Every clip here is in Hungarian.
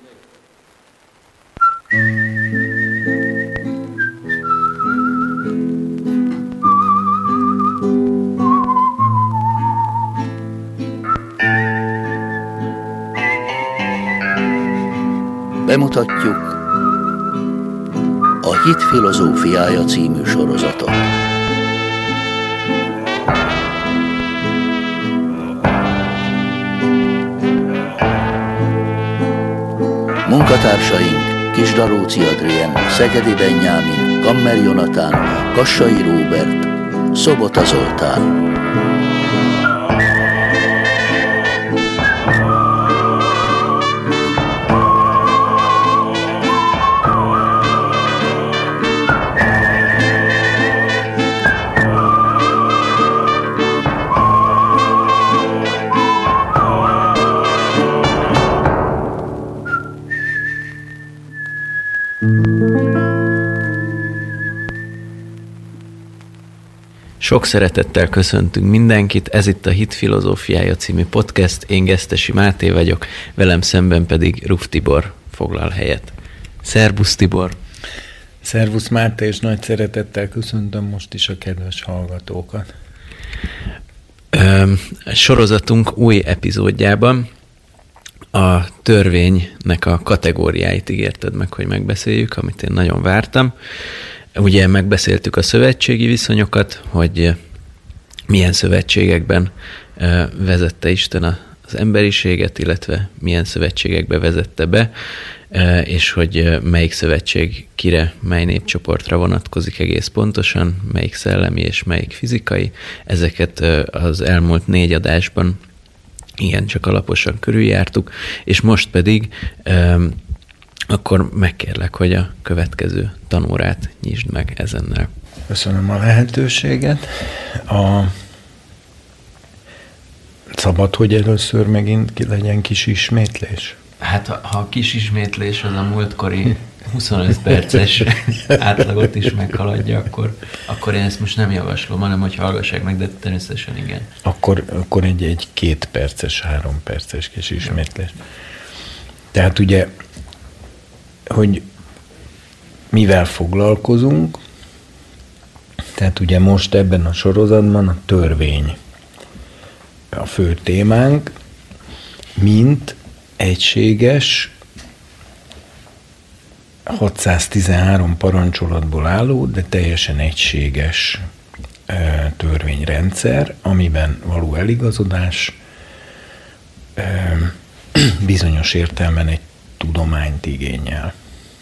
Bemutatjuk a Hit filozófiája című sorozatot. Munkatársaink Kisdaróci Adrien, Szegedi Benyámin, Kammer Jonatán, Kassai Róbert, Szobota Zoltán. Sok szeretettel köszöntünk mindenkit, ez itt a Hit filozófiája című podcast, én Gesztesi Máté vagyok, velem szemben pedig Ruf Tibor foglal helyet. Szerbusz Tibor! Szervusz Máté, és nagy szeretettel köszöntöm most is a kedves hallgatókat. Sorozatunk új epizódjában a törvénynek a kategóriáit ígérted meg, hogy megbeszéljük, amit én nagyon vártam. Ugye megbeszéltük a szövetségi viszonyokat, hogy milyen szövetségekben vezette Isten az emberiséget, illetve milyen szövetségekbe vezette be, és hogy melyik szövetség kire, mely népcsoportra vonatkozik egész pontosan, melyik szellemi és melyik fizikai. Ezeket az elmúlt 4 adásban igencsak alaposan körüljártuk, és most pedig akkor megkérlek, hogy a következő tanórát nyisd meg ezennel. Köszönöm a lehetőséget. Szabad, hogy először megint legyen kis ismétlés? Hát ha a kis ismétlés az a múltkori 25 perces átlagot is meghaladja, akkor én ezt most nem javaslom, hanem hogy hallgassák meg, de természetesen igen. Akkor egy 2 perces, 3 perces kis ismétlés. Tehát ugye, hogy mivel foglalkozunk, tehát ugye most ebben a sorozatban a törvény a fő témánk, mint egységes, 613 parancsolatból álló, de teljesen egységes törvényrendszer, amiben való eligazodás bizonyos értelemben egy tudományt igényel.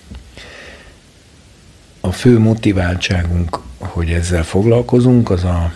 A fő motiváltságunk, hogy ezzel foglalkozunk, az a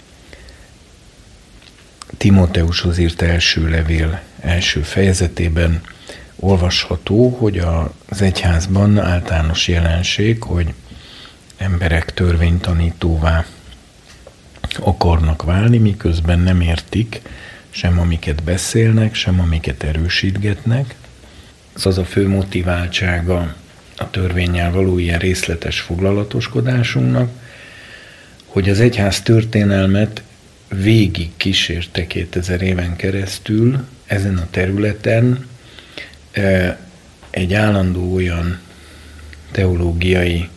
Timóteushoz írt első levél első fejezetében olvasható, hogy az egyházban általános jelenség, hogy emberek törvénytanítóvá akarnak válni, miközben nem értik sem amiket beszélnek, sem amiket erősítgetnek. Ez az a fő motiváltsága a törvénnyel való ilyen részletes foglalatoskodásunknak, hogy az egyház történelmet végig kísérte 2000 éven keresztül ezen a területen egy állandó olyan teológiai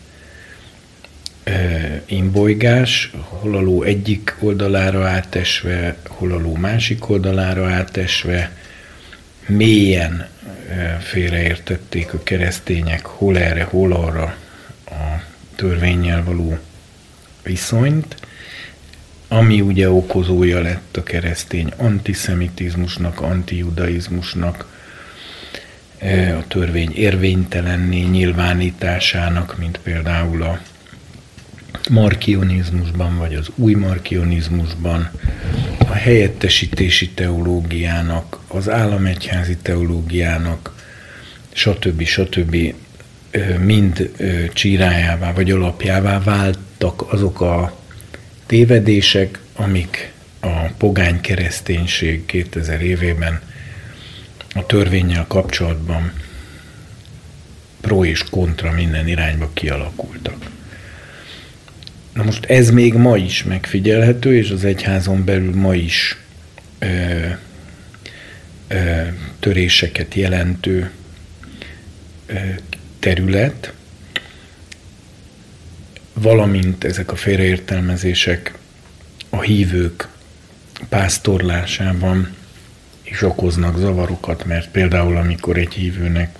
imbolygás, hol a ló egyik oldalára átesve, hol a ló másik oldalára átesve, mélyen félreértették a keresztények hol erre, hol arra a törvénnyel való viszonyt, ami ugye okozója lett a keresztény antiszemitizmusnak, antijudaizmusnak, a törvény érvénytelenné nyilvánításának, mint például a markionizmusban, vagy az új markionizmusban, a helyettesítési teológiának, az államegyházi teológiának, stb. Mind csírájává vagy alapjává váltak azok a tévedések, amik a pogány kereszténység 2000 évében a törvénnyel kapcsolatban pro és kontra minden irányba kialakultak. Na most ez még ma is megfigyelhető, és az egyházon belül ma is töréseket jelentő terület, valamint ezek a félreértelmezések a hívők pásztorlásában is okoznak zavarokat, mert például amikor egy hívőnek,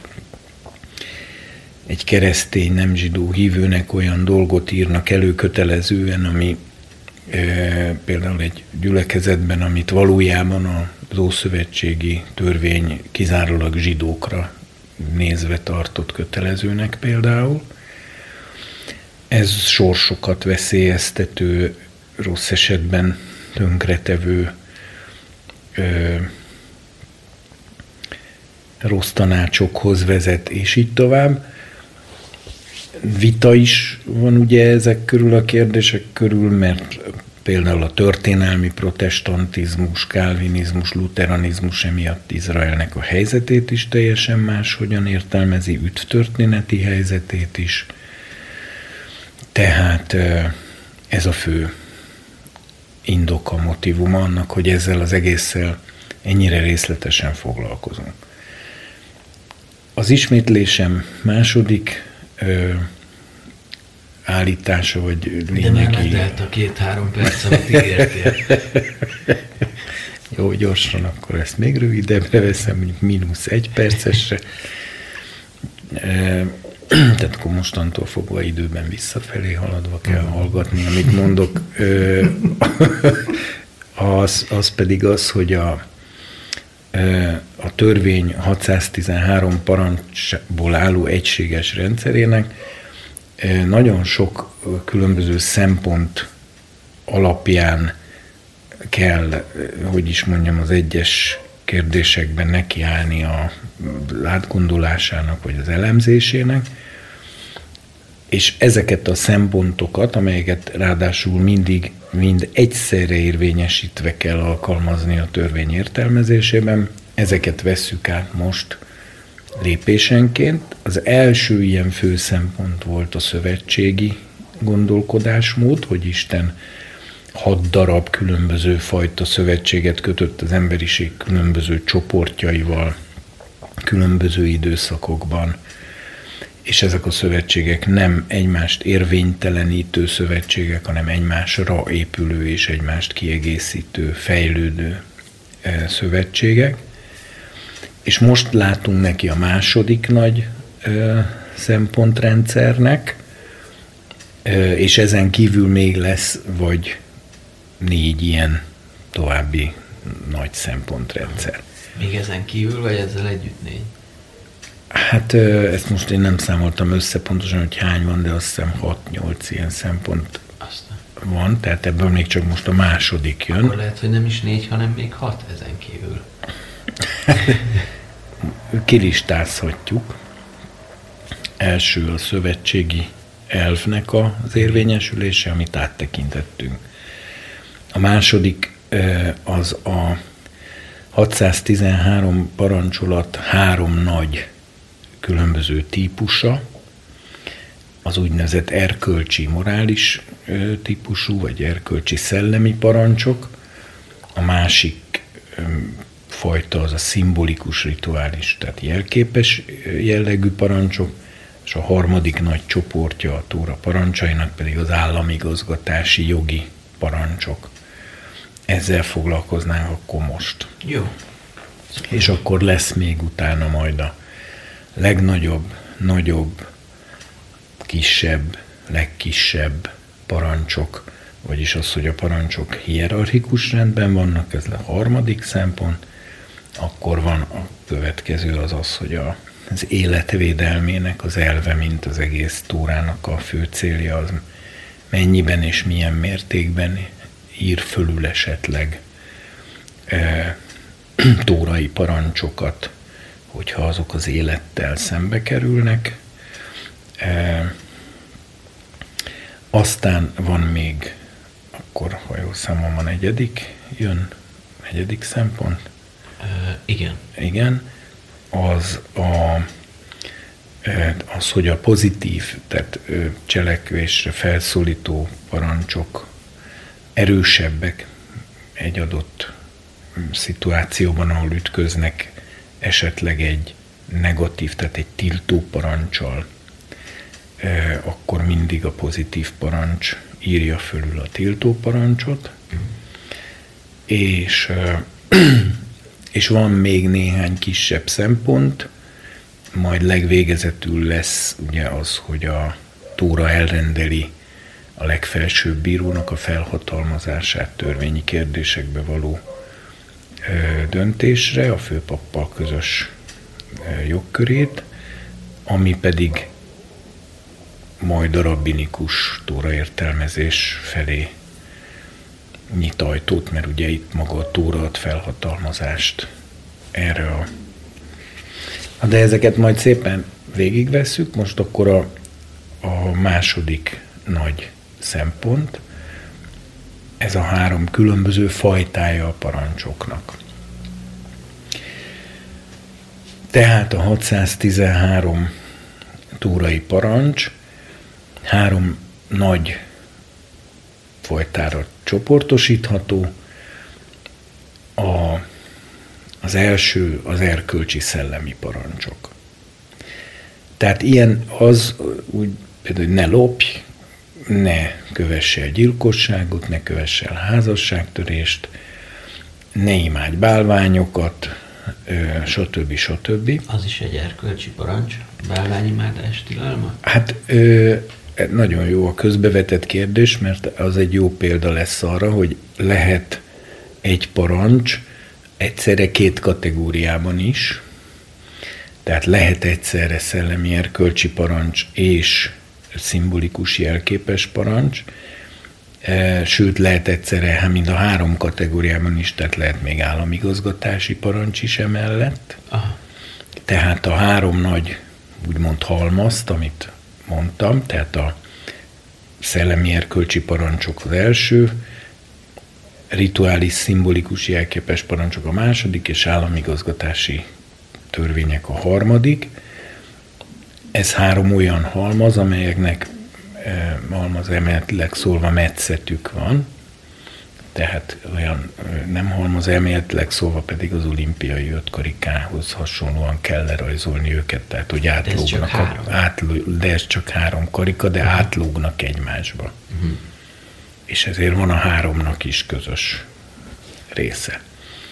egy keresztény, nem zsidó hívőnek olyan dolgot írnak elő kötelezően, ami például egy gyülekezetben, amit valójában az ószövetségi törvény kizárólag zsidókra nézve tartott kötelezőnek például. Ez sorsokat veszélyeztető, rossz esetben tönkretevő, rossz tanácsokhoz vezet, és így tovább. Vita is van ugye ezek körül a kérdések körül, mert például a történelmi protestantizmus, kálvinizmus, luteranizmus emiatt Izraelnek a helyzetét is teljesen máshogyan értelmezi, üdvtörténeti helyzetét is. Tehát ez a fő indoka, motívuma annak, hogy ezzel az egésszel ennyire részletesen foglalkozunk. Az ismétlésem második állítása, vagy lényegi... De már letelt a 2-3 perc, amit ígértél. Jó, gyorsan, akkor ezt még rövidebbre veszem, mondjuk -1 percesre. Tehát akkor mostantól fogva időben visszafelé haladva kell hallgatni, amit mondok. Az pedig az, hogy a törvény 613 parancsból álló egységes rendszerének nagyon sok különböző szempont alapján kell, hogy is mondjam, az egyes kérdésekben nekiállni a átgondolásának, vagy az elemzésének, és ezeket a szempontokat, amelyeket ráadásul mind egyszerre érvényesítve kell alkalmazni a törvény értelmezésében, ezeket vesszük át most lépésenként. Az első ilyen fő szempont volt a szövetségi gondolkodásmód, hogy Isten 6 darab különböző fajta szövetséget kötött az emberiség különböző csoportjaival, különböző időszakokban, és ezek a szövetségek nem egymást érvénytelenítő szövetségek, hanem egymásra épülő és egymást kiegészítő, fejlődő szövetségek. És most látunk neki a második nagy szempontrendszernek, és ezen kívül még lesz vagy 4 ilyen további nagy szempontrendszer. Még ezen kívül, vagy ezzel együtt 4? Hát ezt most én nem számoltam össze pontosan, hogy hány van, de azt hiszem 6-8 ilyen szempont van, tehát ebből még csak most a második jön. Akkor lehet, hogy nem is 4, hanem még 6 ezen kívül. Kilistázhatjuk. Első a szövetségi elvnek az érvényesülése, amit áttekintettünk. A második az a 613 parancsolat 3 nagy különböző típusa, az úgynevezett erkölcsi, morális típusú, vagy erkölcsi szellemi parancsok. A másik fajta az a szimbolikus, rituális, tehát jelképes jellegű parancsok, és a harmadik nagy csoportja a Tóra parancsainak pedig az államigazgatási jogi parancsok. Ezzel foglalkoznánk akkor most. Jó. És akkor lesz még utána majd a legnagyobb, nagyobb, kisebb, legkisebb parancsok, vagyis az, hogy a parancsok hierarchikus rendben vannak, ez a harmadik szempont. Akkor van a következő az, hogy az életvédelmének az elve, mint az egész Tórának a fő célja, az mennyiben és milyen mértékben ír fölül esetleg tórai parancsokat, hogyha azok az élettel szembe kerülnek. Aztán van még, akkor ha jól számom, a negyedik szempont. Igen. Igen. Az, hogy a pozitív, tehát cselekvésre felszólító parancsok erősebbek egy adott szituációban, ahol ütköznek esetleg egy negatív, tehát egy tiltó paranccsal, akkor mindig a pozitív parancs írja fölül a tiltó parancsot, és van még néhány kisebb szempont, majd legvégezetül lesz ugye az, hogy a tóra elrendeli a legfelsőbb bírónak a felhatalmazását törvényi kérdésekbe való döntésre, a főpappal közös jogkörét, ami pedig majd a rabbinikus tóraértelmezés felé nyit ajtót, mert ugye itt maga a tóra ad felhatalmazást erre de ezeket majd szépen végigvesszük. Most akkor a második nagy szempont, ez a 3 különböző fajtája a parancsoknak. Tehát a 613 tórai parancs 3 nagy fajtára csoportosítható. Az első az erkölcsi szellemi parancsok. Tehát ilyen az, úgy például, hogy ne lopj, ne kövess el gyilkosságot, ne kövess el házasságtörést, ne imádj bálványokat, stb. Stb. Az is egy erkölcsi parancs, bálványimádás tilalma? Hát nagyon jó a közbevetett kérdés, mert az egy jó példa lesz arra, hogy lehet egy parancs egyszerre 2 kategóriában is, tehát lehet egyszerre szellemi erkölcsi parancs és szimbolikus jelképes parancs, sőt lehet egyszerre mind a 3 kategóriában is, tehát lehet még államigazgatási parancs is emellett. Aha. Tehát a 3 nagy úgymond halmazt, amit mondtam, tehát a szellemi erkölcsi parancsok az első, rituális szimbolikus jelképes parancsok a második, és államigazgatási törvények a harmadik. Ez 3 olyan halmaz, amelyeknek halmaz elméletileg szólva metszetük van, tehát olyan nem halmaz elméletileg szólva pedig az olimpiai 5 karikához hasonlóan kell lerajzolni őket, tehát hogy átlógnak, de ez csak 3 karika, de átlógnak egymásba. És ezért van a 3-nak is közös része.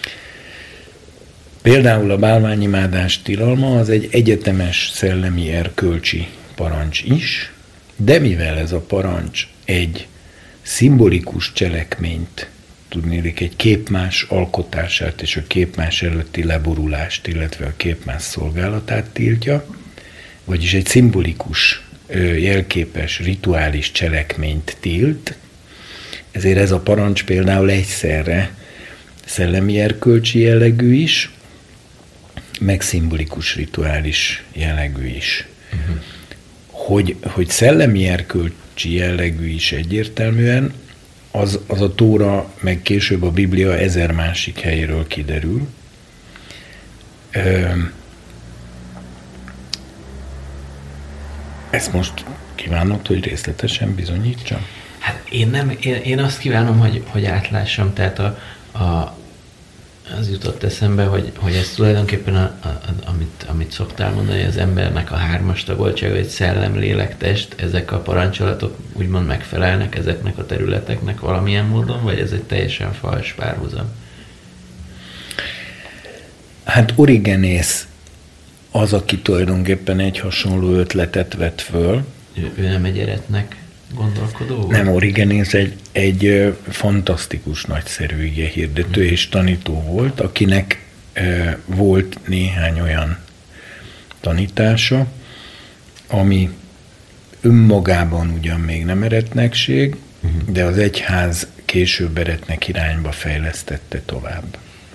Például a bálványimádás tilalma az egy egyetemes szellemi erkölcsi parancs is, de mivel ez a parancs egy szimbolikus cselekményt, tudnélik egy képmás alkotását és a képmás előtti leborulást, illetve a képmás szolgálatát tiltja, vagyis egy szimbolikus, jelképes, rituális cselekményt tilt, ezért ez a parancs például egyszerre szellemi erkölcsi jellegű is, meg szimbolikus rituális jellegű is. Hogy szellemi erkölcsi jellegű is egyértelműen, az a Tóra, meg később a Biblia 1000 másik helyéről kiderül. Ezt most kívánod, hogy részletesen bizonyítsam? Hát én azt kívánom, hogy átlássam, tehát az jutott eszembe, hogy ez tulajdonképpen, amit szoktál mondani, hogy az embernek a 3-as tagoltsága, egy szellem, lélek, test, ezek a parancsolatok úgymond megfelelnek ezeknek a területeknek valamilyen módon, vagy ez egy teljesen fals párhuzam? Hát Origenész az, aki tulajdonképpen egy hasonló ötletet vett föl. Ő nem egy eretnek gondolkodó volt? Nem, Origenész egy fantasztikus, nagyszerű igehirdető és tanító volt, akinek volt néhány olyan tanítása, ami önmagában ugyan még nem eretnekség, de az egyház később eretnek irányba fejlesztette tovább.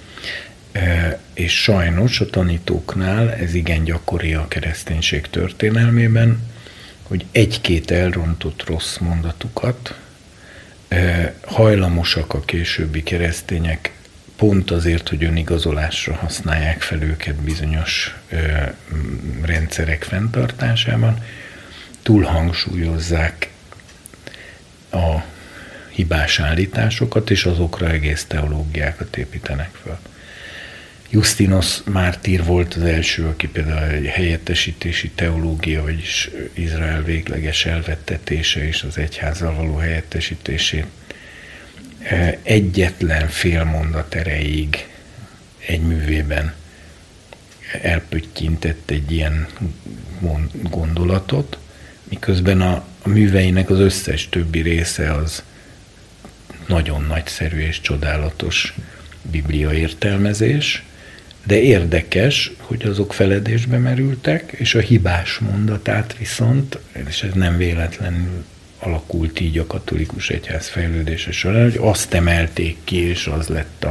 És sajnos a tanítóknál ez igen gyakori a kereszténység történelmében, hogy 1-2 elrontott rossz mondatukat hajlamosak a későbbi keresztények pont azért, hogy önigazolásra használják fel őket bizonyos rendszerek fenntartásában, túlhangsúlyozzák a hibás állításokat, és azokra egész teológiákat építenek fel. Justinus mártír volt az első, aki például egy helyettesítési teológia, vagyis Izrael végleges elvettetése és az egyházzal való helyettesítését egyetlen fél mondat erejéig egy művében elpöttyintett egy ilyen gondolatot, miközben a műveinek az összes többi része az nagyon nagyszerű és csodálatos biblia értelmezés, de érdekes, hogy azok feledésbe merültek, és a hibás mondatát viszont, és ez nem véletlenül alakult így a katolikus egyház fejlődése során, hogy azt emelték ki, és az lett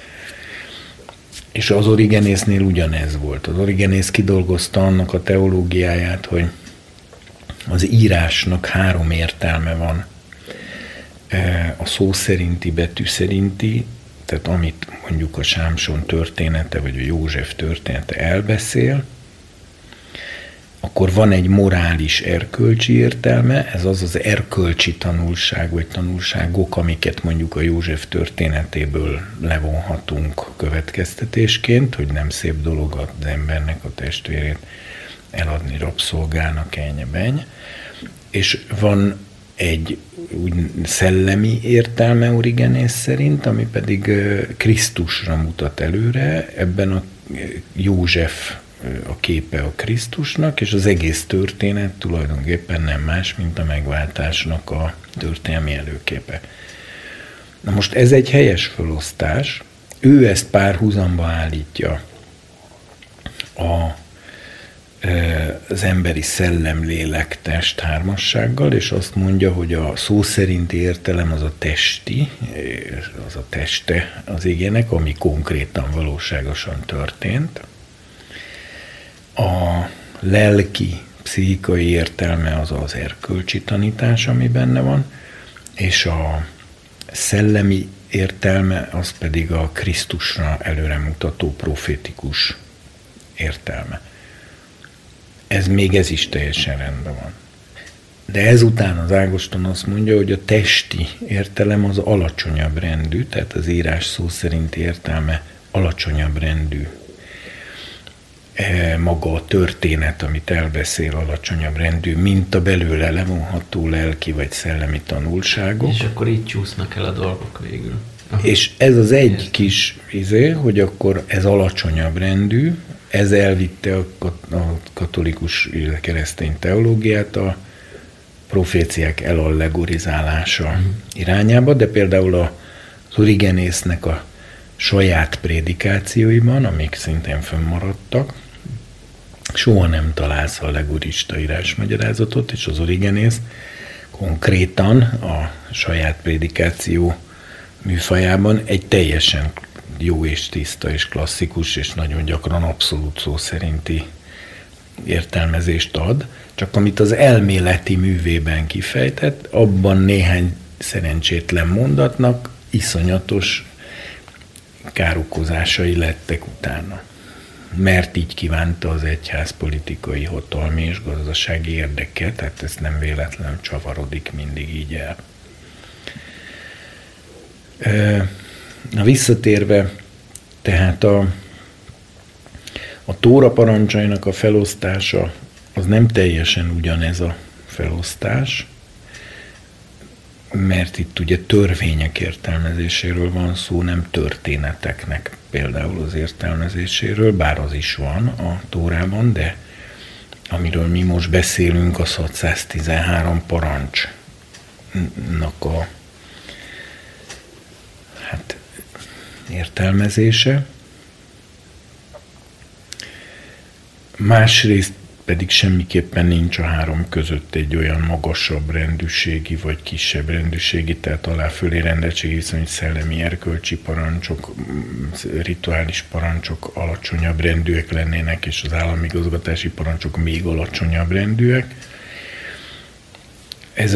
És az Origenésznél ugyanez volt. Az Origenész kidolgozta annak a teológiáját, hogy az írásnak 3 értelme van. A szó szerinti, betű szerinti, tehát amit mondjuk a Sámson története, vagy a József története elbeszél, akkor van egy morális erkölcsi értelme, ez az erkölcsi tanulság, vagy tanulságok, amiket mondjuk a József történetéből levonhatunk következtetésként, hogy nem szép dolog az embernek a testvérét eladni rabszolgának, ennyi-benny. És van egy úgy szellemi értelme Origenész szerint, ami pedig Krisztusra mutat előre, ebben a József a képe a Krisztusnak, és az egész történet tulajdonképpen nem más, mint a megváltásnak a történelmi előképe. Na most ez egy helyes felosztás, ő ezt párhuzamba állítja az emberi szellem, lélek, test hármassággal, és azt mondja, hogy a szó szerinti értelem az a testi, az a teste az igének, ami konkrétan, valóságosan történt. A lelki, pszichikai értelme az az erkölcsi tanítás, ami benne van, és a szellemi értelme az pedig a Krisztusra előremutató profétikus értelme. Ez is teljesen rendben van. De ezután az Ágoston azt mondja, hogy a testi értelem az alacsonyabb rendű, tehát az írás szó szerinti értelme alacsonyabb rendű. Maga a történet, amit elbeszél, alacsonyabb rendű, mint a belőle levonható lelki vagy szellemi tanulságok. És akkor így csúsznak el a dolgok végül. Aha. És ez az egy kis hogy akkor ez alacsonyabb rendű, ez elvitte a katolikus keresztény teológiát a proféciák elallegorizálása irányába, de például az Origenésznek a saját prédikációiban, amik szintén fönnmaradtak, soha nem találsz allegorista írásmagyarázatot, és az Origenész konkrétan a saját prédikáció műfajában egy teljesen jó és tiszta és klasszikus, és nagyon gyakran abszolút szó szerinti értelmezést ad, csak amit az elméleti művében kifejtett, abban néhány szerencsétlen mondatnak iszonyatos károkozásai lettek utána. Mert így kívánta az egyház politikai, hatalmi és gazdasági érdeke, tehát ez nem véletlenül csavarodik mindig így el. Na visszatérve, tehát a Tóra parancsainak a felosztása az nem teljesen ugyanez a felosztás, mert itt ugye törvények értelmezéséről van szó, nem történeteknek például az értelmezéséről, bár az is van a Tórában, de amiről mi most beszélünk, a 613 parancsnak a értelmezése. Másrészt pedig semmiképpen nincs a 3 között egy olyan magasabb rendűségi vagy kisebb rendűségi, tehát alá-fölé rendeltségi viszony, szellemi, erkölcsi parancsok, rituális parancsok alacsonyabb rendűek lennének, és az államigazgatási parancsok még alacsonyabb rendűek. Ez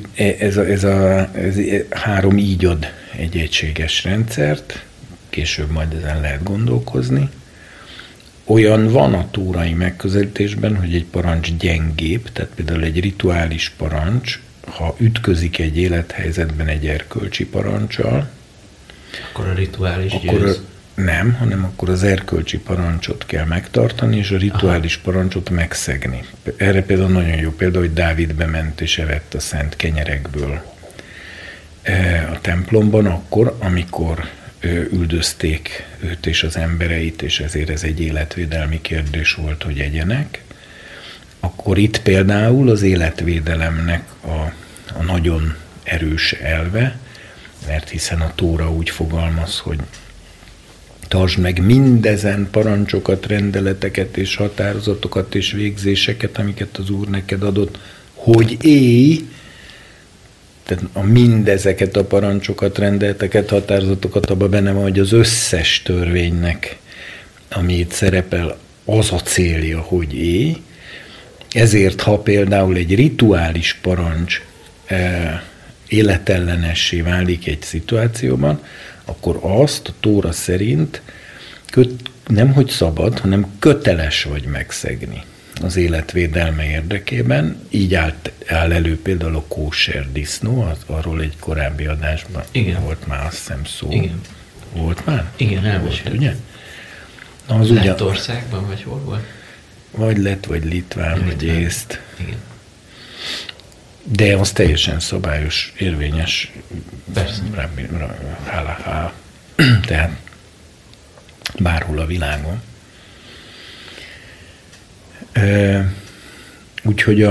3 így ad egy egységes rendszert, később majd ezen lehet gondolkozni. Olyan van a tórai megközelítésben, hogy egy parancs gyengébb, tehát például egy rituális parancs, ha ütközik egy élethelyzetben egy erkölcsi parancsal, akkor a rituális győz. nem, hanem akkor az erkölcsi parancsot kell megtartani, és a rituális parancsot megszegni. Erre például nagyon jó példa, hogy Dávid bement és evett a szent kenyerekből a templomban akkor, amikor üldözték őt és az embereit, és ezért ez egy életvédelmi kérdés volt, hogy egyenek. Akkor itt például az életvédelemnek a nagyon erős elve, mert hiszen a Tóra úgy fogalmaz, hogy tartsd meg mindezen parancsokat, rendeleteket és határozatokat és végzéseket, amiket az Úr neked adott, hogy élj. Tehát mindezeket a parancsokat, rendeleteket, határozatokat, abban benne van, hogy az összes törvénynek, ami itt szerepel, az a célja, hogy élj. Ezért, ha például egy rituális parancs életellenessé válik egy szituációban, akkor azt a Tóra szerint nem hogy szabad, hanem köteles vagy megszegni az életvédelme érdekében. Így áll elő például a kóser disznó, arról egy korábbi adásban volt már azt hiszem szó. Igen. Volt már? Igen, elmesélt. Ugye? Lettországban, vagy hol volt? Vagy lett, vagy litván, vagy észt. Igen. De az teljesen szabályos, érvényes. Persze. Tehát bárhol a világon. Úgyhogy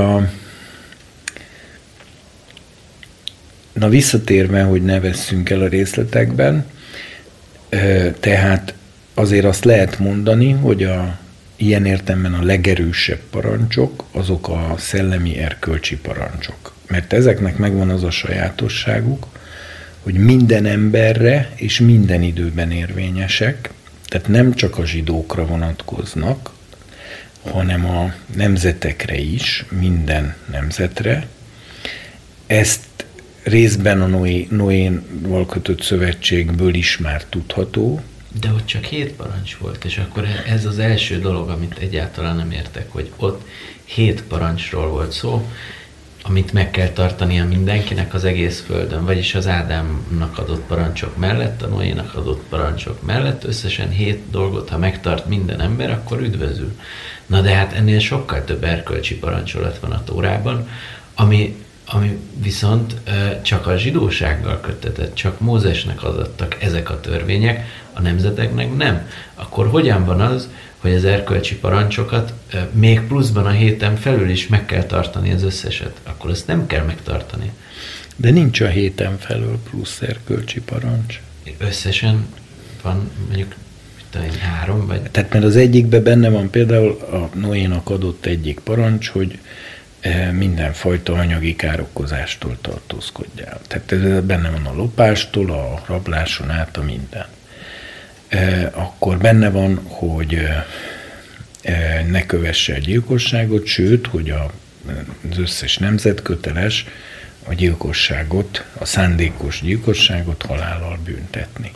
na visszatérve, hogy ne vesszünk el a részletekben, tehát azért azt lehet mondani, hogy ilyen értelemben a legerősebb parancsok, azok a szellemi erkölcsi parancsok. Mert ezeknek megvan az a sajátosságuk, hogy minden emberre és minden időben érvényesek, tehát nem csak a zsidókra vonatkoznak, hanem a nemzetekre is, minden nemzetre. Ezt részben a Noéval kötött szövetségből is már tudható. De ott csak 7 parancs volt, és akkor ez az első dolog, amit egyáltalán nem értek, hogy ott 7 parancsról volt szó, amit meg kell tartania mindenkinek az egész földön, vagyis az Ádámnak adott parancsok mellett, a Noénak adott parancsok mellett, összesen 7 dolgot, ha megtart minden ember, akkor üdvözül. Na de hát ennél sokkal több erkölcsi parancsolat van a Tórában, ami viszont csak a zsidósággal köttetett, csak Mózesnek adottak ezek a törvények, a nemzeteknek nem. Akkor hogyan van az, hogy az erkölcsi parancsokat még pluszban a 7-en felül is meg kell tartani az összeset? Akkor ezt nem kell megtartani. De nincs a 7-en felül plusz erkölcsi parancs. Összesen van mondjuk 3 vagy... Tehát mert az egyikben benne van például a Noénak adott egyik parancs, hogy mindenfajta anyagi károkozástól tartózkodjál. Tehát ez benne van a lopástól, a rabláson át a minden. Akkor benne van, hogy ne kövesse a gyilkosságot, sőt, hogy az összes nemzet köteles a gyilkosságot, a szándékos gyilkosságot halállal büntetni.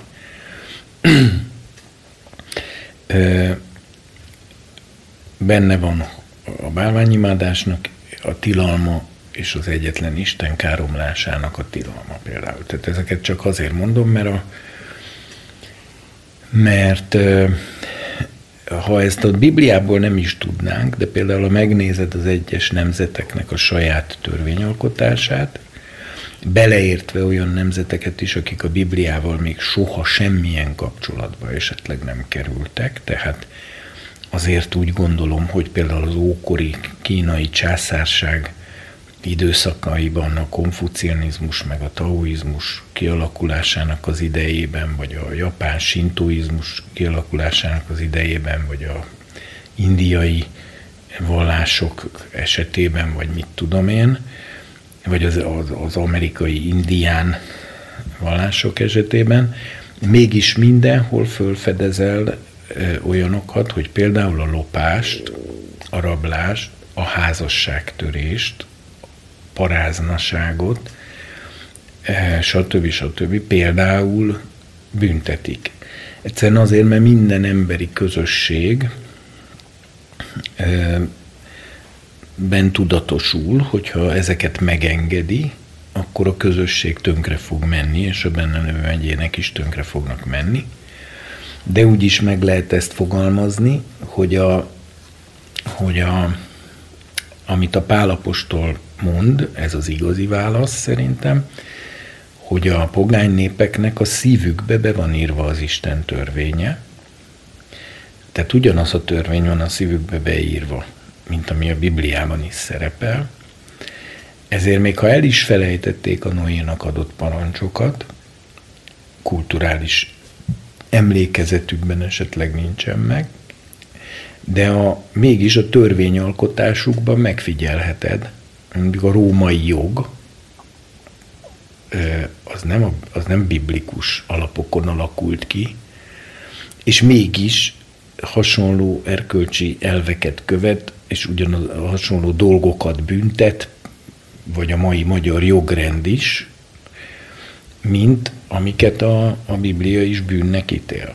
Benne van a bálványimádásnak a tilalma, és az egyetlen Isten káromlásának a tilalma például. Tehát ezeket csak azért mondom, mert ha ezt a Bibliából nem is tudnánk, de például ha megnézed az egyes nemzeteknek a saját törvényalkotását, beleértve olyan nemzeteket is, akik a Bibliával még soha semmilyen kapcsolatba esetleg nem kerültek, tehát azért úgy gondolom, hogy például az ókori kínai császárság időszakaiban a konfucianizmus meg a taoizmus kialakulásának az idejében, vagy a japán sintoizmus kialakulásának az idejében, vagy a indiai vallások esetében, vagy mit tudom én, vagy az amerikai indián vallások esetében, mégis mindenhol fölfedezel olyanokat, hogy például a lopást, a rablást, a házasságtörést, paráznaságot, stb. Például büntetik. Egyszerűen azért, mert minden emberi közösség ben tudatosul, hogyha ezeket megengedi, akkor a közösség tönkre fog menni, és a benne lévő egyének is tönkre fognak menni. De úgy is meg lehet ezt fogalmazni, hogy amit a Pál apostol mond, ez az igazi válasz szerintem, hogy a pogány népeknek a szívükbe be van írva az Isten törvénye. Tehát ugyanaz a törvény van a szívükbe beírva, mint ami a Bibliában is szerepel. Ezért még ha el is felejtették a Noénak adott parancsokat, kulturális emlékezetükben esetleg nincsen meg, de mégis a törvényalkotásukban megfigyelheted, mondjuk a római jog, az nem biblikus alapokon alakult ki, és mégis hasonló erkölcsi elveket követ, és ugyanaz hasonló dolgokat büntet, vagy a mai magyar jogrend is, mint amiket a Biblia is bűnnek ítél.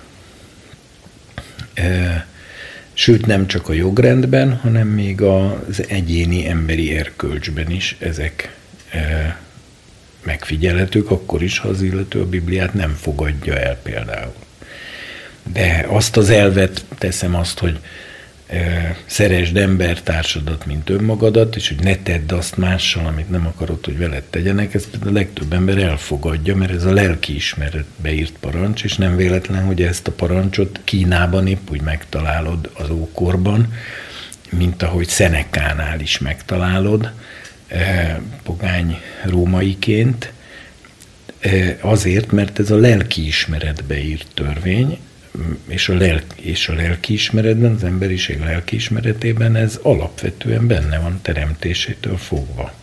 Sőt, nem csak a jogrendben, hanem még az egyéni emberi erkölcsben is ezek megfigyelhetők, akkor is, ha az illető a Bibliát nem fogadja el például. De azt az elvet teszem azt, hogy szeresd embertársadat, mint önmagadat, és hogy ne tedd azt mással, amit nem akarod, hogy veled tegyenek, ezt a legtöbb ember elfogadja, mert ez a lelkiismeretbe írt parancs, és nem véletlen, hogy ezt a parancsot Kínában épp úgy megtalálod az ókorban, mint ahogy Szenekánál is megtalálod, pogány rómaiként, azért, mert ez a lelkiismeretbe írt törvény, és a lelkiismeretben, az emberiség lelkiismeretében ez alapvetően benne van teremtésétől fogva.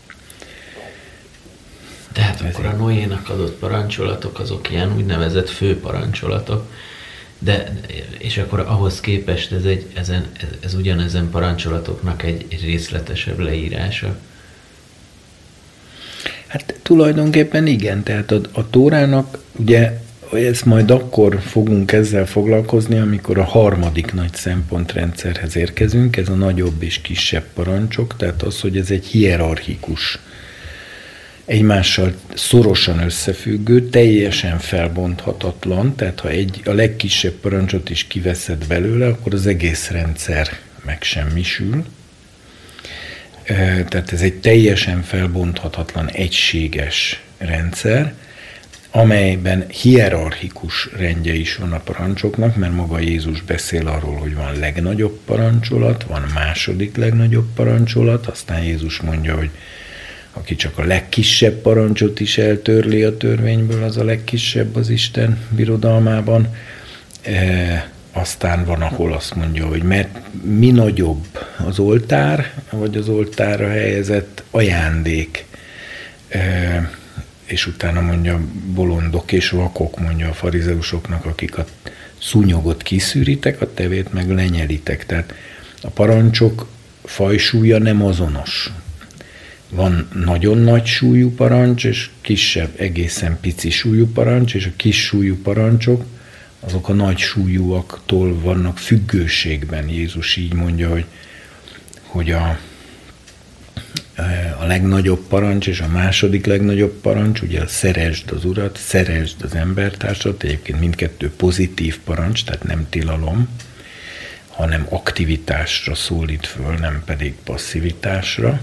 Tehát akkor a Noénak adott parancsolatok azok ilyen úgynevezett főparancsolatok, és akkor ahhoz képest ez ugyanezen parancsolatoknak egy részletesebb leírása. Hát tulajdonképpen igen, tehát a Tórának ugye ezt majd akkor fogunk ezzel foglalkozni, amikor a harmadik nagy szempontrendszerhez érkezünk, ez a nagyobb és kisebb parancsok, tehát az, hogy ez egy hierarchikus, egymással szorosan összefüggő, teljesen felbonthatatlan, tehát ha a legkisebb parancsot is kiveszed belőle, akkor az egész rendszer megsemmisül. Tehát ez egy teljesen felbonthatatlan, egységes rendszer, amelyben hierarchikus rendje is van a parancsoknak, mert maga Jézus beszél arról, hogy van legnagyobb parancsolat, van második legnagyobb parancsolat, aztán Jézus mondja, hogy aki csak a legkisebb parancsot is eltörli a törvényből, az a legkisebb az Isten birodalmában. Aztán van, ahol azt mondja, hogy mert mi nagyobb az oltár, vagy az oltárra helyezett ajándék, és utána mondja bolondok és vakok, mondja a farizeusoknak, akik a szúnyogot kiszűritek, a tevét meg lenyelitek. Tehát a parancsok fajsúlya nem azonos. Van nagyon nagy súlyú parancs, és kisebb, egészen pici súlyú parancs, és a kis súlyú parancsok, azok a nagy súlyúaktól vannak függőségben. Jézus így mondja, hogy a legnagyobb parancs és a második legnagyobb parancs, ugye a szeresd az Urat, szeresd az embertársat, egyébként mindkettő pozitív parancs, tehát nem tilalom, hanem aktivitásra szólít föl, nem pedig passzivitásra.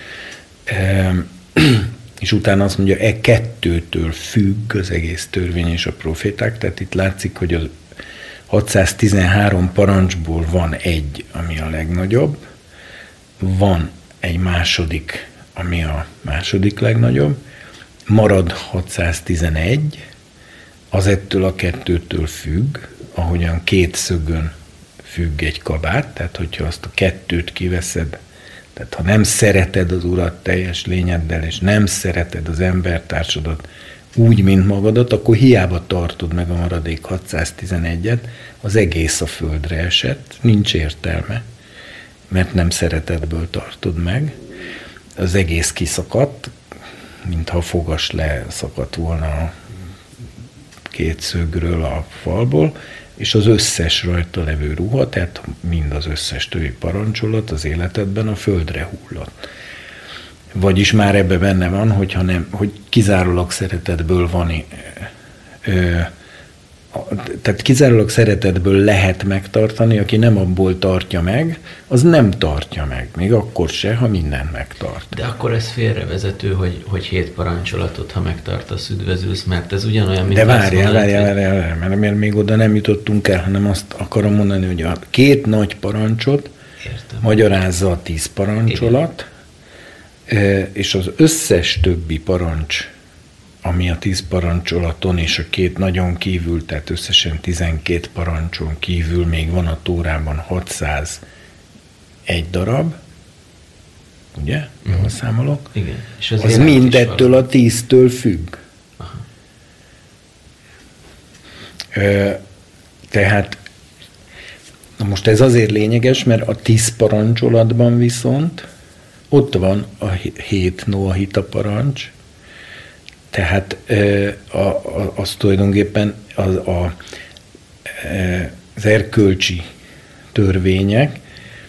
És utána azt mondja, kettőtől függ az egész törvény és a proféták, tehát itt látszik, hogy a 613 parancsból van egy, ami a legnagyobb, van egy második, ami a második legnagyobb, marad 611, az ettől a kettőtől függ, ahogyan két szögön függ egy kabát, tehát hogyha azt a kettőt kiveszed, tehát ha nem szereted az Urat teljes lényeddel, és nem szereted az embertársadat úgy, mint magadat, akkor hiába tartod meg a maradék 611-et, az egész a földre esett, nincs értelme, mert nem szeretetből tartod meg. Az egész kiszakadt, mintha a fogas leszakadt volna a két szögről a falból, és az összes rajta levő ruha, tehát mind az összes többi parancsolat az életedben a földre hullott. Vagyis már ebbe benne van, hogy kizárólag szeretetből van tehát kizárólag szeretetből lehet megtartani, aki nem abból tartja meg, az nem tartja meg, még akkor se, ha mindent megtart. De akkor ez félrevezető, hogy 7 parancsolatot, ha megtartasz, üdvözülsz, mert ez ugyanolyan, mint... De várjál, mert még oda nem jutottunk el, hanem azt akarom mondani, hogy a 2 nagy parancsot magyarázza a 10 parancsolat, és az összes többi parancs, ami a 10 parancsolaton és a 2 nagyon kívül, tehát összesen 12 parancson kívül még van a Tórában 601 darab, ugye? Jól számolok? Igen. És az mindettől a 10-től függ. Tehát na most ez azért lényeges, mert a 10 parancsolatban viszont ott van a 7 noahita parancs, tehát az tulajdonképpen az erkölcsi törvények,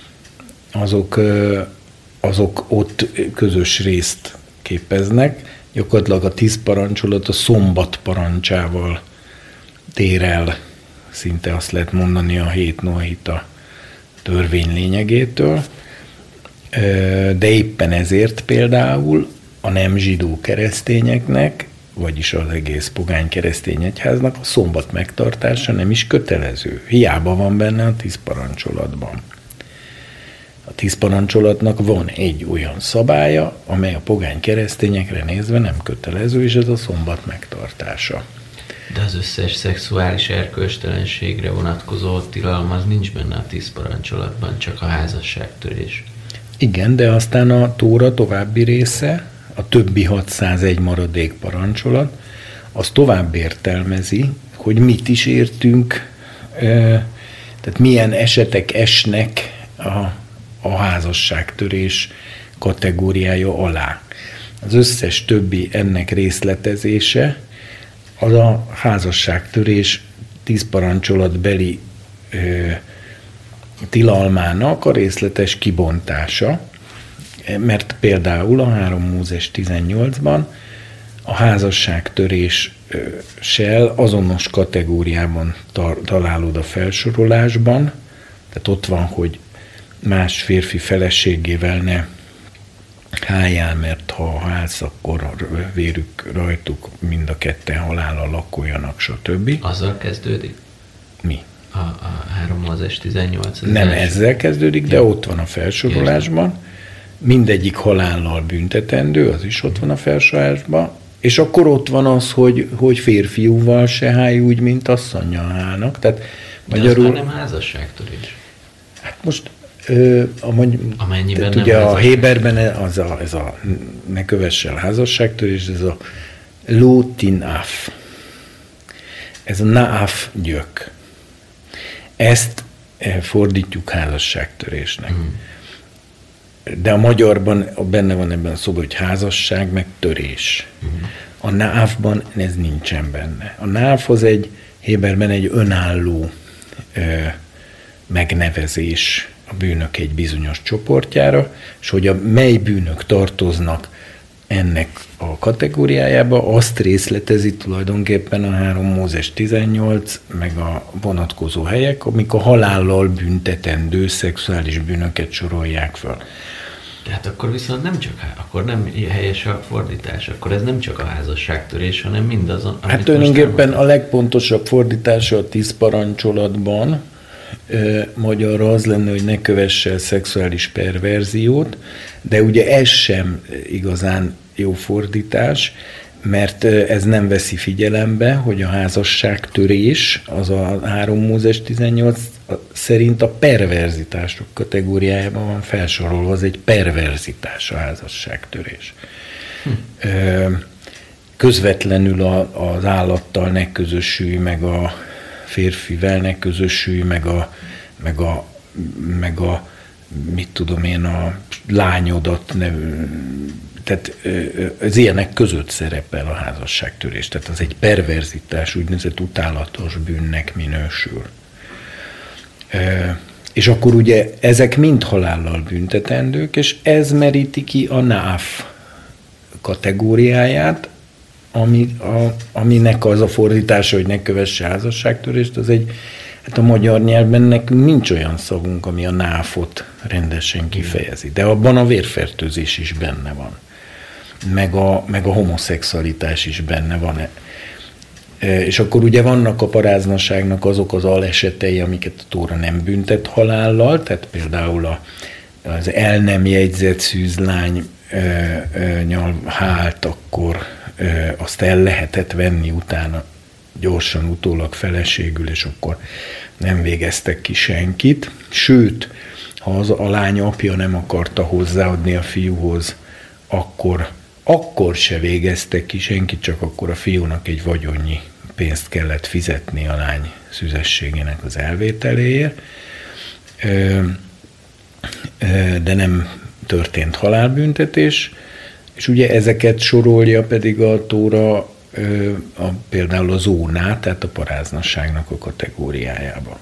azok ott közös részt képeznek. Gyakorlatilag a 10 parancsolat a szombat parancsával tér el, szinte azt lehet mondani, a 7 noahita törvény lényegétől, de éppen ezért például a nem zsidó keresztényeknek, vagyis az egész pogány keresztény egyháznak a szombat megtartása nem is kötelező. Hiába van benne a 10 parancsolatban. A 10 parancsolatnak van egy olyan szabálya, amely a pogány keresztényekre nézve nem kötelező, és ez a szombat megtartása. De az összes szexuális erkölcstelenségre vonatkozó tilalom az nincs benne a 10 parancsolatban, csak a házasságtörés. Igen, de aztán a Tóra további része, a többi 601 maradék parancsolat, az tovább értelmezi, hogy mit is értünk, tehát milyen esetek esnek a házasságtörés kategóriája alá. Az összes többi ennek részletezése az a házasságtörés 10 parancsolatbeli tilalmának a részletes kibontása, mert például a 3 Mózes 18-ban a házasságtöréssel azonos kategóriában találod a felsorolásban, tehát ott van, hogy más férfi feleségével ne háljál, mert ha hálsz, akkor vérük rajtuk mind a ketten halállal lakoljanak, stb. Azzal kezdődik? Mi? A 3 Mózes 18. Nem ezzel kezdődik, de ott van a felsorolásban. Mindegyik halállal büntetendő, az is ott van a felsorolásban. És akkor ott van az, hogy férfiúval se hálj úgy, mint asszonnyal hálnak. Tehát magyarul... De az már nem házasságtörés. Hát most amennyiben ugye a Héberben ez a ne kövess el házasságtörés, ez a lótinaf. Ez a naaf gyök. Ezt fordítjuk házasságtörésnek. De a magyarban benne van ebben a szóban, hogy házasság, meg törés. A náfban ez nincsen benne. A náf az Héberben egy önálló megnevezés a bűnök egy bizonyos csoportjára, és hogy mely bűnök tartoznak ennek a kategóriájába, azt részletezi tulajdonképpen a 3 Mózes 18, meg a vonatkozó helyek, amik a halállal büntetendő szexuális bűnöket sorolják föl. Tehát akkor viszont akkor nem helyes a fordítás, akkor ez nem csak a házasságtörés, hanem mindazon, Hát tulajdonképpen a legpontosabb fordítása a 10 parancsolatban magyarra az lenne, hogy ne kövess el szexuális perverziót, de ugye ez sem igazán jó fordítás, mert ez nem veszi figyelembe, hogy a házasságtörés, az a 3 Mózes 18 szerint a perverzitások kategóriájában van felsorolva, az egy perverzitás a házasságtörés. Közvetlenül az állattal ne közösülj, meg a férfivel ne közösülj, meg a mit tudom én, a lányodat tehát az ilyenek között szerepel a házasságtörés. Tehát az egy perverzitás, úgynevezett utálatos bűnnek minősül. És akkor ugye ezek mind halállal büntetendők, és ez meríti ki a náf kategóriáját, aminek az a fordítása, hogy ne kövesse házasságtörést, az egy, hát a magyar nyelvben nekünk nincs olyan szavunk, ami a náfot rendesen kifejezi. De abban a vérfertőzés is benne van. Meg a homoszexualitás is benne van. És akkor ugye vannak a paráznaságnak azok az alesetei, amiket a Tóra nem büntet halállal, tehát például az el nem jegyzett szűzlány hált, akkor azt el lehetett venni utána gyorsan utólag feleségül, és akkor nem végeztek ki senkit. Sőt, ha a lány apja nem akarta hozzáadni a fiúhoz, akkor se végeztek ki senkit, csak akkor a fiúnak egy vagyonnyi pénzt kellett fizetni a lány szüzességének az elvételéért, de nem történt halálbüntetés, és ugye ezeket sorolja pedig a Tóra például a zónát, tehát a paráznasságnak a kategóriájába.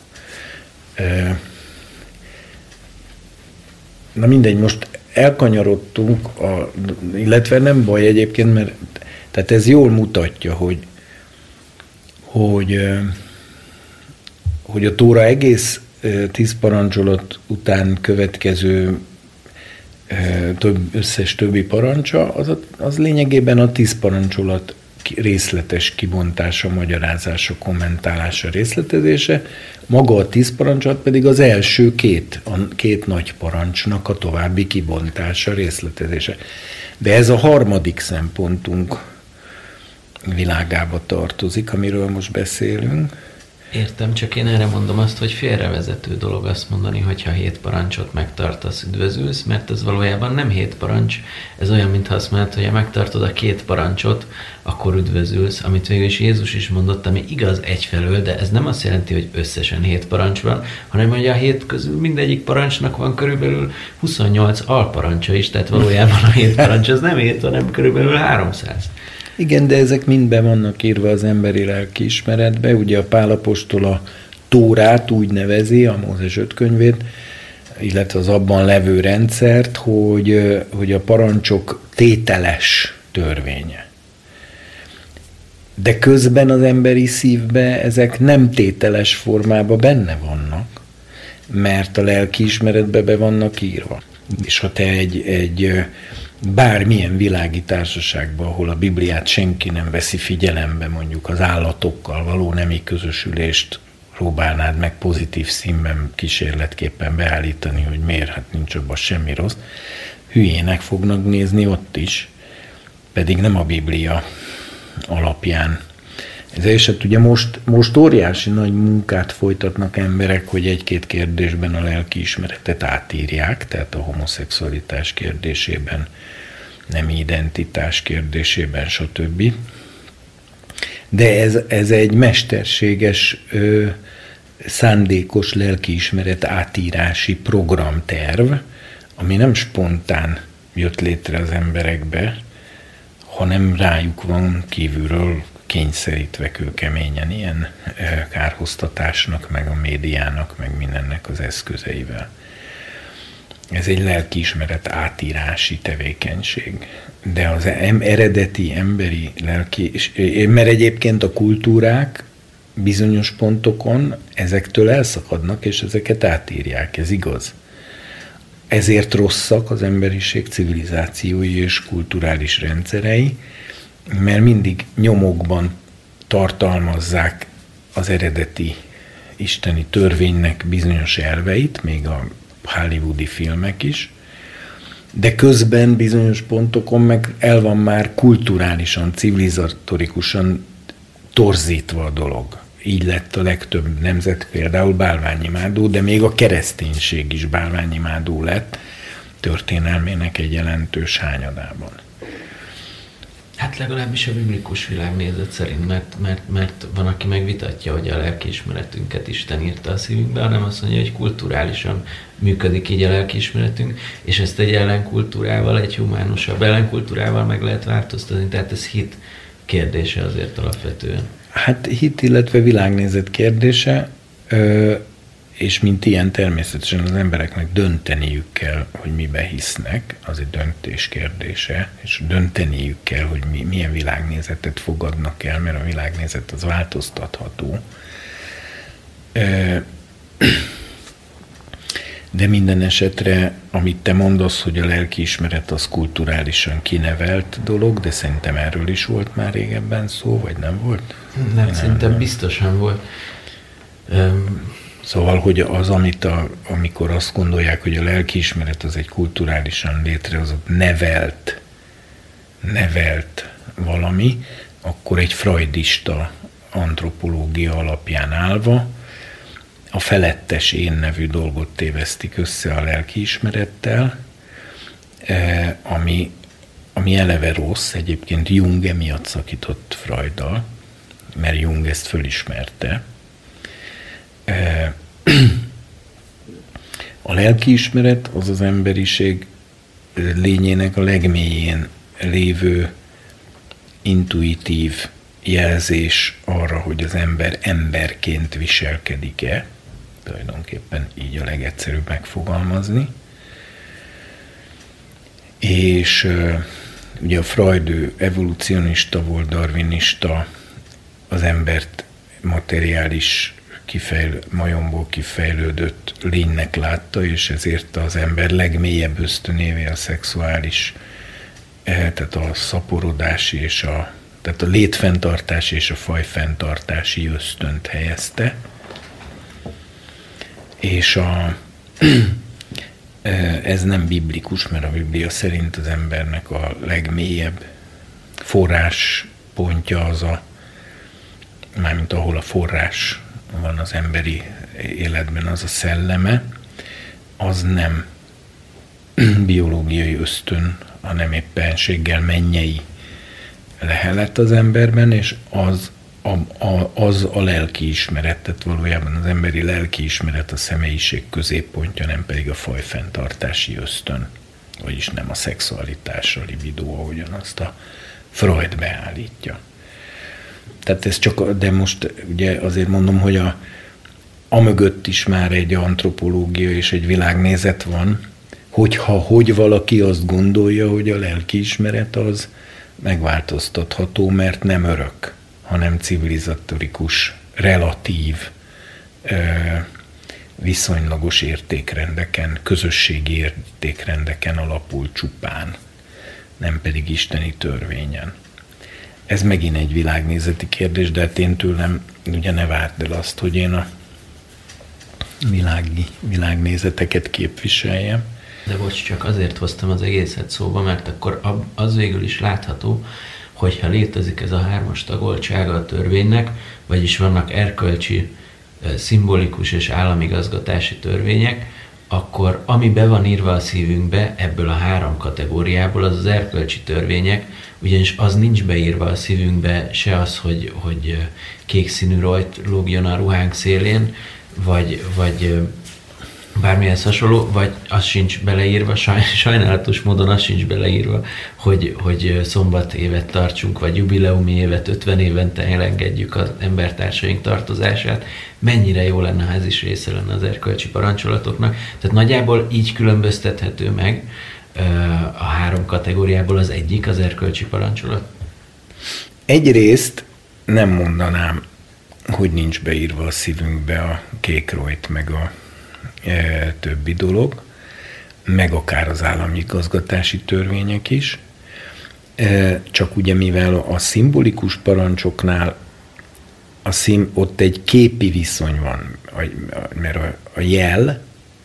Na mindegy, most elkanyarodtunk, illetve nem baj egyébként, mert tehát ez jól mutatja, hogy a Tóra egész 10 parancsolat után következő összes többi parancsa, az lényegében a 10 parancsolat részletes kibontása, magyarázása, kommentálása, részletezése, maga a 10 parancsolat pedig az első két nagy parancsnak a további kibontása, részletezése. De ez a harmadik szempontunk világába tartozik, amiről most beszélünk. Értem, csak én erre mondom azt, hogy félrevezető dolog azt mondani, hogy ha 7 parancsot megtartasz, üdvözülsz, mert ez valójában nem 7 parancs, ez olyan, mintha azt mondod, hogy ha megtartod a 2 parancsot, akkor üdvözülsz, amit végül is Jézus is mondott, ami igaz egyfelől, de ez nem azt jelenti, hogy összesen 7 parancs van, hanem hogy a 7 közül mindegyik parancsnak van körülbelül 28 alparancsa is, tehát valójában a 7 parancs az nem 7, hanem körülbelül 300. Igen, de ezek mind be vannak írva az emberi lelkiismeretbe. Ugye a Pál apostol a Tórát úgy nevezi, a Mózes 5 könyvét, illetve az abban levő rendszert, hogy a parancsok tételes törvénye. De közben az emberi szívbe ezek nem tételes formában benne vannak, mert a lelkiismeretbe be vannak írva. És ha te egy bármilyen világi társaságban, ahol a Bibliát senki nem veszi figyelembe, mondjuk az állatokkal való nemi közösülést próbálnád meg pozitív színben kísérletképpen beállítani, hogy miért, hát nincs abban semmi rossz, hülyének fognak nézni ott is, pedig nem a Biblia alapján. És hát ugye most óriási nagy munkát folytatnak emberek, hogy egy-két kérdésben a lelkiismeretet átírják, tehát a homoszexualitás kérdésében, nemi identitás kérdésében, stb. De ez egy mesterséges, szándékos lelkiismeret átírási programterv, ami nem spontán jött létre az emberekbe, hanem rájuk van kívülről kényszerítve kőkeményen ilyen kárhoztatásnak, meg a médiának, meg mindennek az eszközeivel. Ez egy lelkiismeret átírási tevékenység. De az eredeti emberi mert egyébként a kultúrák bizonyos pontokon ezektől elszakadnak, és ezeket átírják, ez igaz. Ezért rosszak az emberiség civilizációi és kulturális rendszerei, mert mindig nyomokban tartalmazzák az eredeti isteni törvénynek bizonyos elveit, még a hollywoodi filmek is, de közben bizonyos pontokon meg el van már kulturálisan, civilizatorikusan torzítva a dolog. Így lett a legtöbb nemzet például bálványimádó, de még a kereszténység is bálványimádó lett történelmének egy jelentős hányadában. Hát legalábbis a biblikus világnézet szerint, mert van, aki megvitatja, hogy a lelkiismeretünket Isten írta a szívünkbe, hanem azt mondja, hogy kulturálisan működik így a lelkiismeretünk, és ezt egy ellenkultúrával, egy humánusabb ellenkultúrával meg lehet változtatni, tehát ez hit kérdése azért alapvetően. Hát hit, illetve világnézet kérdése, és mint ilyen természetesen az embereknek dönteniük kell, hogy mibe hisznek, az egy döntés kérdése, és dönteniük kell, hogy milyen világnézetet fogadnak el, mert a világnézet az változtatható. De minden esetre, amit te mondasz, hogy a lelkiismeret az kulturálisan kinevelt dolog, de szerintem erről is volt már régebben szó, vagy nem volt? Nem, szerintem biztosan volt. Szóval, hogy az, amikor azt gondolják, hogy a lelkiismeret az egy kulturálisan létrehozott, nevelt valami, akkor egy freudista antropológia alapján állva a felettes én nevű dolgot tévesztik össze a lelkiismerettel, ami eleve rossz, egyébként Jung emiatt szakított Freuddal, mert Jung ezt fölismerte. A lelkiismeret az az emberiség lényének a legmélyén lévő intuitív jelzés arra, hogy az ember emberként viselkedik-e, tulajdonképpen így a legegyszerűbb megfogalmazni. És ugye a Freud evolucionista volt, darwinista, az embert materiális majomból kifejlődött lénynek látta, és ezért az ember legmélyebb ösztönévé a szexuális, tehát a szaporodási és tehát a létfenntartási és a fajfenntartási ösztönt helyezte. És ez nem biblikus, mert a Biblia szerint az embernek a legmélyebb forráspontja az mármint ahol a forrás van az emberi életben, az a szelleme, az nem biológiai ösztön, hanem éppenséggel mennyei lehelet az emberben, és az a lelkiismeret, tehát valójában az emberi lelkiismeret a személyiség középpontja, nem pedig a fajfenntartási ösztön, vagyis nem a szexualitás, a libido, ahogyan azt a Freud beállítja. Tehát ez csak, de most ugye azért mondom, hogy amögött is már egy antropológia és egy világnézet van, hogy valaki azt gondolja, hogy a lelkiismeret az megváltoztatható, mert nem örök, hanem civilizatorikus, relatív, viszonylagos értékrendeken, közösségi értékrendeken alapul csupán, nem pedig isteni törvényen. Ez megint egy világnézeti kérdés, de hát én tőlem ugye ne várd el azt, hogy én a világnézeteket képviseljem. De bocs, csak azért hoztam az egészet szóba, mert akkor az végül is látható, hogyha létezik ez a 3-as tagoltsága a törvénynek, vagyis vannak erkölcsi, szimbolikus és államigazgatási törvények, akkor ami be van írva a szívünkbe ebből a 3 kategóriából, az erkölcsi törvények, ugyanis az nincs beírva a szívünkbe se az, hogy kék színű rajt lógjon a ruhánk szélén, vagy bármilyen hasonló, vagy az sincs beleírva, sajnálatos módon az sincs beleírva, hogy szombat évet tartsunk, vagy jubileumi évet 50 évente elengedjük az embertársaink tartozását. Mennyire jó lenne, ha ez is része lenne az erkölcsi parancsolatoknak. Tehát nagyjából így különböztethető meg a 3 kategóriából az egyik, az erkölcsi parancsolat. Egyrészt nem mondanám, hogy nincs beírva a szívünkbe a kék rojt, meg a többi dolog, meg akár az állami igazgatási törvények is. Csak ugye mivel a szimbolikus parancsoknál ott egy képi viszony van, mert a jel,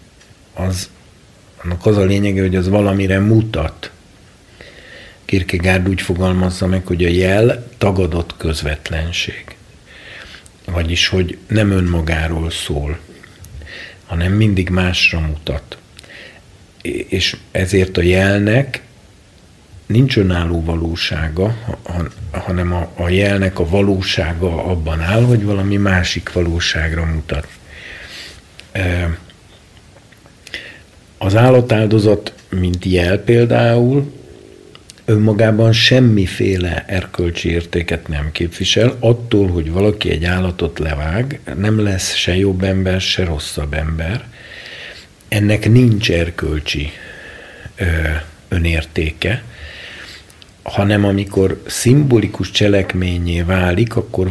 annak az a lényege, hogy az valamire mutat. Kierkegaard úgy fogalmazza meg, hogy a jel tagadott közvetlenség. Vagyis, hogy nem önmagáról szól, hanem mindig másra mutat. És ezért a jelnek nincs önálló valósága, hanem a jelnek a valósága abban áll, hogy valami másik valóságra mutat. Az állatáldozat, mint jel például, önmagában semmiféle erkölcsi értéket nem képvisel. Attól, hogy valaki egy állatot levág, nem lesz se jobb ember, se rosszabb ember. Ennek nincs erkölcsi önértéke, hanem amikor szimbolikus cselekménnyé válik, akkor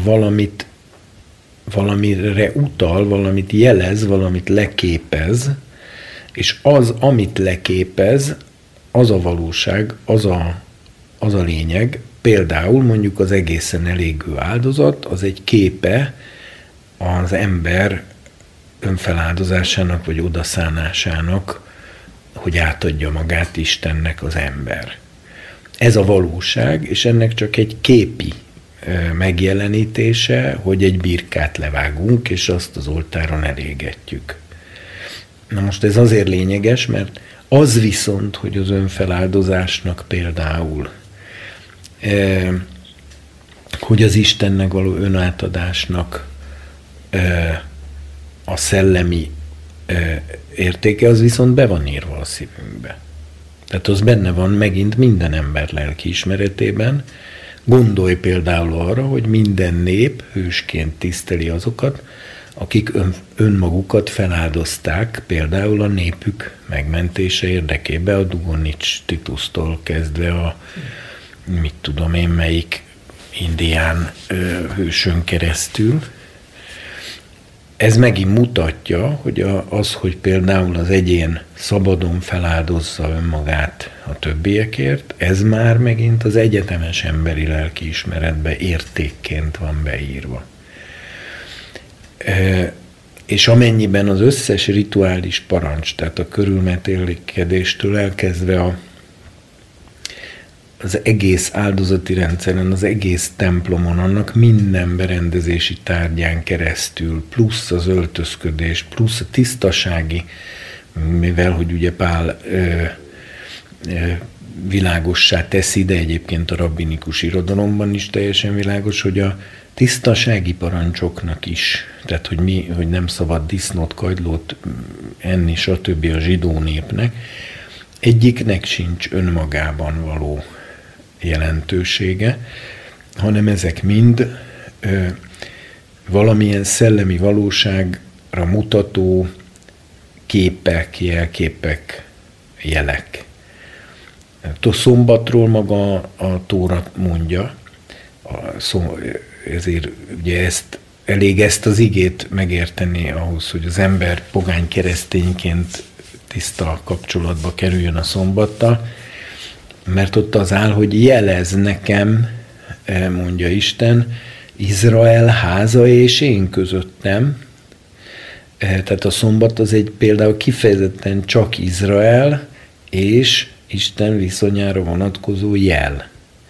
valamire utal, valamit jelez, valamit leképez, és az, amit leképez, az a valóság, az a lényeg. Például mondjuk az egészen elégő áldozat, az egy képe az ember önfeláldozásának, vagy odaszánásának, hogy átadja magát Istennek az ember. Ez a valóság, és ennek csak egy képi megjelenítése, hogy egy birkát levágunk, és azt az oltáron elégetjük. Na most ez azért lényeges, mert az viszont, hogy az önfeláldozásnak például, hogy az Istennek való önátadásnak a szellemi értéke, az viszont be van írva a szívünkbe. Tehát az benne van megint minden ember lelkiismeretében. Gondolj például arra, hogy minden nép hősként tiszteli azokat, akik önmagukat feláldozták, például a népük megmentése érdekében, a Dugonics Titusztól kezdve a mit tudom én melyik indián hősön keresztül. Ez megint mutatja, hogy hogy például az egyén szabadon feláldozza önmagát a többiekért, ez már megint az egyetemes emberi lelkiismeretbe értékként van beírva. És amennyiben az összes rituális parancs, tehát a körülmetélkedéstől elkezdve az egész áldozati rendszeren, az egész templomon, annak minden berendezési tárgyán keresztül, plusz az öltözködés, plusz a tisztasági, mivel hogy ugye Pál világossá teszi, de egyébként a rabbinikus irodalomban is teljesen világos, hogy a tisztasági parancsoknak is, tehát hogy nem szabad disznót, kagylót enni, stb. A zsidó népnek, egyiknek sincs önmagában való jelentősége, hanem ezek mind valamilyen szellemi valóságra mutató képek, jelképek, jelek. A szombatról maga a Tóra mondja, ezért ugye elég ezt az igét megérteni ahhoz, hogy az ember pogány keresztényként tiszta kapcsolatba kerüljön a szombattal, mert ott az áll, hogy jelez nekem, mondja Isten, Izrael háza és én közöttem. Tehát a szombat az egy például kifejezetten csak Izrael és Isten viszonyára vonatkozó jel.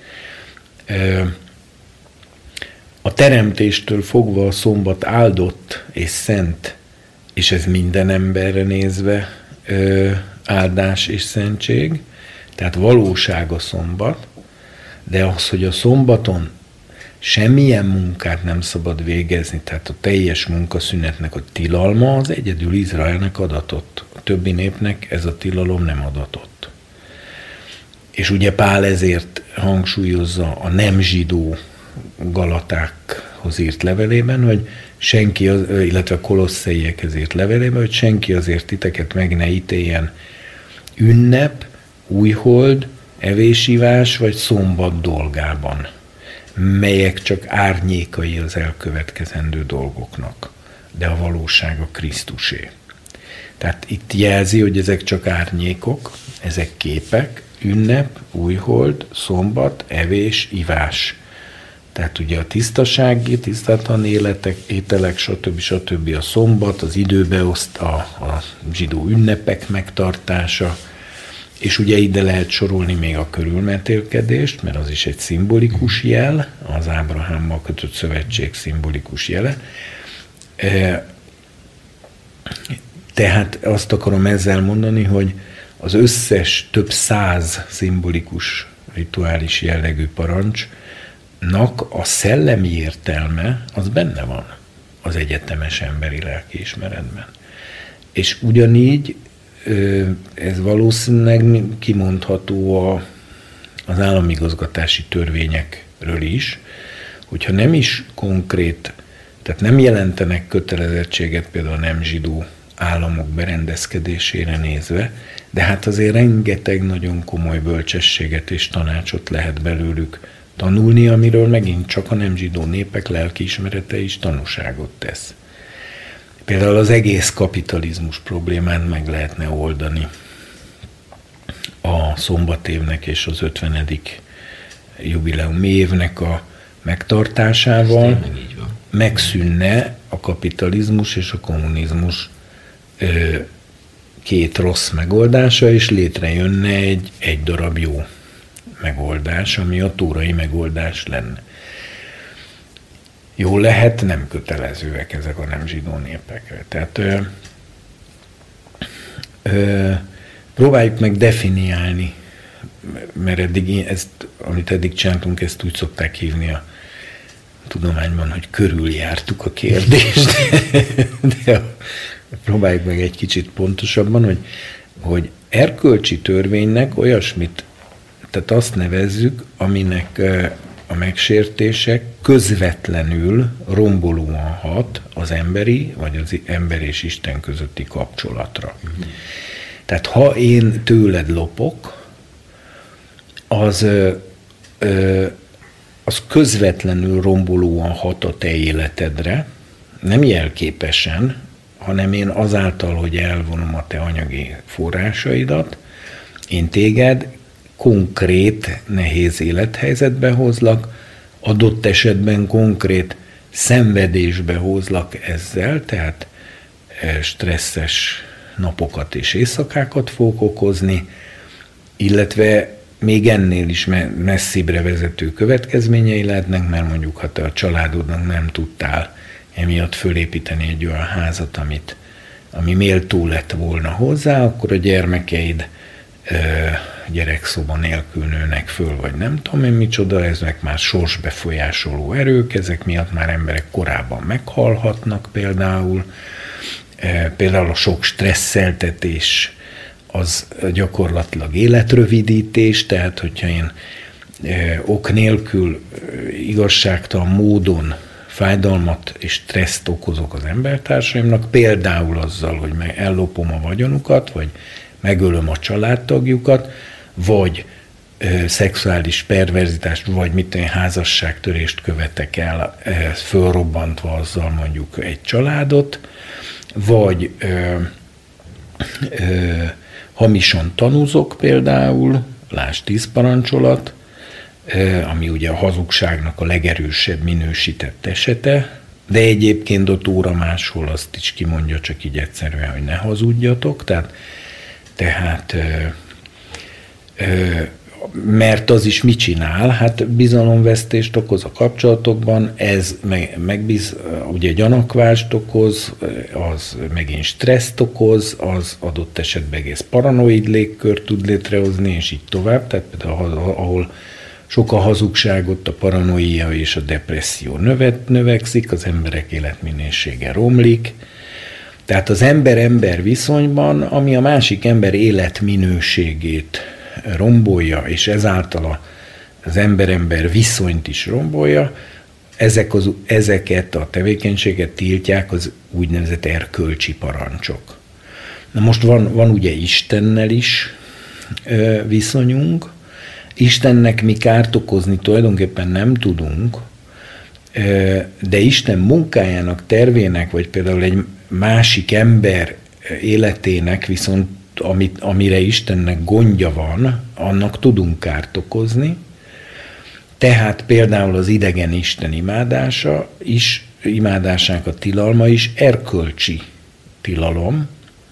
A teremtéstől fogva a szombat áldott és szent, és ez minden emberre nézve áldás és szentség, tehát valóság a szombat, de az, hogy a szombaton semmilyen munkát nem szabad végezni, tehát a teljes munkaszünetnek a tilalma az egyedül Izraelnek adatott. A többi népnek ez a tilalom nem adatott. És ugye Pál ezért hangsúlyozza a nem zsidó Galatákhoz írt levelében, hogy senki, illetve a kolosszeiekhez írt levelében, hogy senki azért titeket meg ne ítéljen ünnep, újhold, evésivás vagy szombat dolgában, melyek csak árnyékai az elkövetkezendő dolgoknak, de a valóság a Krisztusé. Tehát itt jelzi, hogy ezek csak árnyékok, ezek képek, ünnep, újhold, szombat, evés, ivás. Tehát ugye a tisztasági, tisztatlan ételek, stb. A szombat, az időbeoszt, a zsidó ünnepek megtartása, és ugye ide lehet sorolni még a körülmetélkedést, mert az is egy szimbolikus jel, az Ábrahámmal kötött szövetség szimbolikus jele. Tehát azt akarom ezzel mondani, hogy az összes több száz szimbolikus, rituális jellegű parancsnak a szellemi értelme az benne van az egyetemes emberi lelkiismeretben. És ugyanígy ez valószínűleg kimondható az államigazgatási törvényekről is, hogyha nem is konkrét, tehát nem jelentenek kötelezettséget például a nem zsidó államok berendezkedésére nézve, de hát azért rengeteg nagyon komoly bölcsességet és tanácsot lehet belőlük tanulni, amiről megint csak a nem zsidó népek lelkiismerete is tanúságot tesz. Például az egész kapitalizmus problémát meg lehetne oldani a szombatévnek és az 50. jubileumi évnek a megtartásával. Megszűnne a kapitalizmus és a kommunizmus két rossz megoldása, és létrejönne egy darab jó megoldás, ami a tórai megoldás lenne. Jól lehet, nem kötelezőek ezek a nem zsidó népekre. Tehát próbáljuk meg definiálni, mert eddig amit eddig csináltunk, ezt úgy szokták hívni a tudományban, hogy körüljártuk a kérdést, de próbáljuk meg egy kicsit pontosabban, hogy erkölcsi törvénynek olyasmit, tehát azt nevezzük, aminek a megsértése közvetlenül rombolóan hat az emberi, vagy az ember és Isten közötti kapcsolatra. Tehát ha én tőled lopok, az közvetlenül rombolóan hat a te életedre, nem jelképesen, hanem én azáltal, hogy elvonom a te anyagi forrásaidat, én téged konkrét, nehéz élethelyzetbe hozlak, adott esetben konkrét szenvedésbe hozlak ezzel, tehát stresszes napokat és éjszakákat fogok okozni, illetve még ennél is messzibbre vezető következményei lehetnek, mert mondjuk, ha te a családodnak nem tudtál emiatt fölépíteni egy olyan házat, ami méltó lett volna hozzá, akkor a gyermekeid gyerekszoba nélkül nőnek föl, vagy nem tudom én micsoda, ezek már sorsbefolyásoló erők, ezek miatt már emberek korábban meghalhatnak például. Például a sok stresszeltetés az gyakorlatilag életrövidítés, tehát hogyha én ok nélkül igazságtalan módon fájdalmat és stresszt okozok az embertársaimnak, például azzal, hogy ellopom a vagyonukat, vagy megölöm a családtagjukat, vagy szexuális perverzitást, vagy házasságtörést követek el, fölrobbantva azzal mondjuk egy családot, vagy hamisan tanúzok például, lásd 10 parancsolat, ami ugye a hazugságnak a legerősebb minősített esete, de egyébként ott óra máshol azt is kimondja, csak így egyszerűen, hogy ne hazudjatok, tehát mert az is mit csinál? Hát bizalomvesztést okoz a kapcsolatokban, ez ugye gyanakvást okoz, az megint stresszt okoz, az adott esetben egész paranoid légkört tud létrehozni, és így tovább. Tehát például ahol sok a hazugság, ott a paranoia és a depresszió növekszik, az emberek életminősége romlik. Tehát az ember-ember viszonyban, ami a másik ember életminőségét rombolja, és ezáltal az ember-ember viszonyt is rombolja, ezeket a tevékenységet tiltják az úgynevezett erkölcsi parancsok. Na most van ugye Istennel is viszonyunk. Istennek mi kárt okozni tulajdonképpen nem tudunk, de Isten munkájának, tervének, vagy például egy másik ember életének viszont amire Istennek gondja van, annak tudunk kárt okozni. Tehát például az idegen Isten imádásának a tilalma is erkölcsi tilalom,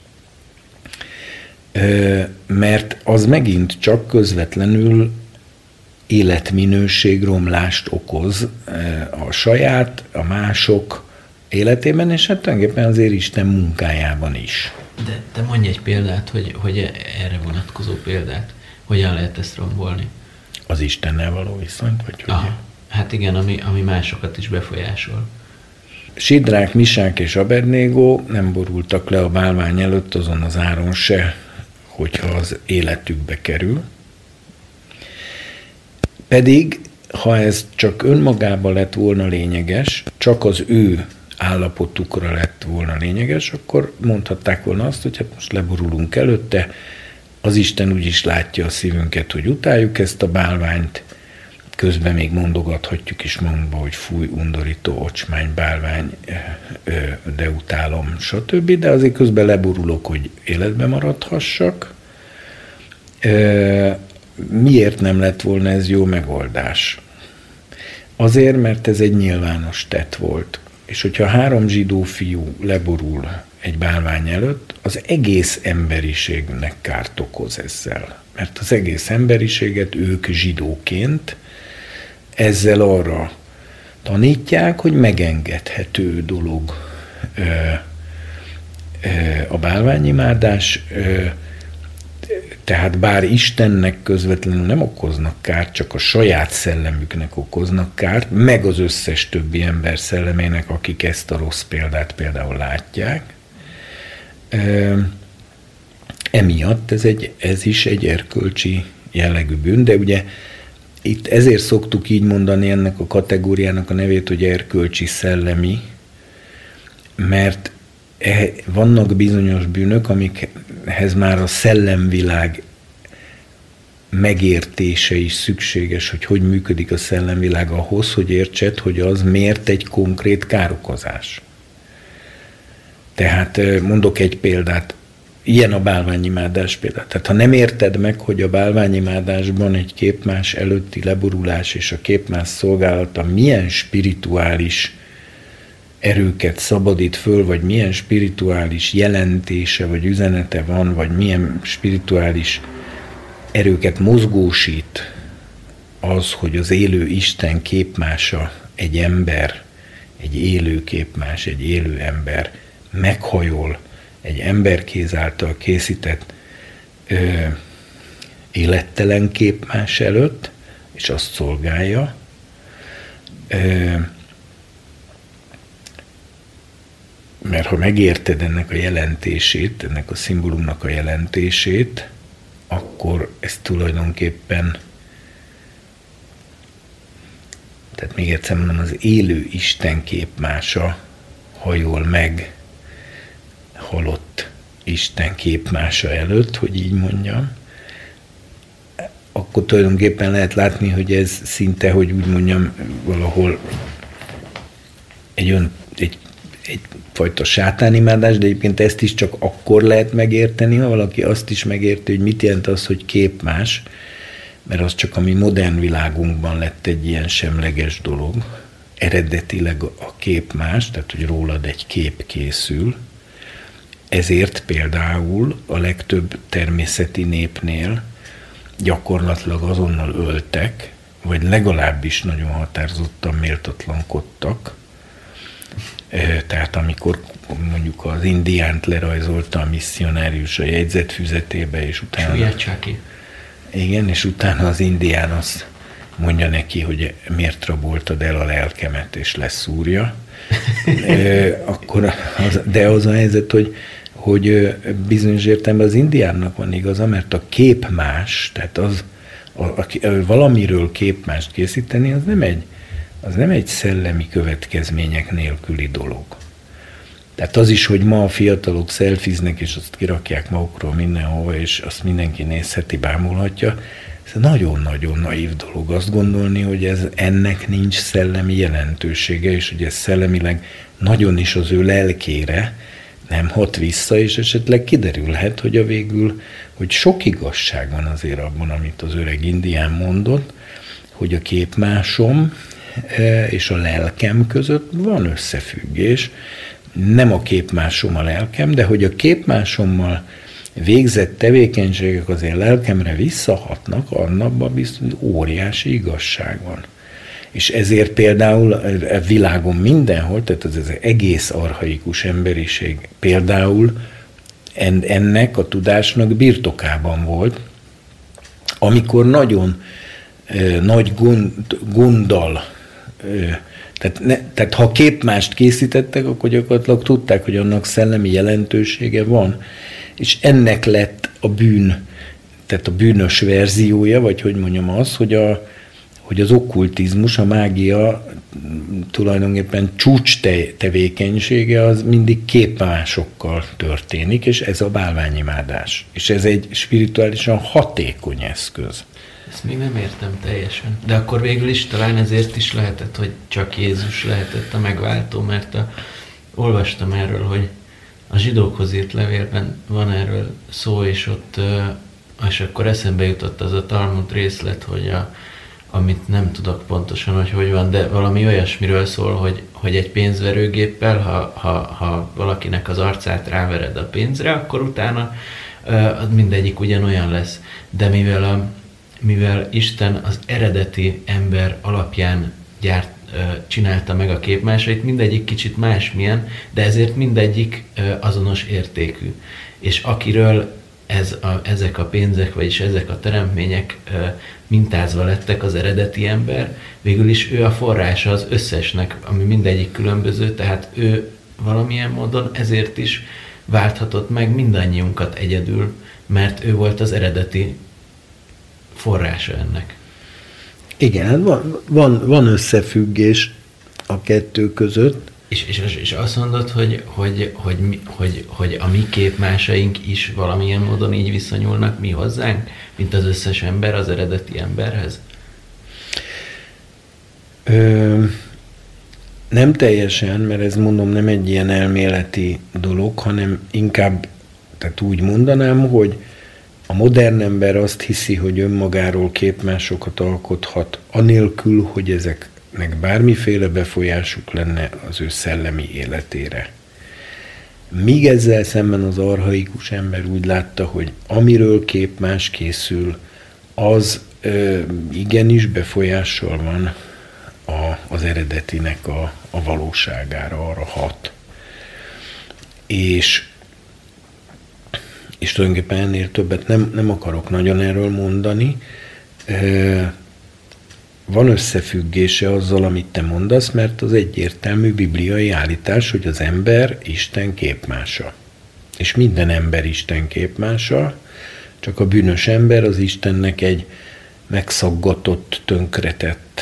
mert az megint csak közvetlenül életminőségromlást okoz a saját, a mások életében, és hát tulajdonképpen azért Isten munkájában is. De mondj egy példát, hogy erre vonatkozó példát. Hogyan lehet ezt rombolni? Az Istennel való viszonyt? Vagy hát igen, ami másokat is befolyásol. Sidrák, Misák és Abednego nem borultak le a bálvány előtt azon az áron se, hogyha az életükbe kerül. Pedig, ha ez csak önmagában lett volna lényeges, csak az ő állapotukra lett volna lényeges, akkor mondhatták volna azt, hogy hát most leborulunk előtte, az Isten úgyis látja a szívünket, hogy utáljuk ezt a bálványt, közben még mondogathatjuk is magunkba, hogy fúj, undorító, ocsmány, bálvány, de utálom, stb. De azért közben leborulok, hogy életbe maradhassak. Miért nem lett volna ez jó megoldás? Azért, mert ez egy nyilvános tett volt. És hogyha 3 zsidó fiú leborul egy bálvány előtt, az egész emberiségnek kárt okoz ezzel. Mert az egész emberiséget ők zsidóként ezzel arra tanítják, hogy megengedhető dolog a bálványimádás, tehát bár Istennek közvetlenül nem okoznak kárt, csak a saját szellemüknek okoznak kárt, meg az összes többi ember szellemének, akik ezt a rossz példát például látják. Emiatt ez is egy erkölcsi jellegű bűn, de ugye itt ezért szoktuk így mondani ennek a kategóriának a nevét, hogy erkölcsi szellemi, mert vannak bizonyos bűnök, amikhez már a szellemvilág megértése is szükséges, hogy működik a szellemvilág ahhoz, hogy értsed, hogy az miért egy konkrét károkozás. Tehát mondok egy példát, ilyen a bálványimádás például. Tehát ha nem érted meg, hogy a bálványimádásban egy képmás előtti leborulás és a képmás szolgálata milyen spirituális erőket szabadít föl, vagy milyen spirituális jelentése, vagy üzenete van, vagy milyen spirituális erőket mozgósít az, hogy az élő Isten képmása egy ember, egy élő képmás, egy élő ember meghajol egy emberkéz által készített élettelen képmás előtt, és azt szolgálja. Mert ha megérted ennek a jelentését, ennek a szimbólumnak a jelentését, akkor ez tulajdonképpen, tehát még egyszer mondom, az élő Isten képmása hajol meg halott Isten képmása előtt, hogy így mondjam, akkor tulajdonképpen lehet látni, hogy ez szinte, hogy úgy mondjam, valahol egyfajta sátánimádás, de egyébként ezt is csak akkor lehet megérteni, ha valaki azt is megérti, hogy mit jelent az, hogy képmás, mert az csak a mi modern világunkban lett egy ilyen semleges dolog. Eredetileg a képmás, tehát hogy rólad egy kép készül, ezért például a legtöbb természeti népnél gyakorlatilag azonnal öltek, vagy legalábbis nagyon határozottan méltatlankodtak. Tehát amikor mondjuk az indiánt lerajzolta a misszionárius a jegyzetfüzetébe, és utána... Igen, és utána az indián azt mondja neki, hogy miért raboltad el a lelkemet, és leszúrja. De az a helyzet, hogy bizonyos értelemben az indiánnak van igaza, mert a képmás, tehát valamiről képmást készíteni, az nem egy szellemi következmények nélküli dolog. Tehát az is, hogy ma a fiatalok szelfiznek, és azt kirakják magukról mindenhova, és azt mindenki nézheti, bámulhatja, ez nagyon-nagyon naív dolog azt gondolni, hogy ennek nincs szellemi jelentősége, és hogy ez szellemileg nagyon is az ő lelkére nem hat vissza, és esetleg kiderülhet, hogy a végül, hogy sok igazság van azért abban, amit az öreg indián mondott, hogy a képmásom és a lelkem között van összefüggés. Nem a képmásom a lelkem, de hogy a képmásommal végzett tevékenységek azért lelkemre visszahatnak, annabban biztos óriási igazság van. És ezért például a világon mindenhol, tehát az egész archaikus emberiség például ennek a tudásnak birtokában volt, amikor nagyon nagy gonddal, tehát ha képmást készítettek, akkor gyakorlatilag tudták, hogy annak szellemi jelentősége van, és ennek lett a bűn, tehát a bűnös verziója, vagy hogy mondjam az, hogy hogy az okkultizmus, a mágia tulajdonképpen csúcs tevékenysége az mindig képmásokkal történik, és ez a bálványimádás. És ez egy spirituálisan hatékony eszköz. Ezt még nem értem teljesen. De akkor végül is talán ezért is lehetett, hogy csak Jézus lehetett a megváltó, mert olvastam erről, hogy a zsidókhoz írt levélben van erről szó, és ott és akkor eszembe jutott az a Talmud részlet, hogy amit nem tudok pontosan, hogy van, de valami olyasmiről szól, hogy egy pénzverőgéppel, ha valakinek az arcát rávered a pénzre, akkor utána mindegyik ugyanolyan lesz. De mivel Isten az eredeti ember alapján csinálta meg a képmásait, mindegyik kicsit másmilyen, de ezért mindegyik azonos értékű. És akiről ezek a pénzek, vagyis ezek a teremtmények mintázva lettek az eredeti ember, végül is ő a forrása az összesnek, ami mindegyik különböző, tehát ő valamilyen módon ezért is válthatott meg mindannyiunkat egyedül, mert ő volt az eredeti forrása ennek. Igen, van összefüggés a kettő között. És azt mondod, hogy a mi képmásaink is valamilyen módon így viszonyulnak mi hozzánk, mint az összes ember az eredeti emberhez? Nem teljesen, mert ez mondom nem egy ilyen elméleti dolog, hanem inkább, tehát úgy mondanám, hogy a modern ember azt hiszi, hogy önmagáról képmásokat alkothat, anélkül, hogy ezeknek bármiféle befolyásuk lenne az ő szellemi életére. Míg ezzel szemben az archaikus ember úgy látta, hogy amiről képmás készül, az igenis befolyással van az eredetinek a valóságára, arra hat. És tulajdonképpen ennél többet nem akarok nagyon erről mondani. Van összefüggése azzal, amit te mondasz, mert az egyértelmű bibliai állítás, hogy az ember Isten képmása. És minden ember Isten képmása, csak a bűnös ember az Istennek egy megszaggatott, tönkretett,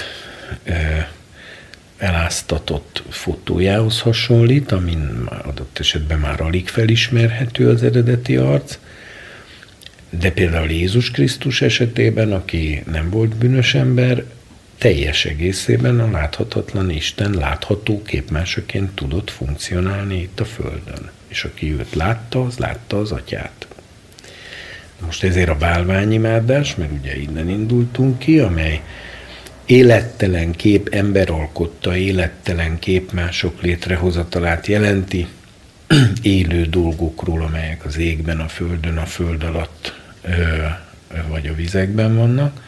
eláztatott fotójához hasonlít, amin adott esetben már alig felismerhető az eredeti arc, de például Jézus Krisztus esetében, aki nem volt bűnös ember, teljes egészében a láthatatlan Isten látható képmásaként tudott funkcionálni itt a Földön. És aki őt látta, az látta az Atyát. Most ezért a bálványimádás, mert ugye innen indultunk ki, amely élettelen kép, ember alkotta élettelen képmások létrehozatalát jelenti, élő dolgokról, amelyek az égben, a földön, a föld alatt vagy a vizekben vannak.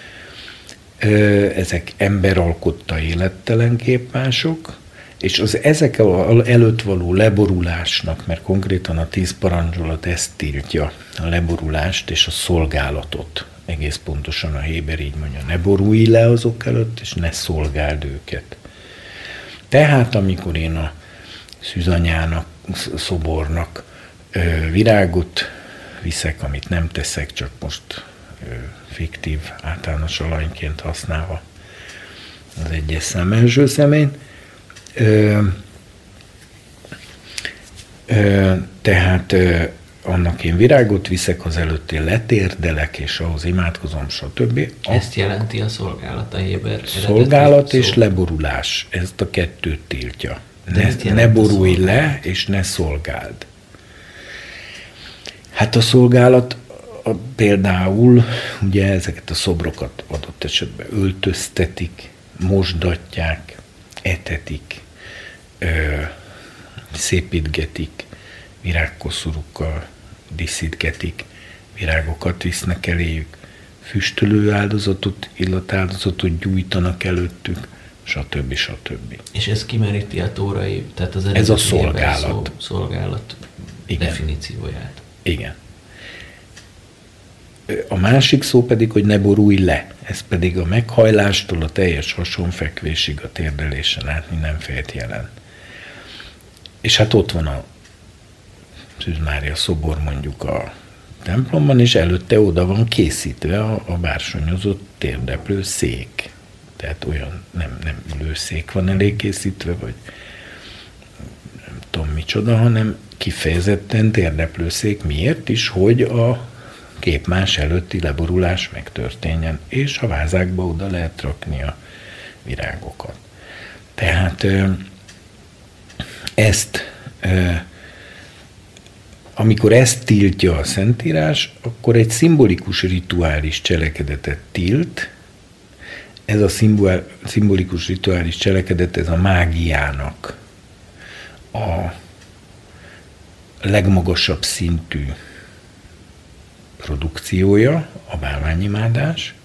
Ezek ember alkotta élettelen képmások, és az ezek előtt való leborulásnak, mert konkrétan a 10 parancsolat ezt tiltja, a leborulást és a szolgálatot. Egész pontosan a Héber így mondja, ne borulj le azok előtt, és ne szolgáld őket. Tehát, amikor én a szűzanyának, szobornak virágot viszek, amit nem teszek, csak most fiktív, általános alanyként használva az egyes szám első szemén, tehát annak én virágot viszek, az előtt én letérdelek, és ahhoz imádkozom, stb. Ezt jelenti a szolgálat, a Héber szolgálat és leborulás. Ezt a kettőt tiltja. Ne borulj le, és ne szolgáld. Hát a szolgálat például ugye ezeket a szobrokat adott esetben öltöztetik, mosdatják, etetik, szépítgetik, virágkoszorúkkal díszítgetik, virágokat visznek eléjük, füstölő áldozatot, illatáldozatot gyújtanak előttük, stb. Stb. És ez kimeríti a tórai, tehát az ez a szolgálat. Szolgálat definícióját. Igen. A másik szó pedig, hogy ne borulj le. Ez pedig a meghajlástól a teljes hasonfekvésig a térdelésen át mindenfélt jelen. És hát ott van a Szűz Mária szobor mondjuk a templomban, és előtte oda van készítve a bársonyozott térdeplő szék. Tehát olyan nem ülőszék van elékészítve, vagy nem tudom micsoda, hanem kifejezetten térdeplőszék. Miért is? Hogy a képmás előtti leborulás megtörténjen, és a vázákba oda lehet rakni a virágokat. Tehát amikor ezt tiltja a Szentírás, akkor egy szimbolikus rituális cselekedetet tilt. Ez a szimbolikus rituális cselekedet, ez a mágiának a legmagasabb szintű produkciója, a bálványimádás.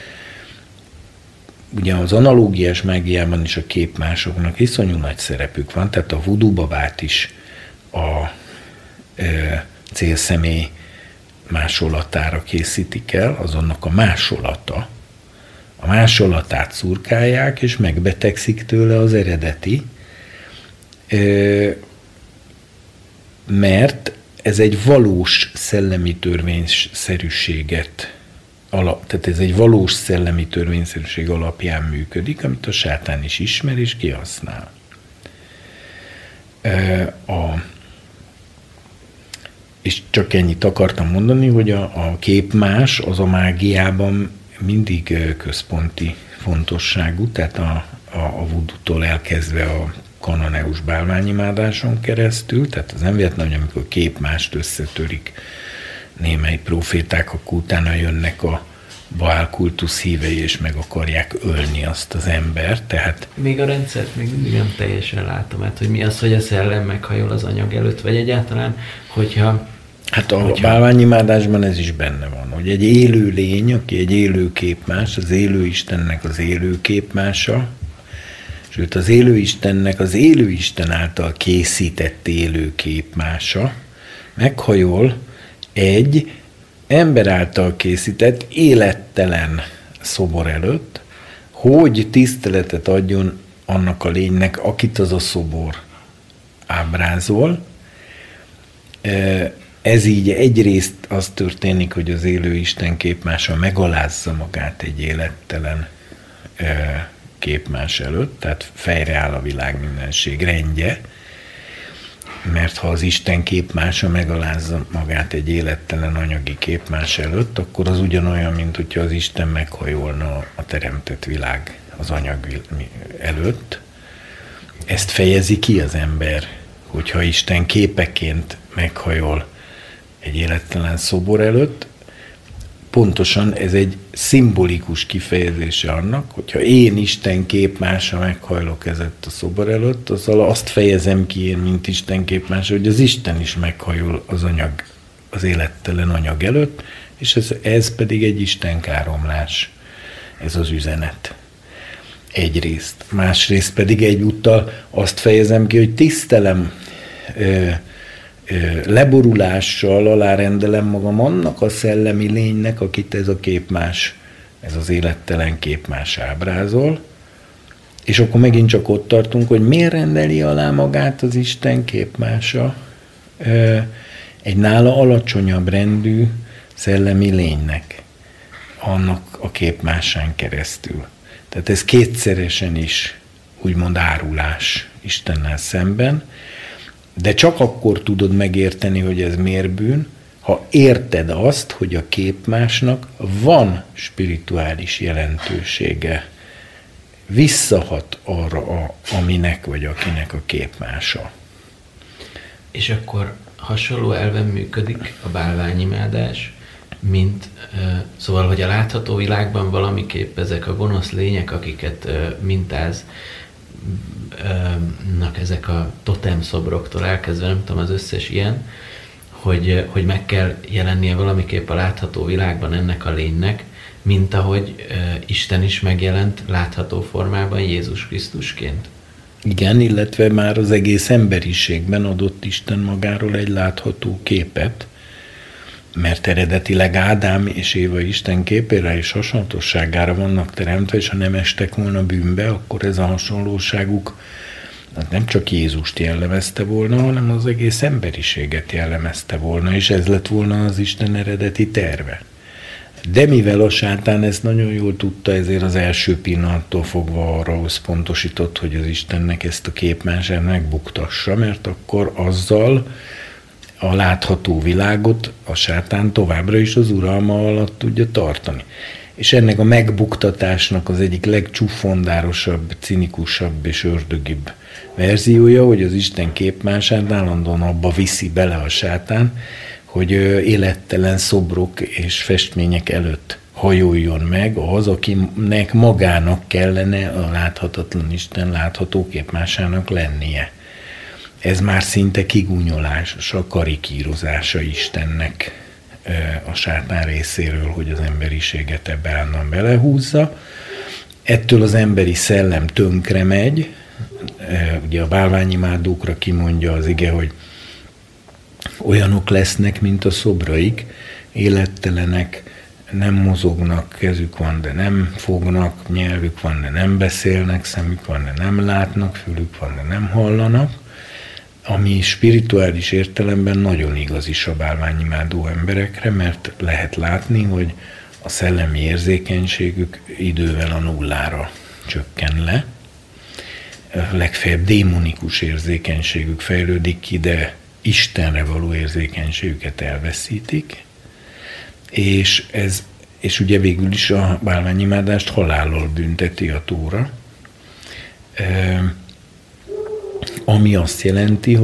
Ugye az analógiás mágiában is a képmásoknak iszonyú nagy szerepük van, tehát a voodoo babát is a célszemély másolatára készítik el, azonnak a másolata. A másolatát szurkálják, és megbetegszik tőle az eredeti, mert ez egy valós szellemi törvényszerűséget, tehát ez egy valós szellemi törvényszerűség alapján működik, amit a sátán is ismer és kihasznál. És csak ennyit akartam mondani, hogy a képmás az a mágiában mindig központi fontosságú, tehát a voodoo-tól elkezdve a kananeus bálványimádáson keresztül, tehát az nem véletlen, hogy amikor képmást összetörik némely proféták, akkor utána jönnek a Baál kultusz hívei, és meg akarják ölni azt az embert, tehát... Még a rendszert még mindig nem teljesen látom, hát, hogy mi az, hogy a szellem meghajol az anyag előtt, vagy egyáltalán, hogyha... Hát a bálványimádásban ez is benne van, hogy egy élő lény, aki egy élő képmás, az élő Istennek az élő képmása, sőt az élő Istennek az élő Isten által készített élő képmása, meghajol egy ember által készített élettelen szobor előtt, hogy tiszteletet adjon annak a lénynek, akit az a szobor ábrázol. Ez így egyrészt az történik, hogy az élő Isten képmása megalázza magát egy élettelen képmás előtt, tehát fejreáll a világ mindenség rendje, mert ha az Isten képmása megalázza magát egy élettelen anyagi képmás előtt, akkor az ugyanolyan, mint hogyha az Isten meghajolna a teremtett világ az anyag előtt. Ezt fejezi ki az ember, hogyha Isten képeként meghajol egy élettelen szobor előtt. Pontosan ez egy szimbolikus kifejezése annak, hogyha én Isten képmása meghajlok ezett a szobor előtt, azzal azt fejezem ki én, mint Isten képmása, hogy az Isten is meghajol az élettelen anyag előtt, és ez pedig egy Isten káromlás, ez az üzenet. Egyrészt. Másrészt pedig egyúttal azt fejezem ki, hogy tisztelem, leborulással alárendelem magam annak a szellemi lénynek, akit ez a képmás, ez az élettelen képmás ábrázol, és akkor megint csak ott tartunk, hogy miért rendeli alá magát az Isten képmása egy nála alacsonyabb rendű szellemi lénynek, annak a képmásán keresztül. Tehát ez kétszeresen is úgymond árulás Istennel szemben, de csak akkor tudod megérteni, hogy ez miért bűn, ha érted azt, hogy a képmásnak van spirituális jelentősége. Visszahat arra, aminek vagy akinek a képmása. És akkor hasonló elven működik a bálványimádás, mint szóval, hogy a látható világban valamiképp ezek a gonosz lények, akiket mintáznak ezek a totemszobroktól elkezdve, nem tudom, az összes ilyen, hogy meg kell jelennie valamiképp a látható világban ennek a lénynek, mint ahogy Isten is megjelent látható formában Jézus Krisztusként. Igen, illetve már az egész emberiségben adott Isten magáról egy látható képet, mert eredetileg Ádám és Éva Isten képére és hasonlóságára vannak teremtve, és ha nem estek volna bűnbe, akkor ez a hasonlóságuk nem csak Jézust jellemezte volna, hanem az egész emberiséget jellemezte volna, és ez lett volna az Isten eredeti terve. De mivel a sátán ezt nagyon jól tudta, ezért az első pillanattól fogva arra összpontosított, hogy az Istennek ezt a képmását megbuktassa, mert akkor azzal a látható világot a sátán továbbra is az uralma alatt tudja tartani. És ennek a megbuktatásnak az egyik legcsúfondárosabb, cinikusabb és ördögibb verziója, hogy az Isten képmását állandóan abba viszi bele a sátán, hogy élettelen szobrok és festmények előtt hajoljon meg az, akinek magának kellene a láthatatlan Isten látható képmásának lennie. Ez már szinte kigúnyolás, a karikírozása Istennek a sátán részéről, hogy az emberiséget ebbe állandóan belehúzza. Ettől az emberi szellem tönkre megy. Ugye a bálványimádókra kimondja az ige, hogy olyanok lesznek, mint a szobraik, élettelenek, nem mozognak, kezük van, de nem fognak, nyelvük van, de nem beszélnek, szemük van, de nem látnak, fülük van, de nem hallanak, ami spirituális értelemben nagyon igaz is a bálványimádó emberekre, mert lehet látni, hogy a szellemi érzékenységük idővel a nullára csökken le. Legfeljebb démonikus érzékenységük fejlődik ki, de Istenre való érzékenységüket elveszítik, és ugye végül is a bálványimádást halállal bünteti a Tóra, ami azt jelenti,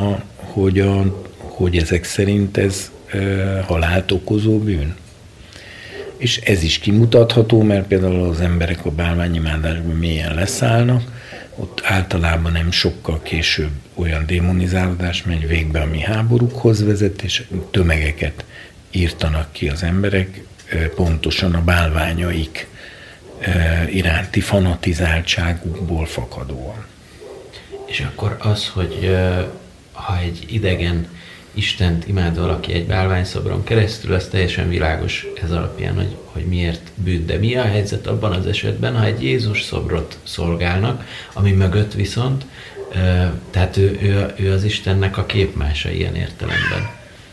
hogy ezek szerint ez halált okozó bűn. És ez is kimutatható, mert például az emberek a bálványimádásban mélyen leszállnak, ott általában nem sokkal később olyan démonizálódás megy végbe, ami háborúkhoz vezet, és tömegeket írtanak ki az emberek, pontosan a bálványaik iránti fanatizáltságukból fakadóan. És akkor az, hogy ha egy idegen Istent imád valaki egy bálványszobron keresztül, az teljesen világos ez alapján, hogy miért bűn. De mi a helyzet abban az esetben, ha egy Jézus szobrot szolgálnak, ami mögött viszont, tehát ő az Istennek a képmása ilyen értelemben.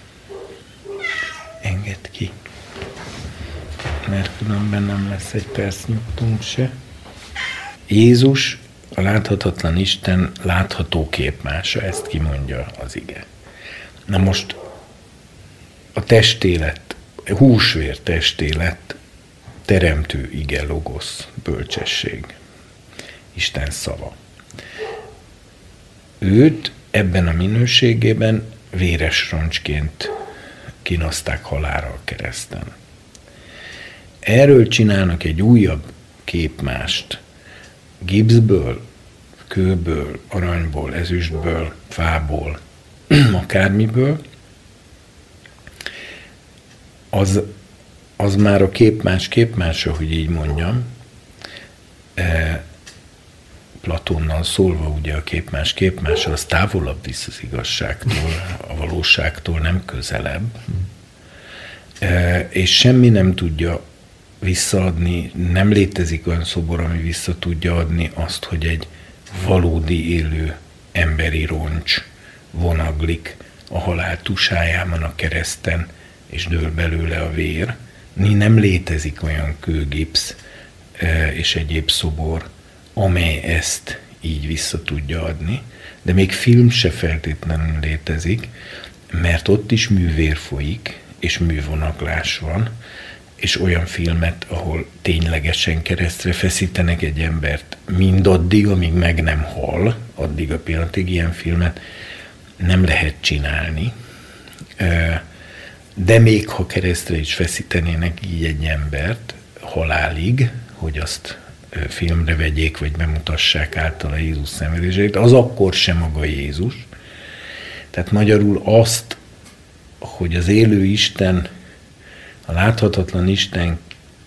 Engedd ki, mert különben nem lesz egy perc nyugtunk se. Jézus, a láthatatlan Isten látható képmása, ezt kimondja az ige. Na most a testélet, húsvér testélet, teremtő ige, logosz, bölcsesség, Isten szava. Őt ebben a minőségében véres roncsként kínozták halálra a kereszten. Erről csinálnak egy újabb képmást, gipszből, kőből, aranyból, ezüstből, fából, akármiből, az már a képmása, hogy így mondjam, Platónnal szólva, ugye a képmása, az távolabb visz az igazságtól, a valóságtól, nem közelebb, és semmi nem tudja visszaadni, nem létezik olyan szobor, ami vissza tudja adni azt, hogy egy valódi élő emberi roncs vonaglik a halál tusájában a kereszten, és dől belőle a vér. Nem létezik olyan kőgipsz és egyéb szobor, amely ezt így vissza tudja adni, de még film se feltétlenül létezik, mert ott is művér folyik, és művonaglás van, és olyan filmet, ahol ténylegesen keresztre feszítenek egy embert mindaddig, amíg meg nem hal, addig a pillanatig ilyen filmet nem lehet csinálni. De még ha keresztre is feszítenének így egy embert halálig, hogy azt filmre vegyék, vagy bemutassák általa Jézus szenvedését, az akkor sem maga Jézus. Tehát magyarul azt, hogy az élő Isten, a láthatatlan Isten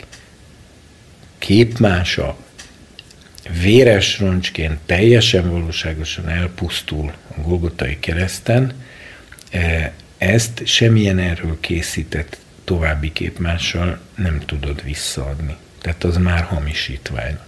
képmása véres roncsként teljesen valóságosan elpusztul a Golgotai kereszten, ezt semmilyen erről készített további képmással nem tudod visszaadni. Tehát az már hamisítvány.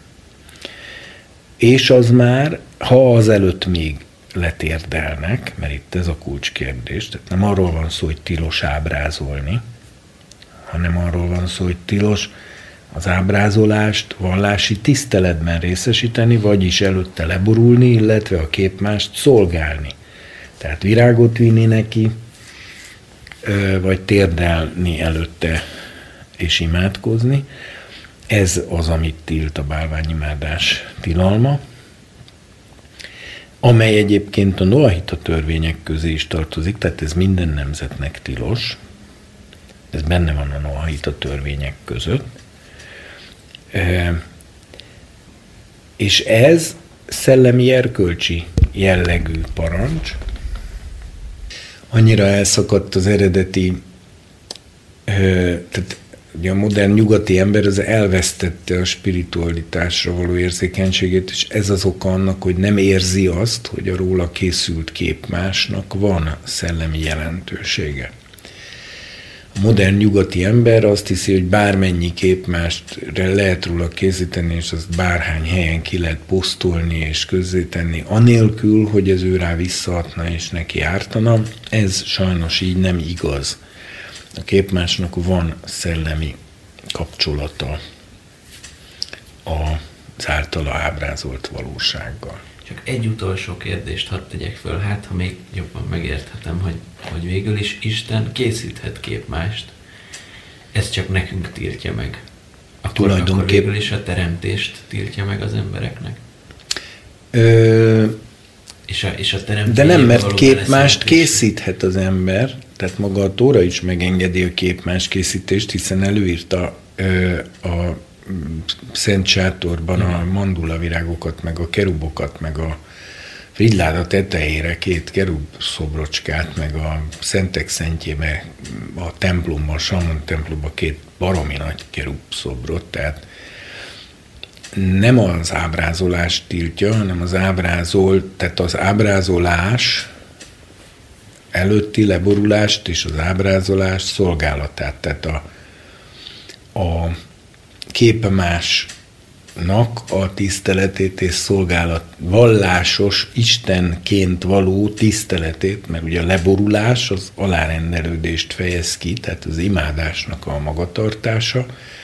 És az már, ha az előtt még letérdelnek, mert itt ez a kulcskérdés, tehát nem arról van szó, hogy tilos ábrázolni, hanem arról van szó, hogy tilos az ábrázolást vallási tiszteletben részesíteni, vagyis előtte leborulni, illetve a képmást szolgálni. Tehát virágot vinni neki, vagy térdelni előtte és imádkozni. Ez az, amit tilt a bálványimádás tilalma, amely egyébként a noahita törvények közé is tartozik, tehát ez minden nemzetnek tilos. Ez benne van a noahita törvények között. És ez szellemi erkölcsi jellegű parancs. Annyira elszakadt az eredeti, tehát ugye a modern nyugati ember az elvesztette a spiritualitásra való érzékenységét, és ez az oka annak, hogy nem érzi azt, hogy a róla készült képmásnak van szellemi jelentősége. A modern nyugati ember azt hiszi, hogy bármennyi képmást lehet róla készíteni, és azt bárhány helyen ki lehet posztolni és közzétenni, anélkül, hogy ez ő rá visszahatna és neki ártana. Ez sajnos így nem igaz. A képmásnak van szellemi kapcsolata az általa ábrázolt valósággal. Csak egy utolsó kérdést hadd tegyek föl, hát ha még jobban megérthetem, hogy végül is Isten készíthet képmást. Ez csak nekünk tiltja meg. Akkor végül is a teremtést tiltja meg az embereknek. És a teremtés. De nem, mert képmást készíthet az ember, tehát maga a Tóra is megengedi a képmás készítést, hiszen előírta a Szent Sátorban a mandulavirágokat, meg a kerubokat, meg a frigyláda tetejére 2 kerub szobrocskát, meg a Szentek Szentjébe, a templomban, a Salmon templomban 2 baromi nagy kerub szobrot, tehát nem az ábrázolást tiltja, hanem tehát az ábrázolás előtti leborulást és az ábrázolás szolgálatát. Tehát a képmásnak a tiszteletét és vallásos Istenként való tiszteletét, mert ugye a leborulás az alárendelődést fejez ki, tehát az imádásnak a magatartása.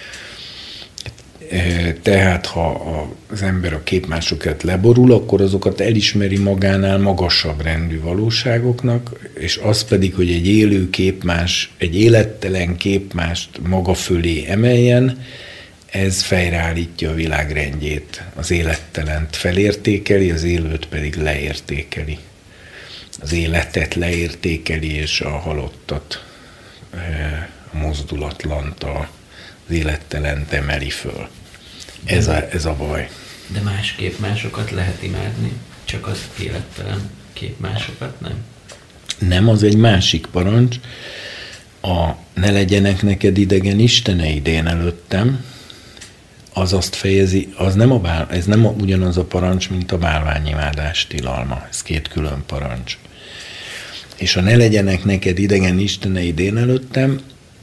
Tehát ha az ember a képmásokat leborul, akkor azokat elismeri magánál magasabb rendű valóságoknak, és az pedig, hogy egy élő képmás, egy élettelen képmást maga fölé emeljen, ez fejreállítja a világrendjét. Az élettelent felértékeli, az élőt pedig leértékeli. Az életet leértékeli, és a halottat, a mozdulatlant, az élettelent emeli föl. Ez a baj. De más képmásokat lehet imádni, csak az élettelen képmásokat nem? Nem, az egy másik parancs. Ne legyenek neked idegen isteneid én előttem, az azt fejezi, ez nem ugyanaz a parancs, mint a bálványimádás tilalma. Ez 2 külön parancs. És a ne legyenek neked idegen isteneid én előttem,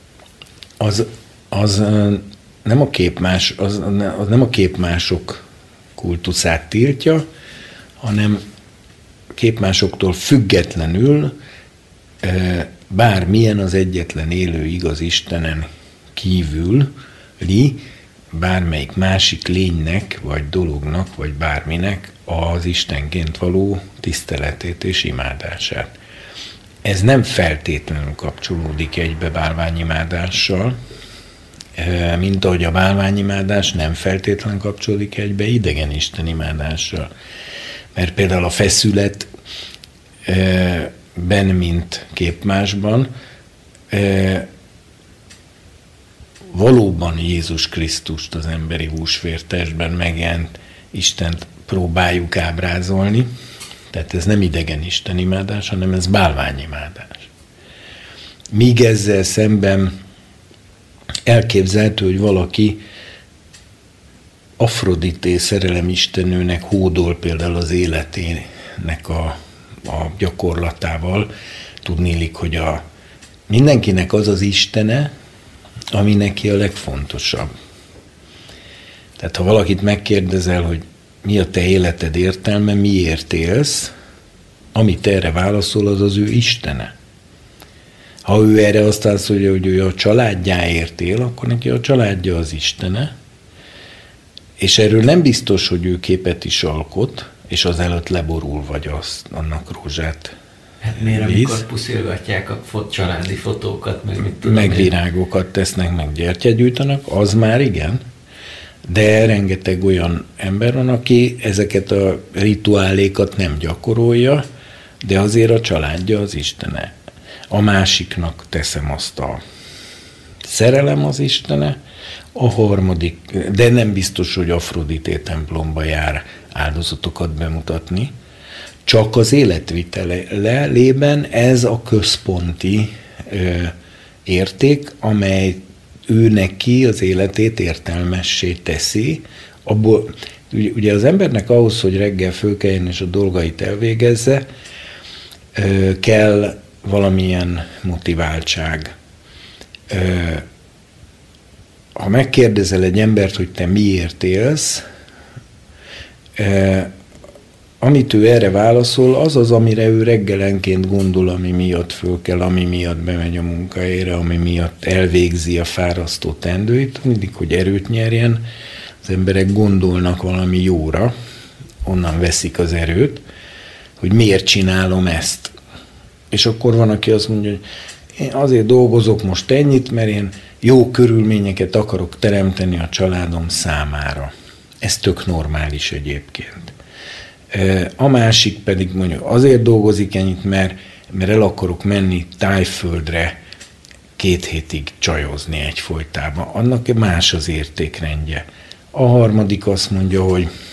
az nem a képmás, az nem a képmások kultuszát tiltja, hanem képmásoktól függetlenül bármilyen az egyetlen élő igaz Istenen kívüli bármelyik másik lénynek, vagy dolognak, vagy bárminek az Istenként való tiszteletét és imádását. Ez nem feltétlenül kapcsolódik egybe bálványimádással, mint ahogy a bálványimádás nem feltétlenül kapcsolódik egybe idegen istenimádással. Mert például a feszületben, mint képmásban, valóban Jézus Krisztust az emberi húsvértestben megjelent Istent próbáljuk ábrázolni, tehát ez nem idegen istenimádás, hanem ez bálványimádás. Míg ezzel szemben elképzelhető, hogy valaki Afrodité szerelemistenőnek hódol például az életének a gyakorlatával. Tudnélik, hogy mindenkinek az az istene, ami neki a legfontosabb. Tehát ha valakit megkérdezel, hogy mi a te életed értelme, miért élsz, amit erre válaszol, az az ő istene. Ha ő erre azt mondja, hogy ő a családjáért él, akkor neki a családja az istene, és erről nem biztos, hogy ő képet is alkot, és az előtt leborul, vagy annak rózsát hát miért, amikor puszilgatják a családi fotókat, meg virágokat tesznek, meg gyertyát gyújtanak, az már igen. De rengeteg olyan ember van, aki ezeket a rituálékat nem gyakorolja, de azért a családja az istene. A másiknak teszem azt a szerelem az istene, a harmadik, de nem biztos, hogy Afrodité templomba jár áldozatokat bemutatni, csak az életvitelében ez a központi érték, amely ő neki az életét értelmessé teszi. Abból, ugye az embernek ahhoz, hogy reggel fölkeljen és a dolgait elvégezze, kell valamilyen motiváltság. Ha megkérdezel egy embert, hogy te miért élsz, amit ő erre válaszol, az az, amire ő reggelenként gondol, ami miatt föl kell, ami miatt bemegy a munkahelyre, ami miatt elvégzi a fárasztó teendőit, mindig, hogy erőt nyerjen. Az emberek gondolnak valami jóra, onnan veszik az erőt, hogy miért csinálom ezt. És akkor van, aki azt mondja, hogy én azért dolgozok most ennyit, mert én jó körülményeket akarok teremteni a családom számára. Ez tök normális egyébként. A másik pedig mondjuk azért dolgozik ennyit, mert el akarok menni Tájföldre 2 hétig csajozni egyfolytában. Annak más az értékrendje. A harmadik azt mondja,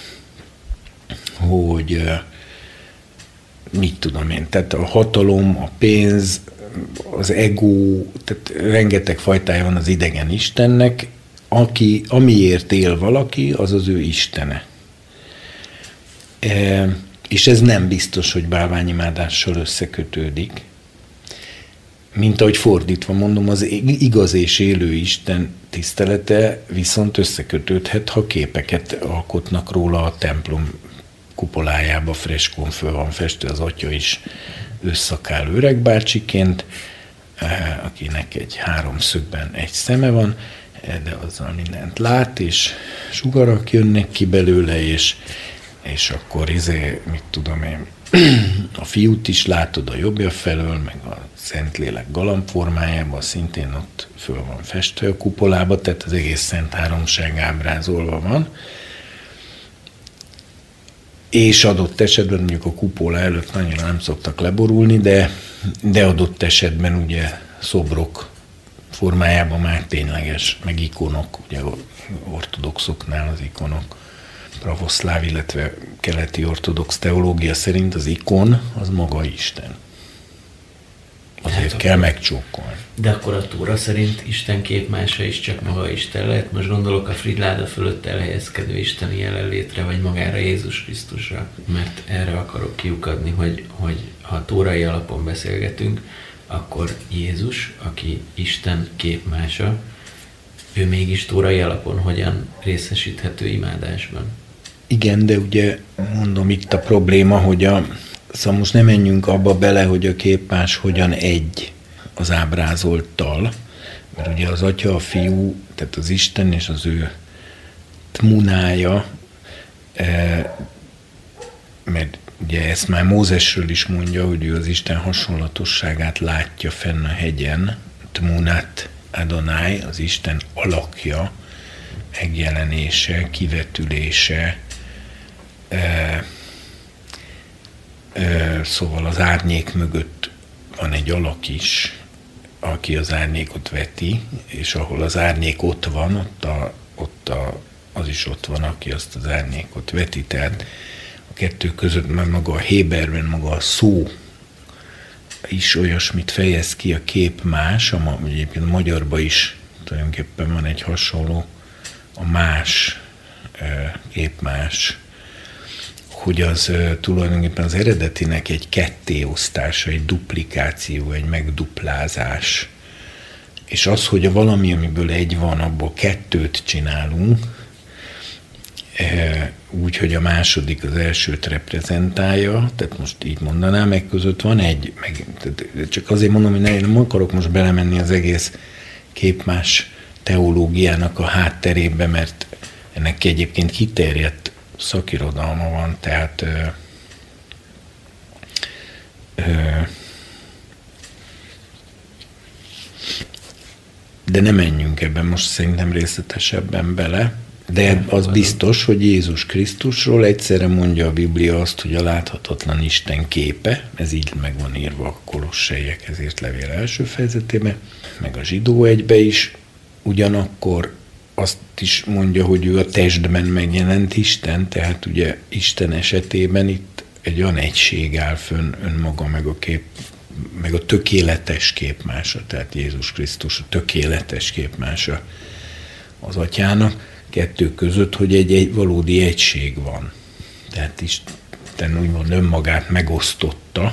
hogy mit tudom én, tehát a hatalom, a pénz, az ego, tehát rengeteg fajtája van az idegen istennek, amiért él valaki, az az ő istene. És ez nem biztos, hogy bálványimádással összekötődik. Mint ahogy fordítva mondom, az igaz és élő Isten tisztelete viszont összekötődhet, ha képeket alkotnak róla a templom kupolájába, freskón föl van festve, az atya is összakál öregbácsiként, akinek egy 3 szögben egy szeme van, de azzal mindent lát, és sugarak jönnek ki belőle, és akkor mit tudom én, a fiút is látod a jobbja felől, meg a Szentlélek galambformájában, szintén ott föl van festve a kupolába, tehát az egész Szent Háromság ábrázolva van. És adott esetben mondjuk a kupola előtt annyira nem szoktak leborulni, de adott esetben ugye szobrok formájában már tényleges, meg ikonok, ugye ortodoxoknál az ikonok. Pravoszláv, illetve keleti ortodox teológia szerint az ikon az maga Isten. Azért kell megcsókolni. De akkor a Tóra szerint Isten képmása is csak maga Isten lehet? Most gondolok a Fridláda fölött elhelyezkedő isteni jelenlétre, vagy magára Jézus Krisztusra. Mert erre akarok kiukadni, hogy ha tórai alapon beszélgetünk, akkor Jézus, aki Isten képmása, ő mégis tórai alapon hogyan részesíthető imádásban? Igen, de ugye mondom, itt a probléma, hogy szóval most nem menjünk abba bele, hogy a képmás hogyan egy az ábrázolttal, mert ugye az Atya, a Fiú, tehát az Isten és az ő tmunája, mert ugye ezt már Mózesről is mondja, hogy ő az Isten hasonlatosságát látja fenn a hegyen, tmunát Adonai, az Isten alakja, megjelenése, kivetülése, szóval az árnyék mögött van egy alak is, aki az árnyékot veti, és ahol az árnyék ott van, az is ott van, aki azt az árnyékot veti. Tehát a kettő között már maga a Héberben, maga a szó is olyasmit fejez ki, a kép más, egyébként a magyarban is tulajdonképpen van egy hasonló, a más, képmás, hogy az tulajdonképpen az eredetinek egy kettéosztása, egy duplikáció, egy megduplázás. És az, hogy valami, amiből egy van, abból 2 csinálunk, úgy, hogy a második az elsőt reprezentálja, tehát most így mondanám, meg között van egy, csak azért mondom, hogy nem akarok most belemenni az egész képmás teológiának a hátterébe, mert ennek egyébként kiterjedt szakirodalma van, tehát de ne menjünk ebben most szerintem részletesebben bele, de az biztos, hogy Jézus Krisztusról egyszerre mondja a Biblia azt, hogy a láthatatlan Isten képe, ez így meg van írva a Kolossaiek ezért levél első fejezetében, meg a Zsidó egybe is, ugyanakkor azt is mondja, hogy ő a testben megjelent Isten, tehát ugye Isten esetében itt egy olyan egység áll fönn önmaga, meg a tökéletes képmása, tehát Jézus Krisztus a tökéletes képmása az Atyának, kettő között, hogy egy valódi egység van. Tehát Isten úgymond önmagát megosztotta,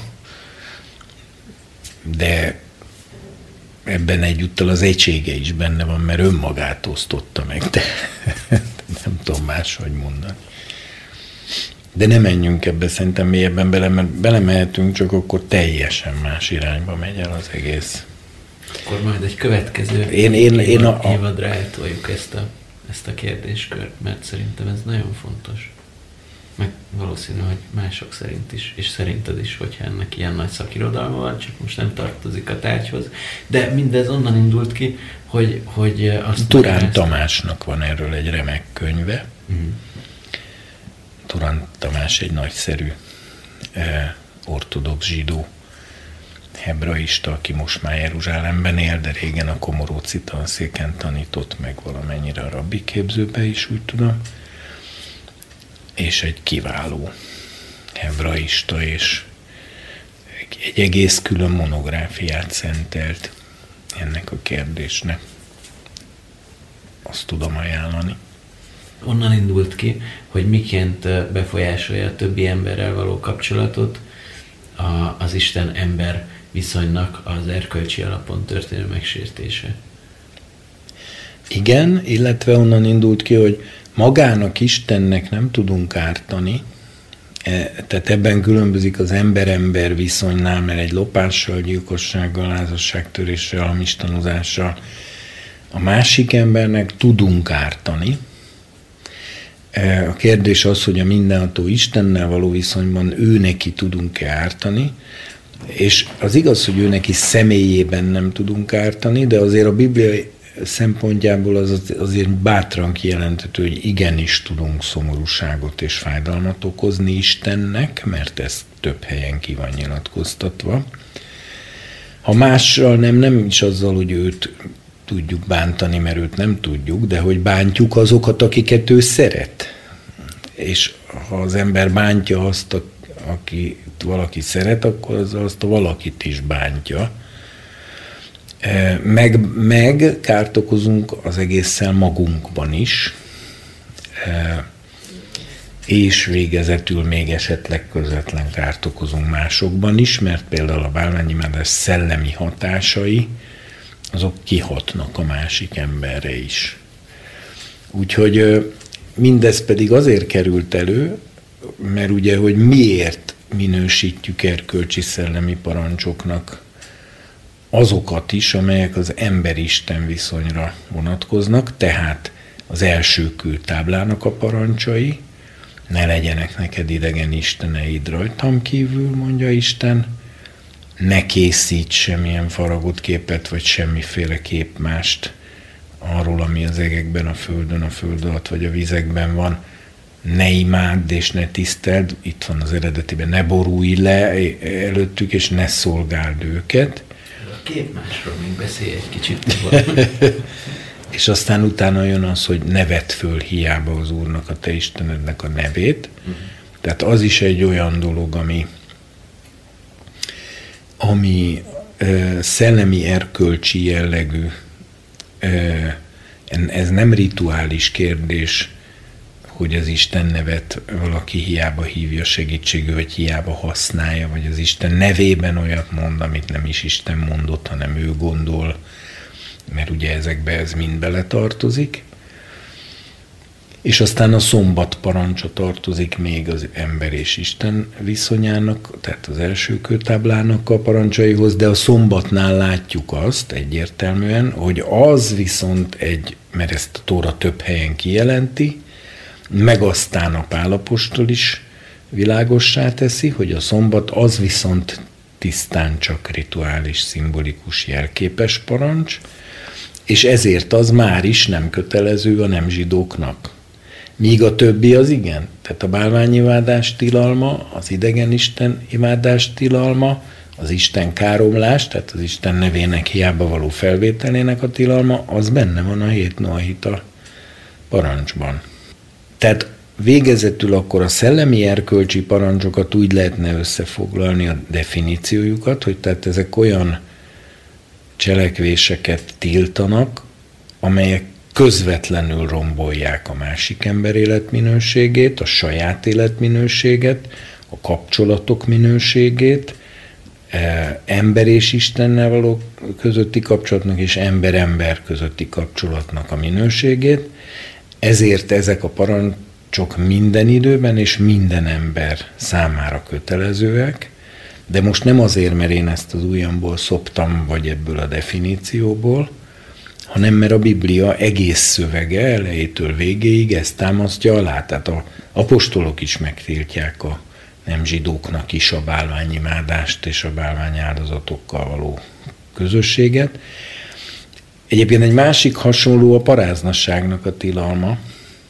de ebben egyúttal az egysége is benne van, mert önmagát osztotta meg, de nem tudom máshogy mondani. De ne menjünk ebbe szerintem mélyebben bele, mert belemehetünk, csak akkor teljesen más irányba megy el az egész. Akkor majd egy következő évadra eltoljuk ezt a kérdéskört, mert szerintem ez nagyon fontos. Meg valószínű, hogy mások szerint is, és szerinted is, hogyha ennek ilyen nagy szakirodalma van, csak most nem tartozik a tárgyhoz. De mindez onnan indult ki, hogy azt... Turán Tamásnak van erről egy remek könyve. Turán Tamás egy nagyszerű ortodox zsidó hebraista, aki most már Jeruzsálemben él, de régen a Komoróci tanszéken tanított meg valamennyire a rabbi képzőbe is, úgy tudom. És egy kiváló hebraista, és egy egész külön monográfiát szentelt ennek a kérdésnek. Azt tudom ajánlani. Onnan indult ki, hogy miként befolyásolja a többi emberrel való kapcsolatot az Isten-ember viszonynak az erkölcsi alapon történő megsértése. Igen, illetve onnan indult ki, hogy magának Istennek nem tudunk ártani, tehát ebben különbözik az ember-ember viszonynál, mert egy lopással, gyilkossággal, házasságtöréssel, hamistanuzással a másik embernek tudunk ártani. A kérdés az, hogy a mindenható Istennel való viszonyban ő neki tudunk-e ártani, és az igaz, hogy ő neki személyében nem tudunk ártani, de azért a Biblia szempontjából az azért bátran kijelenthető, hogy igenis tudunk szomorúságot és fájdalmat okozni Istennek, mert ez több helyen ki van nyilatkoztatva. Ha mással nem is azzal, hogy őt tudjuk bántani, mert őt nem tudjuk, de hogy bántjuk azokat, akiket ő szeret. És ha az ember bántja azt, akit valaki szeret, akkor azt a valakit is bántja. Meg kárt okozunk az egésszel magunkban is, és végezetül még esetleg közvetlen kárt okozunk másokban is, mert például a bálványimádás szellemi hatásai, azok kihatnak a másik emberre is. Úgyhogy mindez pedig azért került elő, mert ugye, hogy miért minősítjük erkölcsi szellemi parancsoknak azokat is, amelyek az ember-isten viszonyra vonatkoznak, tehát az első kőtáblának a parancsai, ne legyenek neked idegen isteneid rajtam kívül, mondja Isten, ne készíts semmilyen faragott képet, vagy semmiféle képmást arról, ami az égekben, a földön, a föld alatt, vagy a vizekben van, ne imádd és ne tiszteld, itt van az eredetiben, ne borulj le előttük, és ne szolgáld őket. A képmásról még beszélj egy kicsit. És aztán utána jön az, hogy ne vedd föl hiába az Úrnak, a te Istenednek a nevét. Tehát az is egy olyan dolog, ami szellemi erkölcsi jellegű, ez nem rituális kérdés, hogy az Isten nevet valaki hiába hívja segítségül, vagy hiába használja, vagy az Isten nevében olyat mond, amit nem is Isten mondott, hanem ő gondol, mert ugye ezekbe ez mind beletartozik. És aztán a szombat parancsa tartozik még az ember és Isten viszonyának, tehát az első kőtáblának a parancsaihoz, de a szombatnál látjuk azt egyértelműen, hogy az viszont mert ezt a Tóra több helyen kijelenti, meg aztán a Pál apostol is világossá teszi, hogy a szombat az viszont tisztán csak rituális, szimbolikus, jelképes parancs, és ezért az már is nem kötelező a nem zsidóknak. Míg a többi az igen. Tehát a bálványimádás tilalma, az idegenisten imádás tilalma, az Isten káromlás, tehát az Isten nevének hiába való felvételének a tilalma, az benne van a 7 noahita parancsban. Tehát végezetül akkor a szellemi erkölcsi parancsokat úgy lehetne összefoglalni a definíciójukat, hogy tehát ezek olyan cselekvéseket tiltanak, amelyek közvetlenül rombolják a másik ember életminőségét, a saját életminőséget, a kapcsolatok minőségét, ember és Istennel való közötti kapcsolatnak és ember-ember közötti kapcsolatnak a minőségét. Ezért ezek a parancsok minden időben és minden ember számára kötelezőek, de most nem azért, mert én ezt az ujjamból szoptam, vagy ebből a definícióból, hanem mert a Biblia egész szövege elejétől végéig ezt támasztja alá. Tehát az apostolok is megtiltják a nem zsidóknak is a bálványimádást és a bálványáldozatokkal való közösséget. Egyébként egy másik hasonló a paráznasságnak a tilalma,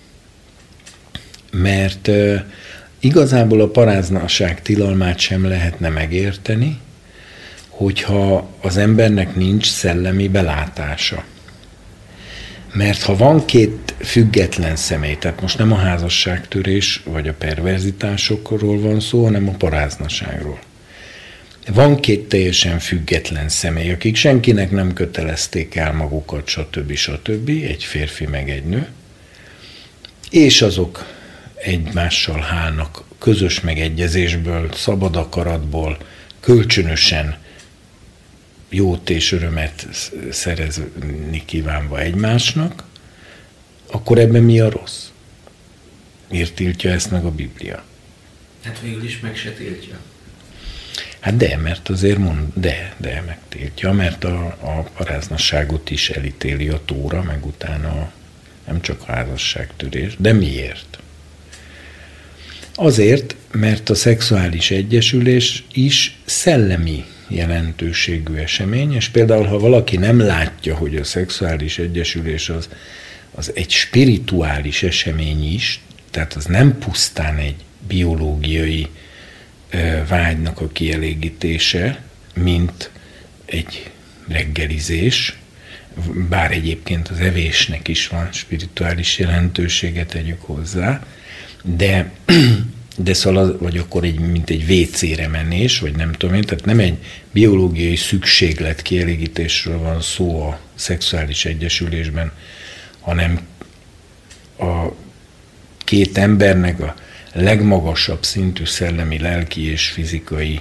mert igazából a paráznasság tilalmát sem lehetne megérteni, hogyha az embernek nincs szellemi belátása. Mert ha van két független személy, tehát most nem a házasságtörés vagy a perverzitásokról van szó, hanem a paráznaságról. Van két teljesen független személy, akik senkinek nem kötelezték el magukat, stb. Egy férfi meg egy nő, és azok egymással hálnak közös megegyezésből, szabad akaratból, kölcsönösen jót és örömet szerezni kívánva egymásnak, akkor ebben mi a rossz? Miért tiltja ezt meg a Biblia? Hát végül is meg se tiltja. Hát mert azért de megtiltja, mert a paráznasságot is elítéli a Tóra, meg utána nem csak a házasságtörés. De miért? Azért, mert a szexuális egyesülés is szellemi jelentőségű esemény, és például, ha valaki nem látja, hogy a szexuális egyesülés az egy spirituális esemény is, tehát az nem pusztán egy biológiai vágynak a kielégítése, mint egy reggelizés, bár egyébként az evésnek is van spirituális jelentősége, tegyük hozzá, de szóval, vagy akkor mint egy WC-re menés, vagy nem tudom én, tehát nem egy biológiai szükséglet kielégítésről van szó a szexuális egyesülésben, hanem a két embernek a legmagasabb szintű szellemi, lelki és fizikai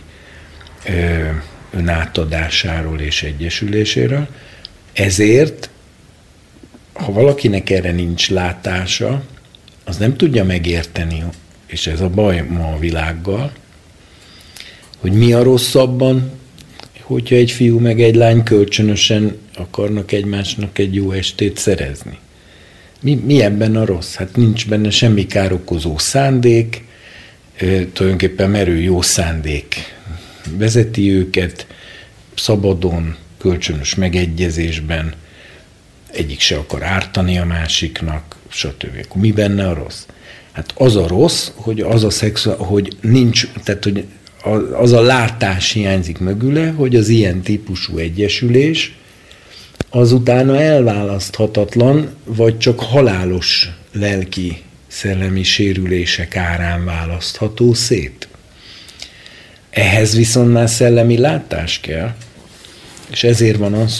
önátadásáról és egyesüléséről. Ezért, ha valakinek erre nincs látása, az nem tudja megérteni, és ez a baj ma a világgal, hogy mi a rosszabban, hogyha egy fiú meg egy lány kölcsönösen akarnak egymásnak egy jó estét szerezni. Mi ebben a rossz? Hát nincs benne semmi károkozó szándék, tulajdonképpen merő jó szándék vezeti őket, szabadon, kölcsönös megegyezésben, egyik se akar ártani a másiknak, stb. Akkor mi benne a rossz? Hát az a rossz, hogy hogy nincs, tehát hogy az a látás hiányzik mögüle, hogy az ilyen típusú egyesülés az utána elválaszthatatlan, vagy csak halálos lelki szellemi sérülések árán választható szét. Ehhez viszont már szellemi látás kell, és ezért van az,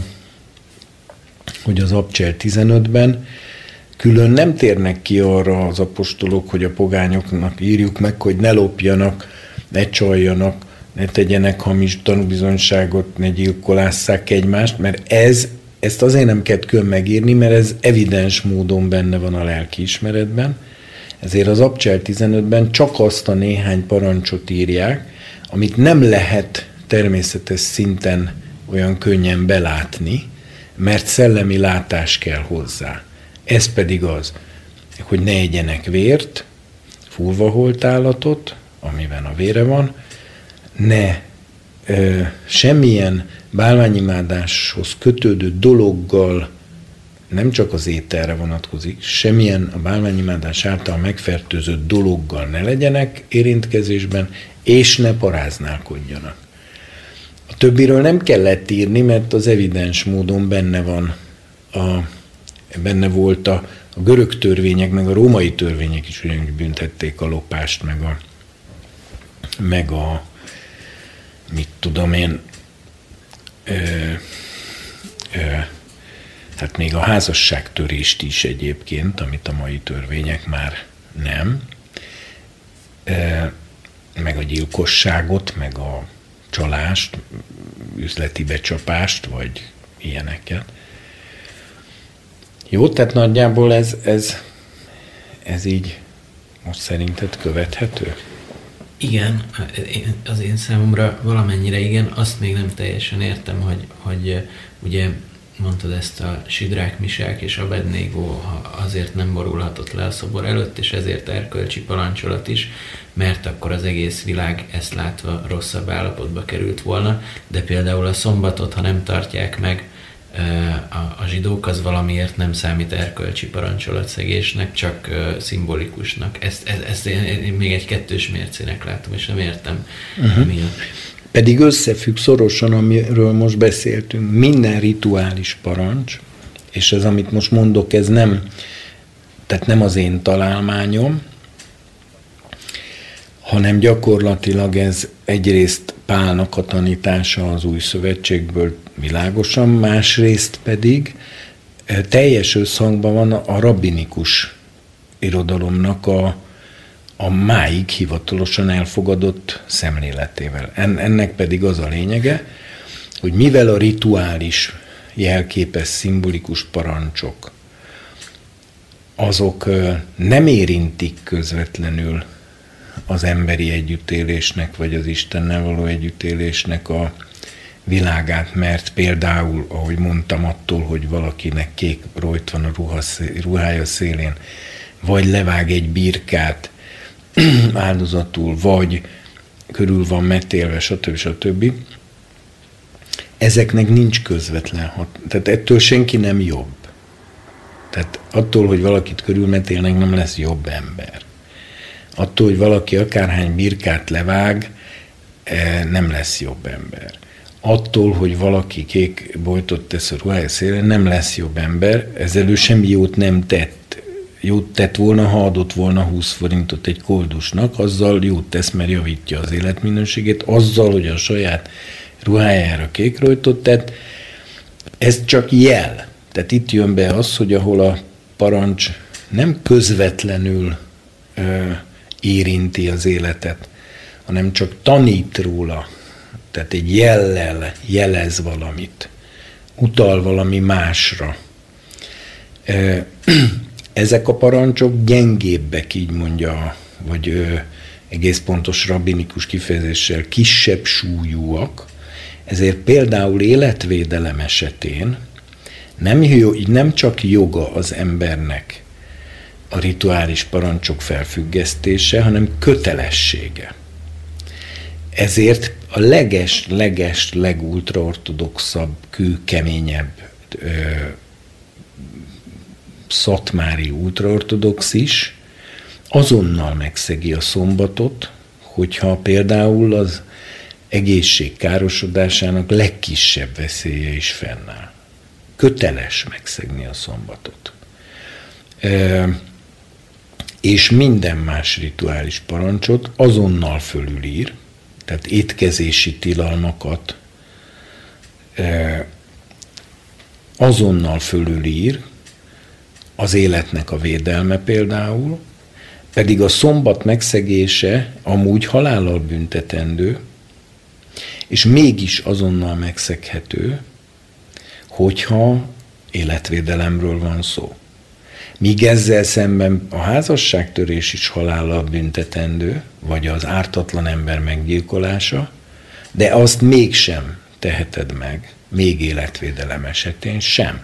hogy az Abcsel 15-ben külön nem térnek ki arra az apostolok, hogy a pogányoknak írjuk meg, hogy ne lopjanak, ne csaljanak, ne tegyenek hamis tanúbizonyságot, ne gyilkolásszák egymást, mert ezt azért nem kell külön megírni, mert ez evidens módon benne van a lelkiismeretben, ezért az Abcsel 15-ben csak azt a néhány parancsot írják, amit nem lehet természetes szinten olyan könnyen belátni, mert szellemi látás kell hozzá. Ez pedig az, hogy ne egyenek vért, fúrvaholt állatot, amiben a vére van, ne semmilyen bálványimádáshoz kötődő dologgal, nem csak az ételre vonatkozik, semmilyen a bálványimádás által megfertőzött dologgal ne legyenek érintkezésben, és ne paráználkodjanak. A többiről nem kellett írni, mert az evidens módon benne volt a görög törvények, meg a római törvények is ugyanúgy büntették a lopást, meg a mit tudom én, hát még a házasságtörést is egyébként, amit a mai törvények már nem, meg a gyilkosságot, meg a csalást, üzleti becsapást, vagy ilyeneket. Jó, tehát nagyjából ez így most szerinted követhető? Igen, az én számomra valamennyire igen, azt még nem teljesen értem, hogy ugye mondtad ezt a Sidrák, Misák és Abednego azért nem borulhatott le a szobor előtt, és ezért erkölcsi parancsolat is, mert akkor az egész világ ezt látva rosszabb állapotba került volna, de például a szombatot, ha nem tartják meg a zsidók, az valamiért nem számít erkölcsi parancsolatszegésnek, csak szimbolikusnak. Ezt én még egy kettős mércének látom, és nem értem miatt. Pedig összefügg szorosan, amiről most beszéltünk. Minden rituális parancs, és ez, amit most mondok, ez nem az én találmányom, hanem gyakorlatilag ez egyrészt Pálnak a tanítása az Új Szövetségből világosan, másrészt pedig teljes összhangban van a rabbinikus irodalomnak a máig hivatalosan elfogadott szemléletével. Ennek pedig az a lényege, hogy mivel a rituális, jelképes, szimbolikus parancsok, azok nem érintik közvetlenül az emberi együttélésnek, vagy az Istennel való együttélésnek a világát, mert például, ahogy mondtam, attól, hogy valakinek kék rojt van a ruhája szélén, vagy levág egy birkát áldozatul, vagy körül van metélve, stb. Ezeknek nincs közvetlen tehát ettől senki nem jobb. Tehát attól, hogy valakit körülmetélnek, nem lesz jobb ember. Attól, hogy valaki akárhány birkát levág, nem lesz jobb ember. Attól, hogy valaki kék bojtot tesz a ruhája szélén, nem lesz jobb ember, ezzel ő semmi jót nem tett. Jót tett volna, ha adott volna 20 forintot egy koldusnak, azzal jót tesz, mert javítja az életminőségét, azzal, hogy a saját ruhájára kék rojtot tett, ez csak jel. Tehát itt jön be az, hogy ahol a parancs nem közvetlenül érinti az életet, hanem csak tanít róla, tehát egy jellel jelez valamit, utal valami másra. Ezek a parancsok gyengébbek, így mondja, vagy egész pontos rabbinikus kifejezéssel kisebb súlyúak, ezért például életvédelem esetén nem csak joga az embernek a rituális parancsok felfüggesztése, hanem kötelessége. Ezért a legultraortodoxabb, kőkeményebb szatmári ultraortodox is azonnal megszegi a szombatot, hogyha például az egészség károsodásának legkisebb veszélye is fennáll. Köteles megszegni a szombatot. És minden más rituális parancsot azonnal fölülír, tehát étkezési tilalmakat azonnal fölülír, az életnek a védelme például, pedig a szombat megszegése amúgy halállal büntetendő, és mégis azonnal megszeghető, hogyha életvédelemről van szó. Míg ezzel szemben a házasságtörés is halállal büntetendő, vagy az ártatlan ember meggyilkolása, de azt mégsem teheted meg, még életvédelem esetén sem.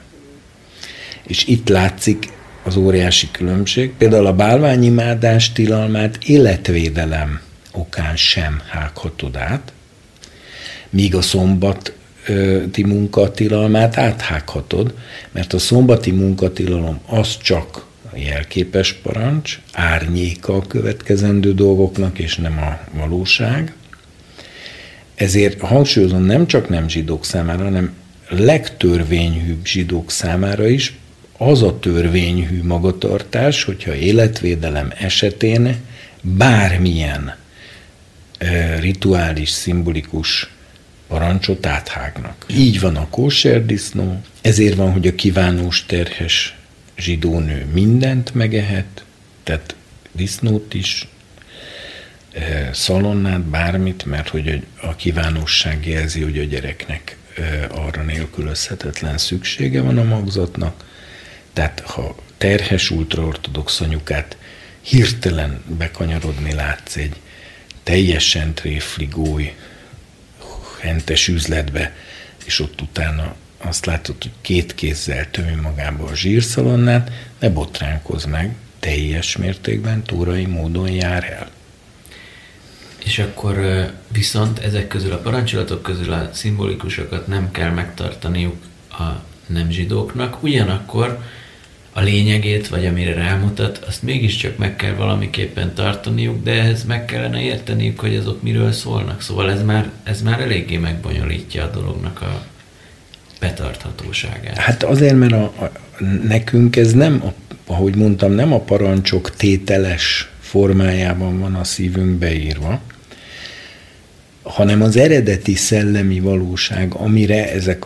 És itt látszik az óriási különbség. Például a bálványimádás tilalmát életvédelem okán sem hághatod át, míg a szombati munkatilalmát áthághatod, mert a szombati munkatilalom az csak a jelképes parancs, árnyéka a következendő dolgoknak, és nem a valóság. Ezért hangsúlyozom, nem csak nem zsidók számára, hanem legtörvényhűbb zsidók számára is az a törvényhű magatartás, hogyha életvédelem esetén bármilyen rituális, szimbolikus parancsot áthágnak. Így van a kóserdisznó, ezért van, hogy a kívánós terhes zsidónő mindent megehet, tehát disznót is, szalonnát, bármit, mert hogy a kívánósság jelzi, hogy a gyereknek arra nélkülözhetetlen szüksége van a magzatnak. Tehát ha terhes ultraortodox anyukát hirtelen bekanyarodni látsz egy teljesen tréfligói, hentes üzletbe, és ott utána azt látod, hogy 2 kézzel tömi magába a zsírszalonnát, ne botránkozz meg, teljes mértékben tórai módon jár el. És akkor viszont ezek közül a parancsolatok közül a szimbolikusokat nem kell megtartaniuk a nem zsidóknak, ugyanakkor a lényegét, vagy amire rámutat, azt mégiscsak meg kell valamiképpen tartaniuk, de ehhez meg kellene érteniük, hogy azok miről szólnak. Szóval ez már eléggé megbonyolítja a dolognak a betarthatóságát. Hát azért, mert nekünk ez nem, ahogy mondtam, nem a parancsok tételes formájában van a szívünk beírva, hanem az eredeti szellemi valóság, amire ezek a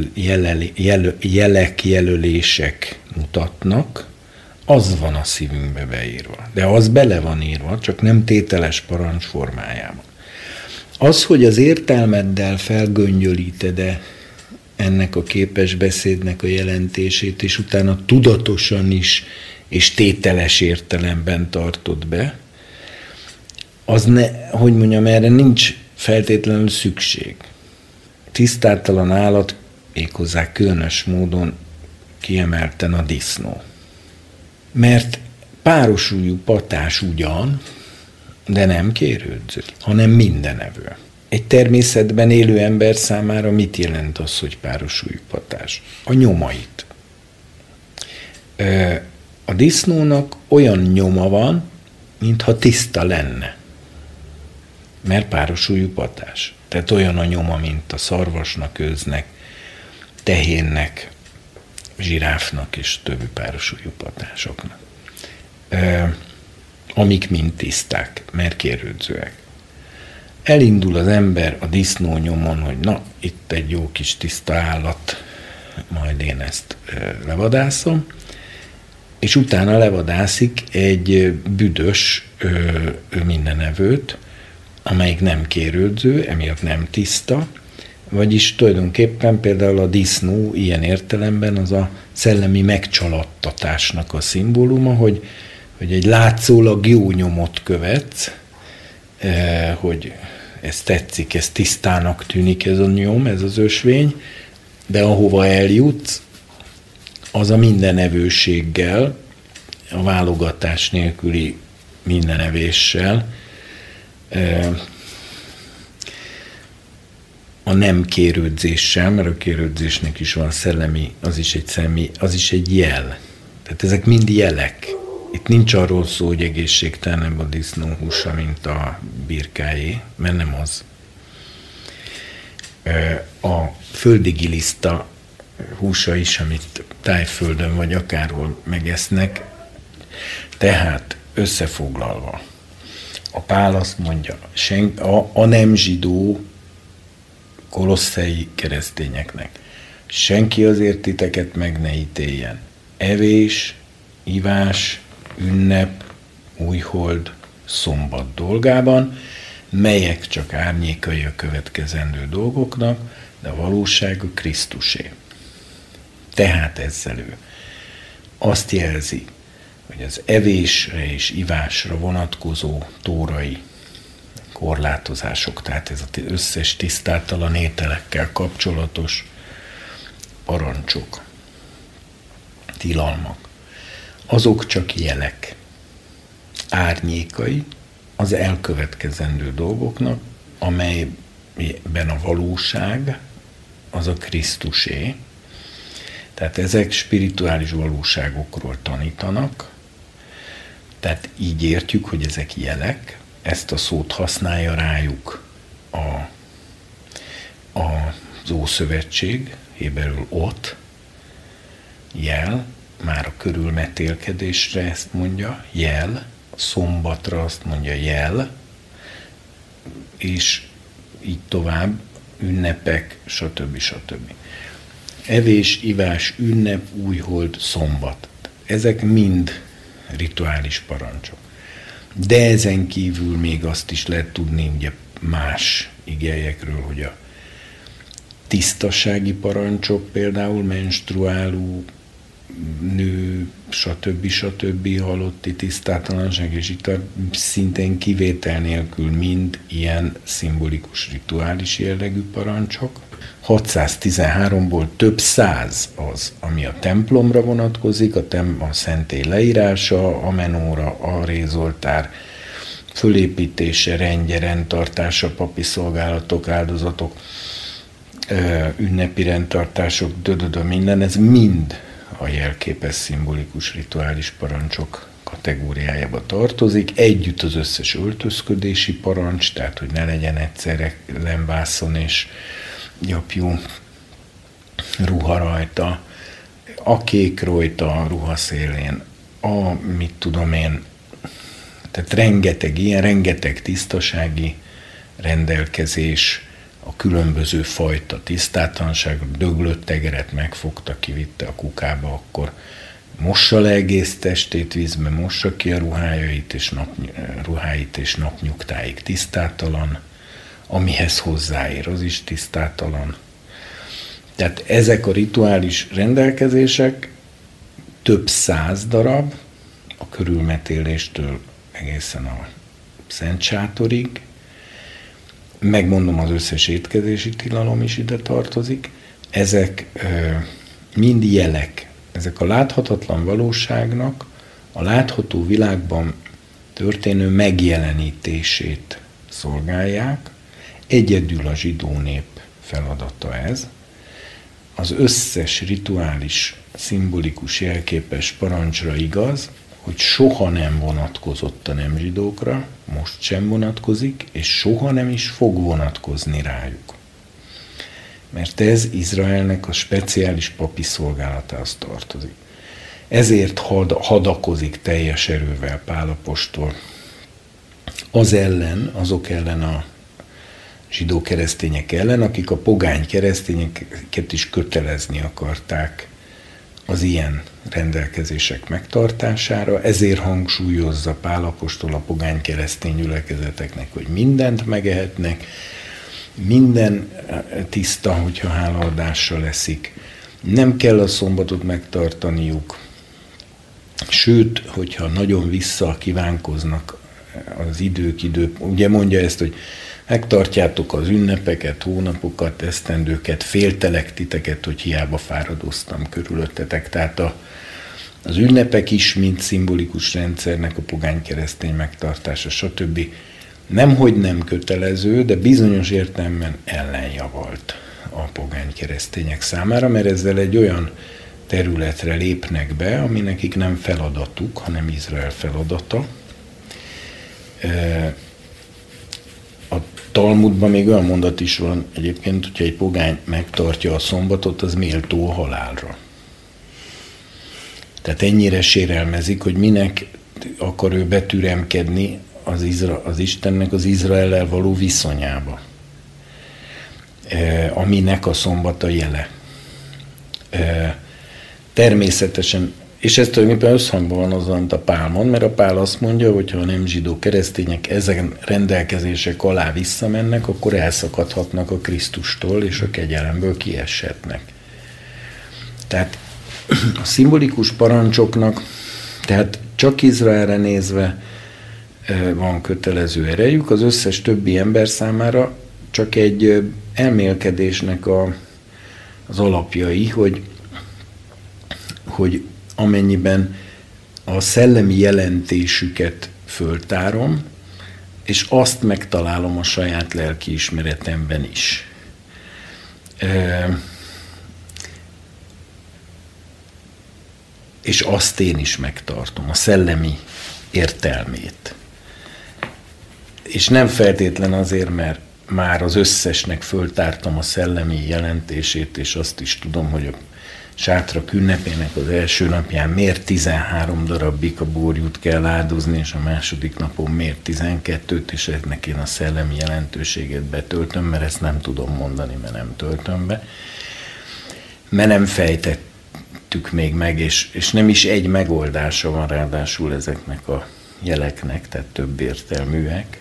jelek, mutatnak, az van a szívünkbe beírva. De az bele van írva, csak nem tételes parancs formájában. Az, hogy az értelmeddel felgöngyölíted-e ennek a képes beszédnek a jelentését, és utána tudatosan is és tételes értelemben tartod be, az erre nincs feltétlenül szükség. Tisztátalan állat, méghozzá különös módon kiemelten a disznó. Mert párosúlyú patás ugyan, de nem kérődző, hanem mindenevő. Egy természetben élő ember számára mit jelent az, hogy párosúlyú patás? A nyomait. A disznónak olyan nyoma van, mintha tiszta lenne, mert párosúlyú patás. Tehát olyan a nyoma, mint a szarvasnak, őznek, tehénnek, zsiráfnak és többi párosúlyú patásoknak. Amik mind tiszták, mert kérődzőek. Elindul az ember a disznó nyomon, hogy na, itt egy jó kis tiszta állat, majd én ezt levadászom, és utána levadászik egy büdös mindenevőt, amelyik nem kérődző, emiatt nem tiszta, vagyis tulajdonképpen például a disznó ilyen értelemben az a szellemi megcsalattatásnak a szimbóluma, hogy egy látszólag jó nyomot követsz, hogy ez tetszik, ez tisztának tűnik ez a nyom, ez az ösvény, de ahova eljutsz, az a mindenevőséggel, a válogatás nélküli mindenevéssel, a nem kérődzéssel, mert a kérődzésnek is van szellemi, az is egy jel. Tehát ezek mind jelek. Itt nincs arról szó, hogy egészségtelenebb a disznó húsa, mint a birkáé, mert nem az. A földi giliszta húsa is, amit Tájföldön vagy akárhol megesznek. Tehát összefoglalva, a Pál azt mondja, a nem zsidó kolosszai keresztényeknek, senki azért titeket meg ne ítéljen. Evés, ivás, ünnep, újhold, szombat dolgában, melyek csak árnyékai a következendő dolgoknak, de a valóság a Krisztusé. Tehát ezzel ő azt jelzi, hogy az evésre és ivásra vonatkozó tórai korlátozások, tehát ez az összes tisztátalan ételekkel kapcsolatos parancsok, tilalmak, azok csak jelek, árnyékai az elkövetkezendő dolgoknak, amelyben a valóság az a Krisztusé. Tehát ezek spirituális valóságokról tanítanak, tehát így értjük, hogy ezek jelek, ezt a szót használja rájuk az Ószövetség, héberül ot, jel, már a körülmetélkedésre ezt mondja, jel, a szombatra azt mondja jel, és így tovább, ünnepek, stb. Evés, ivás, ünnep, újhold, szombat. Ezek mind rituális parancsok. De ezen kívül még azt is lehet tudni ugye más igéjekről, hogy a tisztasági parancsok, például menstruáló nő, stb. Halotti tisztátalanság, és itt szintén kivétel nélkül mind ilyen szimbolikus, rituális jellegű parancsok. 613-ból több száz az, ami a templomra vonatkozik, a szentély leírása, a menóra, a rézoltár fölépítése, rendje, rendtartása, papi szolgálatok, áldozatok, ünnepi rendtartások, minden, ez mind a jelképes, szimbolikus, rituális parancsok kategóriájába tartozik. Együtt az összes öltözködési parancs, tehát hogy ne legyen egyszerre lemvászon és gyapjú ruha rajta, a kék rajta a ruha szélén, tehát rengeteg tisztasági rendelkezés, a különböző fajta tisztátalanság, döglött tegeret megfogta, kivitte a kukába, akkor mossa le egész testét vízbe, mossa ki a ruháit és napnyugtáig tisztátalan, amihez hozzáér, az is tisztátalan. Tehát ezek a rituális rendelkezések több száz darab, a körülmetéléstől egészen a Szent Sátorig, megmondom, az összes étkezési tilalom is ide tartozik, ezek mind jelek, ezek a láthatatlan valóságnak a látható világban történő megjelenítését szolgálják. Egyedül a zsidó nép feladata ez. Az összes rituális, szimbolikus, jelképes parancsra igaz, hogy soha nem vonatkozott a nem zsidókra, most sem vonatkozik, és soha nem is fog vonatkozni rájuk. Mert ez Izraelnek a speciális papi szolgálatához tartozik. Ezért hadakozik teljes erővel Pál apostol azok ellen a zsidó keresztények ellen, akik a pogány keresztényeket is kötelezni akarták az ilyen rendelkezések megtartására. Ezért hangsúlyozza Pál apostol a pogány keresztény gyülekezeteknek, hogy mindent megehetnek, minden tiszta, hogyha hálaadással eszik. Nem kell a szombatot megtartaniuk. Sőt, hogyha nagyon visszakívánkoznak az idők, ugye mondja ezt, hogy megtartjátok az ünnepeket, hónapokat, esztendőket, féltelek titeket, hogy hiába fáradoztam körülöttetek. Tehát az ünnepek is, mint szimbolikus rendszernek a pogány keresztény megtartása, stb. Nemhogy nem kötelező, de bizonyos értelemben ellenjavalt a pogány keresztények számára, mert ezzel egy olyan területre lépnek be, ami nekik nem feladatuk, hanem Izrael feladata. A Talmudban még olyan mondat is van egyébként, hogyha egy pogány megtartja a szombatot, az méltó a halálra. Tehát ennyire sérelmezik, hogy minek akar ő betüremkedni az Istennek az Izraellel való viszonyába, aminek a szombata jele. Természetesen, és ez tulajdonképpen összhangban van azzal, amit a Pál mond, mert a Pál azt mondja, hogy ha a nem zsidó keresztények ezen rendelkezések alá visszamennek, akkor elszakadhatnak a Krisztustól, és a kegyelemből kieshetnek. Tehát a szimbolikus parancsoknak, tehát csak Izraelre nézve van kötelező erejük, az összes többi ember számára csak egy elmélkedésnek az alapjai, hogy amennyiben a szellemi jelentésüket föltárom, és azt megtalálom a saját lelkiismeretemben is. És azt én is megtartom, a szellemi értelmét. És nem feltétlen azért, mert már az összesnek föltártam a szellemi jelentését, és azt is tudom, hogy a sátrak ünnepének az első napján miért 13 darab bikabórjút kell áldozni, és a második napon miért 12-t, és ennek én a szellemi jelentőséget betöltöm, mert ezt nem tudom mondani, mert nem töltöm be. Mert nem fejtettük még meg, és nem is egy megoldása van ráadásul ezeknek a jeleknek, tehát több értelműek.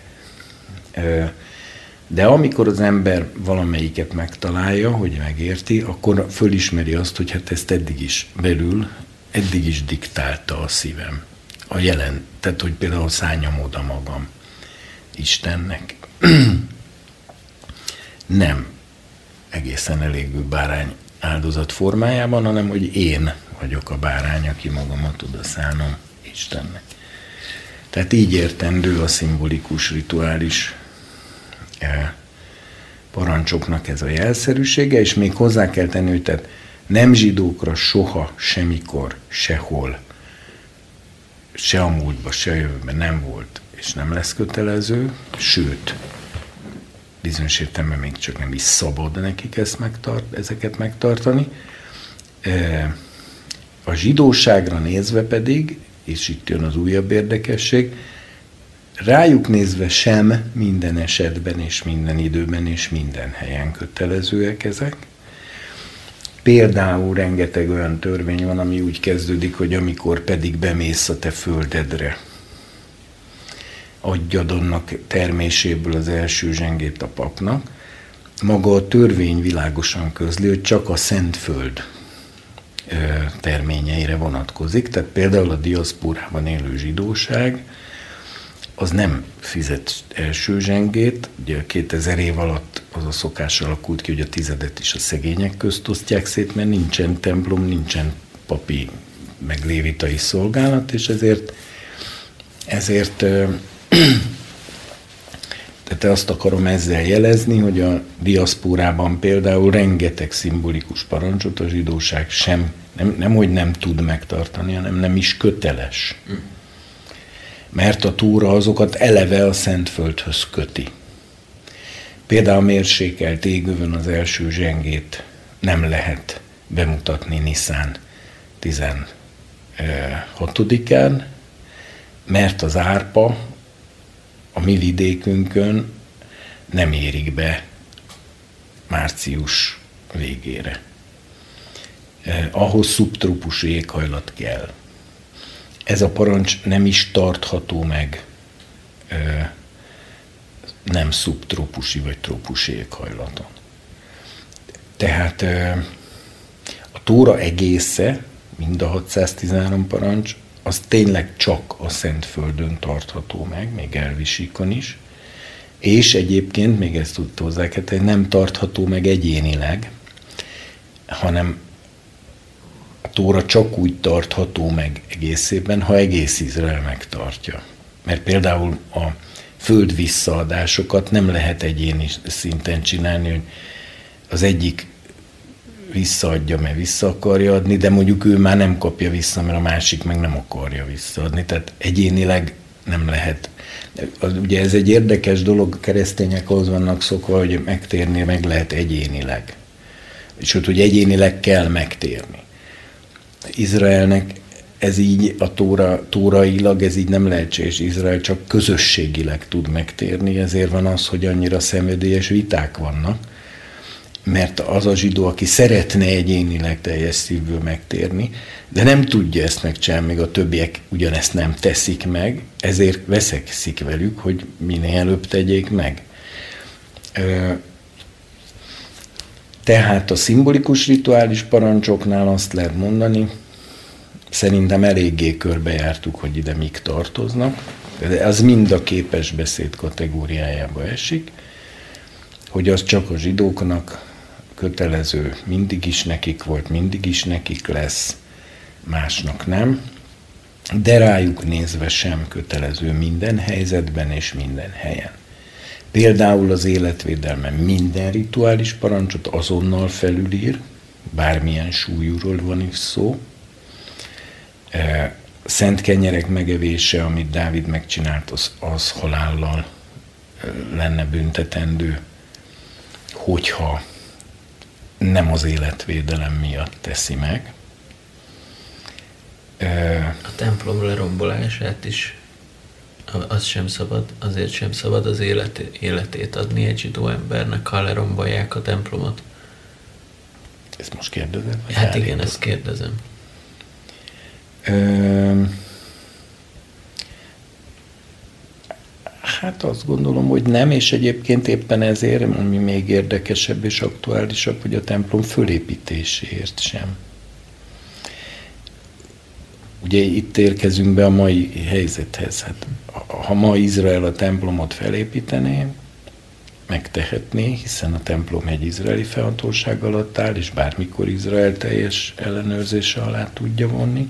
De amikor az ember valamelyiket megtalálja, hogy megérti, akkor fölismeri azt, hogy hát ezt eddig is diktálta a szívem. A jelen, tehát hogy például szálljam oda magam Istennek. Nem egészen elégű bárány áldozat formájában, hanem hogy én vagyok a bárány, aki magamat oda szánom Istennek. Tehát így értendő a szimbolikus, rituális parancsoknak ez a jelszerűsége, és még hozzá kell tenni, hogy tehát nem zsidókra soha, semmikor, sehol, se a múltban, se a jövőben nem volt, és nem lesz kötelező, sőt, bizonyos értelemben még csak nem is szabad nekik ezeket megtartani. A zsidóságra nézve pedig, és itt jön az újabb érdekesség, rájuk nézve sem minden esetben és minden időben és minden helyen kötelezőek ezek. Például rengeteg olyan törvény van, ami úgy kezdődik, hogy amikor pedig bemész a te földedre, adjad annak terméséből az első zsengét a papnak. Maga a törvény világosan közli, hogy csak a Szentföld terményeire vonatkozik. Tehát például a diaszpórában élő zsidóság, az nem fizet első zsengét. Ugye 2000 év alatt az a szokás alakult ki, hogy a 10 is a szegények közt osztják szét, mert nincsen templom, nincsen papi meg lévitai szolgálat, és ezért tehát azt akarom ezzel jelezni, hogy a diaszpórában például rengeteg szimbolikus parancsot a zsidóság nemhogy nem tud megtartani, hanem nem is köteles. Mert a Tóra azokat eleve a Szentföldhöz köti. Például a mérsékelt égövön az első zsengét nem lehet bemutatni Niszán 16-án, mert az árpa a mi vidékünkön nem érik be március végére. Ahhoz szubtrópusi éghajlat kell. Ez a parancs nem is tartható meg nem szubtrópusi vagy trópusi éghajlaton. Tehát a Tóra egésze, mind a 613 parancs, az tényleg csak a Szentföldön tartható meg, még elvisíkon is, és egyébként, még ezt tudta hozzá, nem tartható meg egyénileg, hanem a Tóra csak úgy tartható meg egészében, ha egész Izrael megtartja. Mert például a föld visszaadásokat nem lehet egyéni szinten csinálni, hogy az egyik visszaadja, mert vissza akarja adni, de mondjuk ő már nem kapja vissza, mert a másik meg nem akarja visszaadni. Tehát egyénileg nem lehet. Ugye ez egy érdekes dolog, keresztények ahhoz vannak szokva, hogy megtérni meg lehet egyénileg. Sőt, hogy egyénileg kell megtérni. Izraelnek ez így, a tórailag ez így nem lehetséges. Izrael csak közösségileg tud megtérni, ezért van az, hogy annyira szenvedélyes viták vannak, mert az a zsidó, aki szeretne egyénileg teljes szívből megtérni, de nem tudja ezt megcsinálni, még a többiek ugyanezt nem teszik meg, ezért veszekszik velük, hogy minél előbb tegyék meg. Tehát a szimbolikus rituális parancsoknál azt lehet mondani, szerintem eléggé körbejártuk, hogy ide mik tartoznak, de az mind a képes beszéd kategóriájába esik, hogy az csak a zsidóknak kötelező, mindig is nekik volt, mindig is nekik lesz, másnak nem, de rájuk nézve sem kötelező minden helyzetben és minden helyen. Például az életvédelme minden rituális parancsot azonnal felülír, bármilyen súlyúról van is szó. Szent kenyerek megevése, amit Dávid megcsinált, az halállal lenne büntetendő, hogyha nem az életvédelem miatt teszi meg. A templom lerombolását is, az sem szabad, azért sem szabad az életét adni egy zsidó embernek, ha lerombolják a templomot. Ezt most kérdezed? Hát igen, ezt kérdezem. Hát azt gondolom, hogy nem, és egyébként éppen ezért, ami még érdekesebb és aktuálisabb, hogy a templom fölépítéséért sem. Ugye itt érkezünk be a mai helyzethez. Hát, ha ma Izrael a templomot felépítené, megtehetné, hiszen a templom egy izraeli fennhatóság alatt áll, és bármikor Izrael teljes ellenőrzése alá tudja vonni.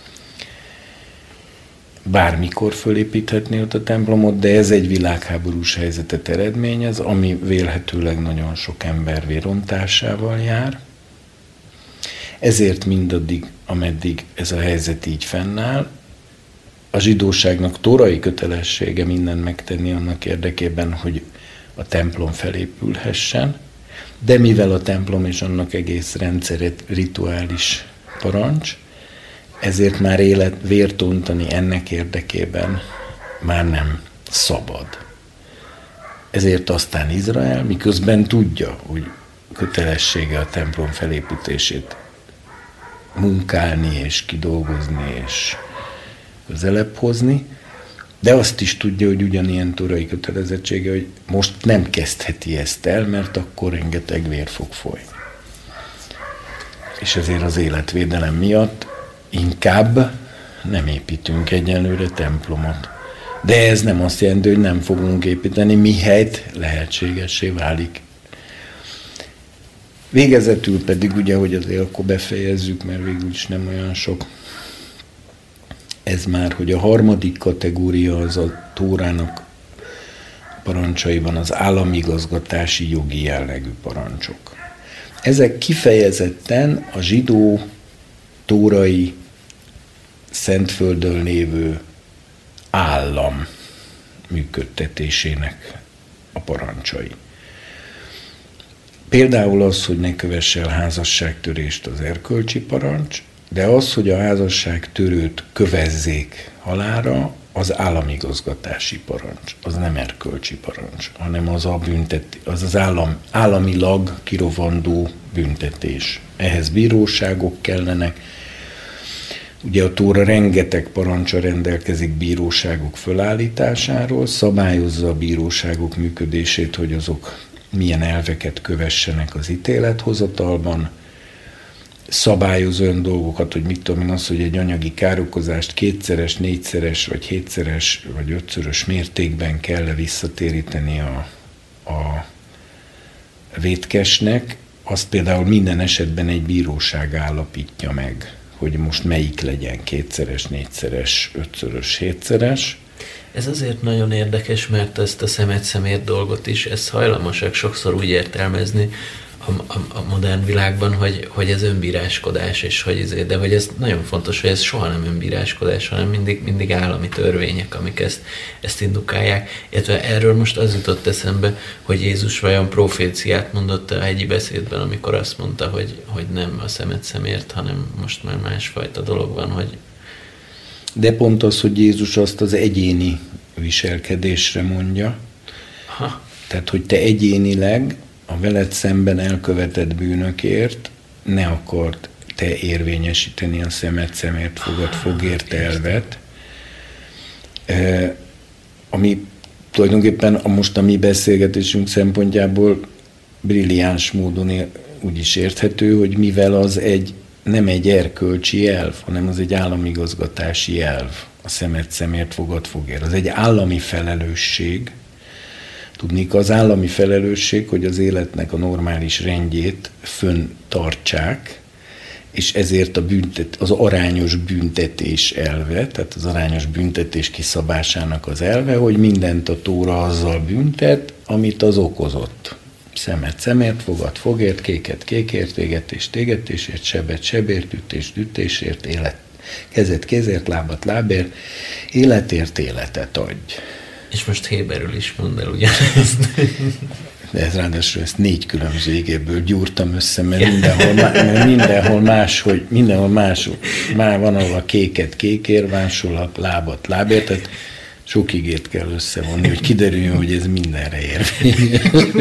Bármikor fölépíthetné ott a templomot, de ez egy világháborús helyzetet eredményez, ami vélhetőleg nagyon sok ember vérontásával jár. Ezért mindaddig, ameddig ez a helyzet így fennáll, a zsidóságnak tórai kötelessége mindent megtenni annak érdekében, hogy a templom felépülhessen, de mivel a templom és annak egész rendszeret rituális parancs, ezért már vért ontani ennek érdekében már nem szabad. Ezért aztán Izrael, miközben tudja, hogy kötelessége a templom felépítését munkálni és kidolgozni és közelebb hozni, de azt is tudja, hogy ugyanilyen tórai kötelezettsége, hogy most nem kezdheti ezt el, mert akkor rengeteg vér fog folyni. És ezért az életvédelem miatt inkább nem építünk egyelőre templomot. De ez nem azt jelenti, hogy nem fogunk építeni, mihelyt lehetségessé válik. Végezetül pedig ugye, hogy azért akkor befejezzük, mert végül is nem olyan sok. Ez már, hogy a harmadik kategória az a Tórának parancsaiban az államigazgatási jogi jellegű parancsok. Ezek kifejezetten a zsidó tórai Szentföldön lévő állam működtetésének a parancsai. Például az, hogy ne kövesse el házasságtörést, az erkölcsi parancs, de az, hogy a házasságtörőt kövezzék halálra, az államigazgatási parancs, az nem erkölcsi parancs, hanem az államilag kirovandó büntetés. Ehhez bíróságok kellenek. Ugye a Tóra rengeteg parancsa rendelkezik bíróságok fölállításáról, szabályozza a bíróságok működését, hogy azok milyen elveket kövessenek az ítélethozatalban, szabályoz olyan dolgokat, hogy mit tudom én, az, hogy egy anyagi károkozást 2-szeres, 4-szeres, vagy 7-szeres, vagy 5-szörös mértékben kell visszatéríteni a vétkesnek, azt például minden esetben egy bíróság állapítja meg, hogy most melyik legyen 2-szeres, 4-szeres, 5-szörös, 7-szeres. Ez azért nagyon érdekes, mert ezt a szemet-szemért dolgot is, ezt hajlamosak sokszor úgy értelmezni a modern világban, hogy ez önbíráskodás, és de hogy ez nagyon fontos, hogy ez soha nem önbíráskodás, hanem mindig állami törvények, amik ezt indukálják. Illetve erről most az jutott eszembe, hogy Jézus vajon proféciát mondott a hegyi beszédben, amikor azt mondta, hogy nem a szemet-szemért, hanem most már másfajta dolog van, hogy... De pont az, hogy Jézus azt az egyéni viselkedésre mondja. Ha. Tehát, hogy te egyénileg a veled szemben elkövetett bűnökért ne akart te érvényesíteni a szemet-szemért, fogad-fogért elvet, ami tulajdonképpen a mi beszélgetésünk szempontjából brilliáns módon úgy is érthető, hogy mivel az nem egy erkölcsi elv, hanem az egy államigazgatási elv. A szemet szemért, fogad fogért. Az egy állami felelősség. Tudnék, az állami felelősség, hogy az életnek a normális rendjét föntartsák, és ezért az arányos büntetés elve, tehát az arányos büntetés kiszabásának az elve, hogy mindent a Tóra azzal büntet, amit az okozott. Szemet szemért, fogad fogért, kéket kékért, égetést égetésért, sebet sebért, ütést ütésért, kezet kézért, lábat lábért, életért életet adj. És most héberül is mondd el ugyanezt. De ez ráadásul ezt 4 különböző igéből gyúrtam össze, mert mindenhol más, már van, ahol a kéket kékért, máshol a lábat lábért, tehát sok igét kell összevonni, hogy kiderüljön, hogy ez mindenre érvényes.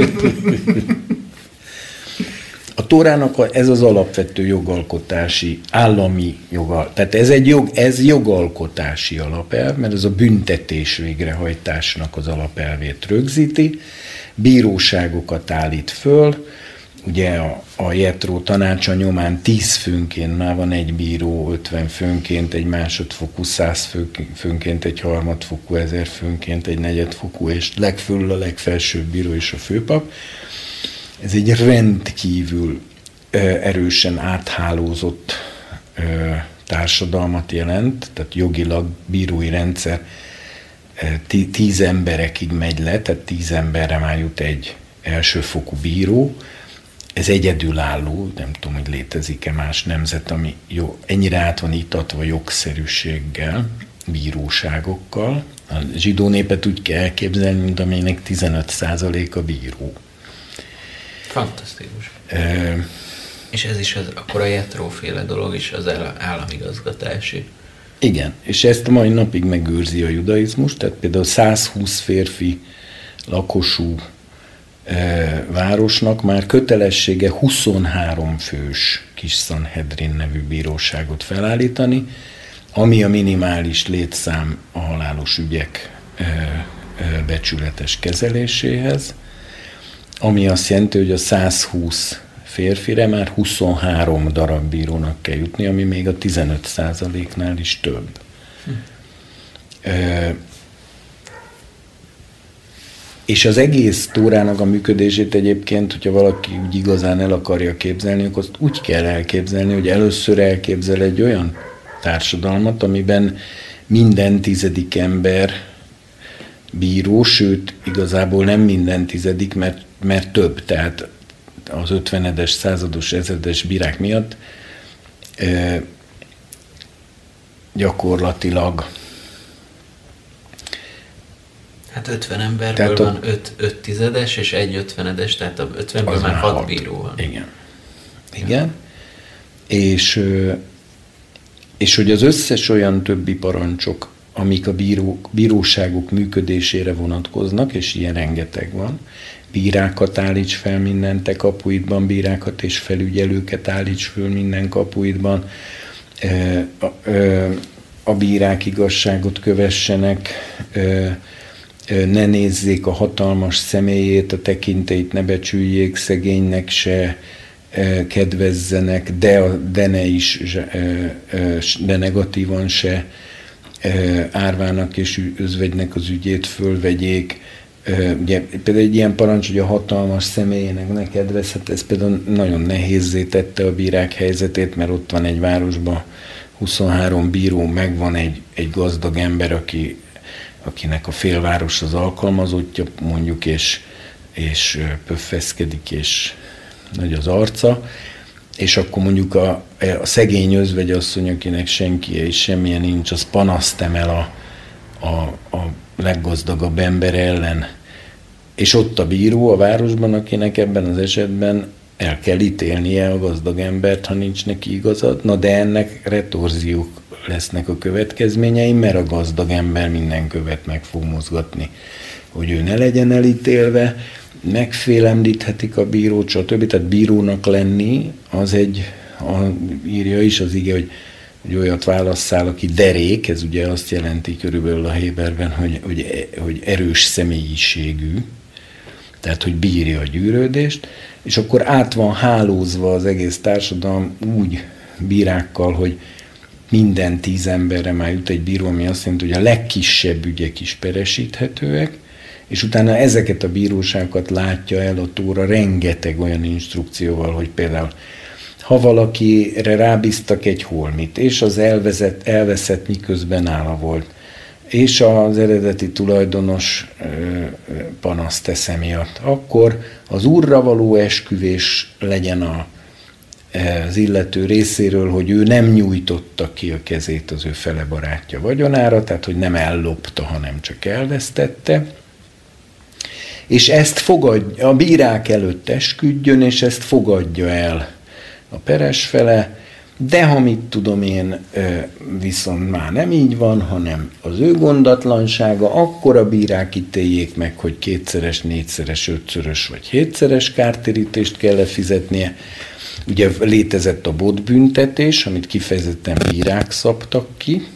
A Tórának ez az alapvető jogalkotási, állami tehát ez jogalkotási alapelv, mert ez a büntetés végrehajtásnak az alapelvét rögzíti, bíróságokat állít föl, ugye a Jetro tanácsa nyomán 10 főnként már van egy bíró, 50 főnként, egy másodfokú, 100 főnként, egy harmadfokú, 1000 főnként, egy negyedfokú, és legfölül a legfelsőbb bíró és a főpap. Ez egy rendkívül erősen áthálózott társadalmat jelent, tehát jogilag bírói rendszer 10 emberekig megy le, tehát 10 emberre már jut egy elsőfokú bíró. Ez egyedülálló, nem tudom, hogy létezik-e más nemzet, ami ennyire át van itatva jogszerűséggel, bíróságokkal. A zsidó népet úgy kell elképzelni, mint amelynek 15% a bíró. Fantasztikus. És ez is akkor a Jetro-féle dolog is az államigazgatási. Igen, és ezt a mai napig megőrzi a judaizmus, tehát például 120 férfi lakosú városnak már kötelessége 23 fős kis Sanhedrin nevű bíróságot felállítani, ami a minimális létszám a halálos ügyek becsületes kezeléséhez, ami azt jelenti, hogy a 120 férfire már 23 darab bírónak kell jutni, ami még a 15%-nál is több. És az egész Tórának a működését egyébként, hogyha valaki úgy igazán el akarja képzelni, akkor azt úgy kell elképzelni, hogy először elképzel egy olyan társadalmat, amiben minden 10. ember bíró, sőt, igazából nem minden 10., mert több, tehát az 50-es, százados, ezredes bírák miatt gyakorlatilag hát 50 emberből van 5 tizedes és 1 50-es, tehát a 50-ből már 6 bíró van. Igen. Igen. És hogy az összes olyan többi parancsok, amik a bíróságok működésére vonatkoznak, és ilyen rengeteg van, bírákat állíts fel minden te kapuidban, bírákat és felügyelőket állíts föl minden kapuidban, a bírák igazságot kövessenek, ne nézzék a hatalmas személyét, a tekintélyt ne becsüljék, szegénynek se kedvezzenek, de negatívan se árvának és özvegynek az ügyét fölvegyék. Ugye, például egy ilyen parancs, hogy a hatalmas személyének ne kedvezhet, ez például nagyon nehézzé tette a bírák helyzetét, mert ott van egy városban 23 bíró, megvan egy gazdag ember, akinek a félváros az alkalmazottja, mondjuk, és pöffeszkedik, és nagy az arca, és akkor mondjuk a szegény özvegyasszony, akinek senkie és semmilyen nincs, az panaszt emel a leggazdagabb ember ellen. És ott a bíró a városban, akinek ebben az esetben el kell ítélnie a gazdag embert, ha nincs neki igazad. Na de ennek retorziók lesznek a következményei, mert a gazdag ember minden követ meg fog mozgatni, hogy ő ne legyen elítélve, megfélemlíthetik a bírót, stb. Tehát bírónak lenni, az írja is az ige, hogy olyat válasszál, aki derék, ez ugye azt jelenti körülbelül a héberben, hogy erős személyiségű, tehát hogy bírja a gyűrődést, és akkor át van hálózva az egész társadalom úgy bírákkal, hogy minden 10 emberre már jut egy bíró, ami azt jelenti, hogy a legkisebb ügyek is peresíthetőek, és utána ezeket a bíróságokat látja el a Tóra rengeteg olyan instrukcióval, hogy például ha valakire rábíztak egy holmit, és az elveszett miközben álla volt, és az eredeti tulajdonos panaszt tesz emiatt, akkor az úrra való esküvés legyen az illető részéről, hogy ő nem nyújtotta ki a kezét az ő fele barátja vagyonára, tehát hogy nem ellopta, hanem csak elvesztette, és ezt fogadja, a bírák előtt esküdjön, és ezt fogadja el a peres fele, de ha mit tudom én, viszont már nem így van, hanem az ő gondatlansága, akkor a bírák ítéljék meg, hogy 2-szeres, 4-szeres, 5-szörös vagy 7-szeres kártérítést kell fizetnie. Ugye létezett a botbüntetés, amit kifejezetten bírák szabtak ki,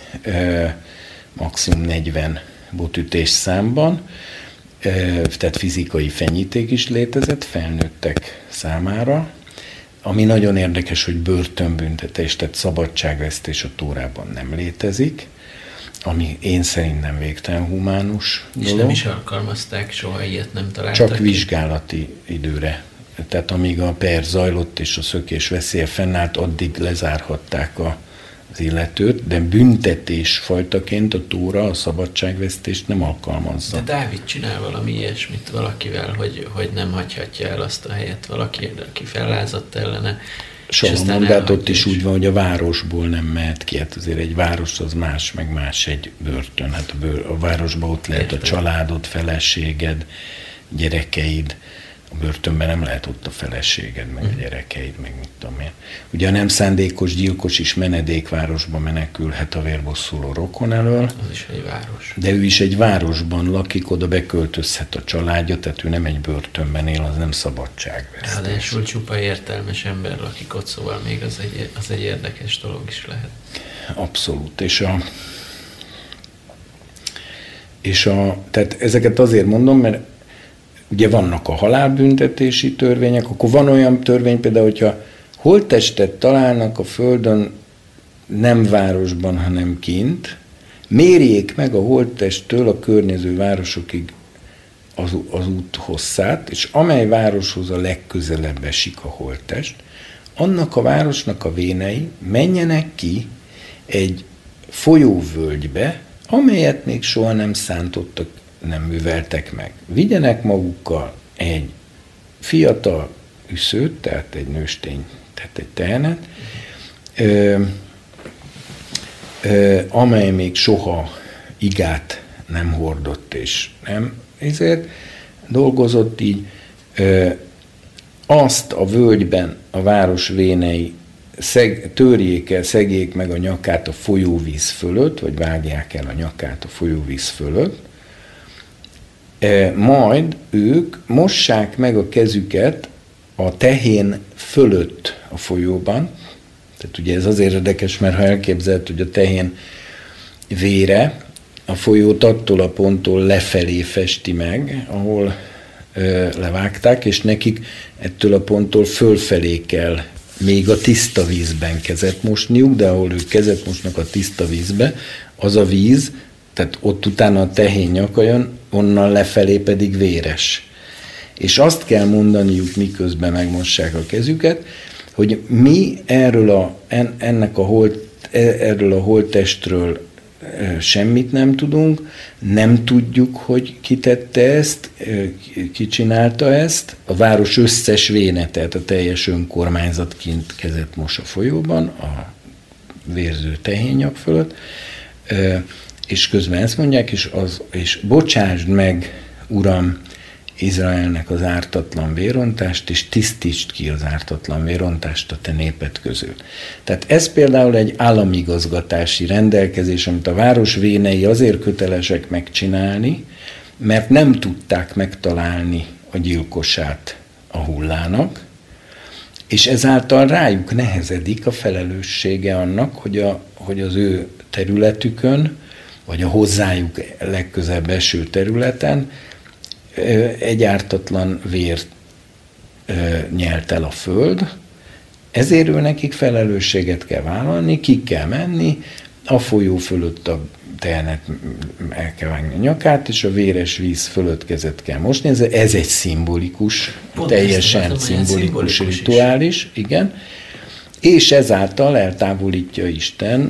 maximum 40 botütés számban, tehát fizikai fenyíték is létezett felnőttek számára, ami nagyon érdekes, hogy börtönbüntetés, tehát szabadságvesztés a Tórában nem létezik, ami én szerint nem végtelen humánus dolog. És nem is alkalmazták, soha ilyet nem találtak. Csak vizsgálati időre. Tehát amíg a per zajlott és a szökés veszélye fennállt, addig lezárhatták az illetőt, de büntetés fajtaként a Tóra a szabadságvesztést nem alkalmazza. De Dávid csinál valami ilyesmit valakivel, hogy nem hagyhatja el azt a helyet valaki, aki fellázadt ellene. Salomon, de ott is úgy van, hogy a városból nem mehet ki. Hát azért egy város az más, meg más egy börtön. Hát a városban ott lehet a családod, feleséged, gyerekeid. A börtönben nem lehet ott a feleséged, meg a gyerekeid, meg mit tudom én. Ugye a nem szándékos gyilkos is menedékvárosba menekülhet a vérbosszuló rokon elől. Az is egy város. De ő is egy városban lakik, oda beköltözhet a családja, tehát ő nem egy börtönben él, az nem szabadságvesztés. Ráadásul csupa értelmes ember lakik ott, szóval még az egy érdekes dolog is lehet. Abszolút. Tehát ezeket azért mondom, mert ugye vannak a halálbüntetési törvények, akkor van olyan törvény például, hogyha holttestet találnak a földön nem városban, hanem kint, mérjék meg a holttesttől a környező városokig az út hosszát, és amely városhoz a legközelebb esik a holttest, annak a városnak a vénei menjenek ki egy folyóvölgybe, amelyet még soha nem szántottak, nem műveltek meg. Vigyenek magukkal egy fiatal üszőt, tehát egy nőstény, tehát egy tehenet, amely még soha igát nem hordott, és nem ezért dolgozott így, azt a völgyben a város vénei törjék el, szegjék meg a nyakát a folyóvíz fölött, vagy vágják el a nyakát a folyóvíz fölött, majd ők mossák meg a kezüket a tehén fölött a folyóban. Tehát ugye ez azért érdekes, mert ha elképzelt, hogy a tehén vére a folyót attól a ponttól lefelé festi meg, ahol levágták, és nekik ettől a ponttól fölfelé kell még a tiszta vízben kezet mosniuk, de ahol ők kezet mosnak a tiszta vízbe, az a víz, tehát ott utána a tehén nyaka jön, onnan lefelé pedig véres. És azt kell mondaniuk, miközben megmossák a kezüket, hogy mi erről a holttestről semmit nem tudunk, nem tudjuk, hogy ki tette ezt, ki csinálta ezt. A város összes véne, tehát a teljes önkormányzat kint kezet mos a folyóban, a vérző tehénnyak fölött, és közben ezt mondják, és bocsásd meg, Uram, Izraelnek az ártatlan vérontást, és tisztítsd ki az ártatlan vérontást a te néped közül. Tehát ez például egy államigazgatási rendelkezés, amit a város vénei azért kötelesek megcsinálni, mert nem tudták megtalálni a gyilkosát a hullának, és ezáltal rájuk nehezedik a felelőssége annak, hogy az ő területükön, vagy a hozzájuk legközelebb eső területen egy ártatlan vért nyelt el a föld, ezért ő nekik felelősséget kell vállalni, ki kell menni, a folyó fölött a tehenet el kell vágni a nyakát, és a véres víz fölött kezet kell mosni. Ez egy szimbolikus, teljesen szimbolikus rituális, igen. És ezáltal eltávolítja Isten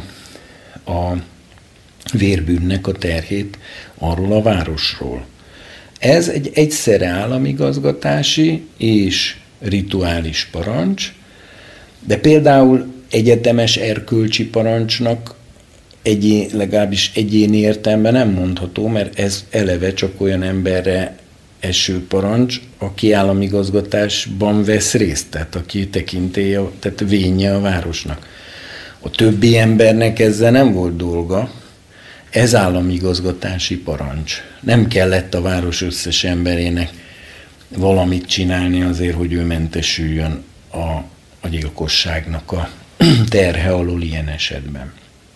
a vérbűnnek a terhét arról a városról. Ez egy egyszerre államigazgatási és rituális parancs, de például egyetemes erkölcsi parancsnak legalábbis egyéni értelemben nem mondható, mert ez eleve csak olyan emberre eső parancs, aki államigazgatásban vesz részt, tehát aki tekintélye, tehát vénye a városnak. A többi embernek ezzel nem volt dolga, ez államigazgatási parancs. Nem kellett a város összes emberének valamit csinálni azért, hogy ő mentesüljön a gyilkosságnak a terhe alól ilyen esetben.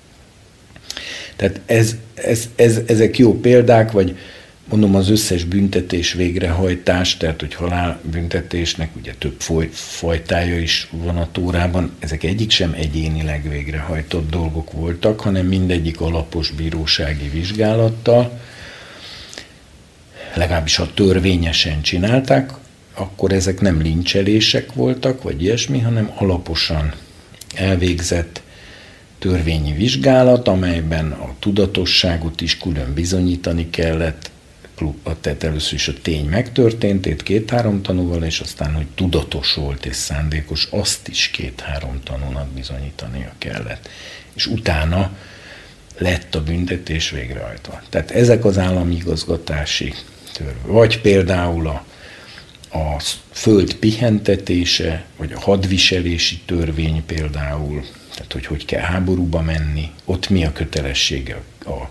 Tehát ezek jó példák, vagy mondom az összes büntetés végrehajtás, tehát hogy halálbüntetésnek ugye több fajtája is van a Tórában, ezek egyik sem egyénileg végrehajtott dolgok voltak, hanem mindegyik alapos bírósági vizsgálattal, legalábbis ha törvényesen csinálták, akkor ezek nem lincselések voltak, vagy ilyesmi, hanem alaposan elvégzett törvényi vizsgálat, amelyben a tudatosságot is külön bizonyítani kellett, tehát először is a tény megtörtént, 2-3 tanúval, és aztán, hogy tudatos volt és szándékos, azt is 2-3 tanúnak bizonyítania kellett. És utána lett a büntetés végrehajtva. Tehát ezek az állami igazgatási törvény. Vagy például a föld pihentetése, vagy a hadviselési törvény például, tehát hogy kell háborúba menni, ott mi a kötelessége a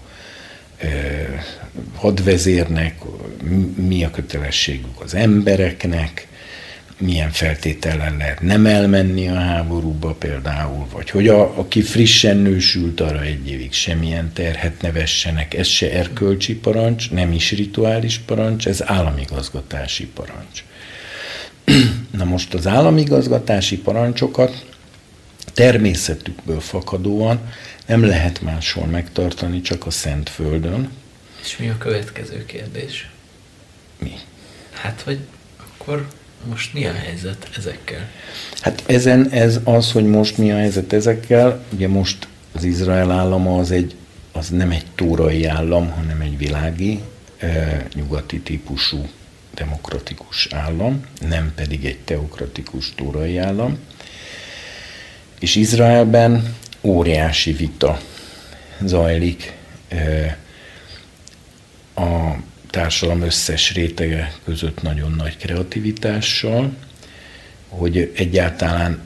hadvezérnek, mi a kötelességük az embereknek, milyen feltétellel lehet nem elmenni a háborúba például, vagy hogy aki frissen nősült, arra 1 évig semmilyen terhet ne vessenek, ez se erkölcsi parancs, nem is rituális parancs, ez államigazgatási parancs. Na most az államigazgatási parancsokat természetükből fakadóan nem lehet máshol megtartani, csak a Szentföldön. És mi a következő kérdés? Mi? Hát, hogy akkor most mi a helyzet ezekkel? Hát ez az, hogy most mi a helyzet ezekkel, ugye most az Izrael állama az nem egy tórai állam, hanem egy világi, nyugati típusú demokratikus állam, nem pedig egy teokratikus tórai állam. És Izraelben óriási vita zajlik a társadalom összes rétege között nagyon nagy kreativitással, hogy egyáltalán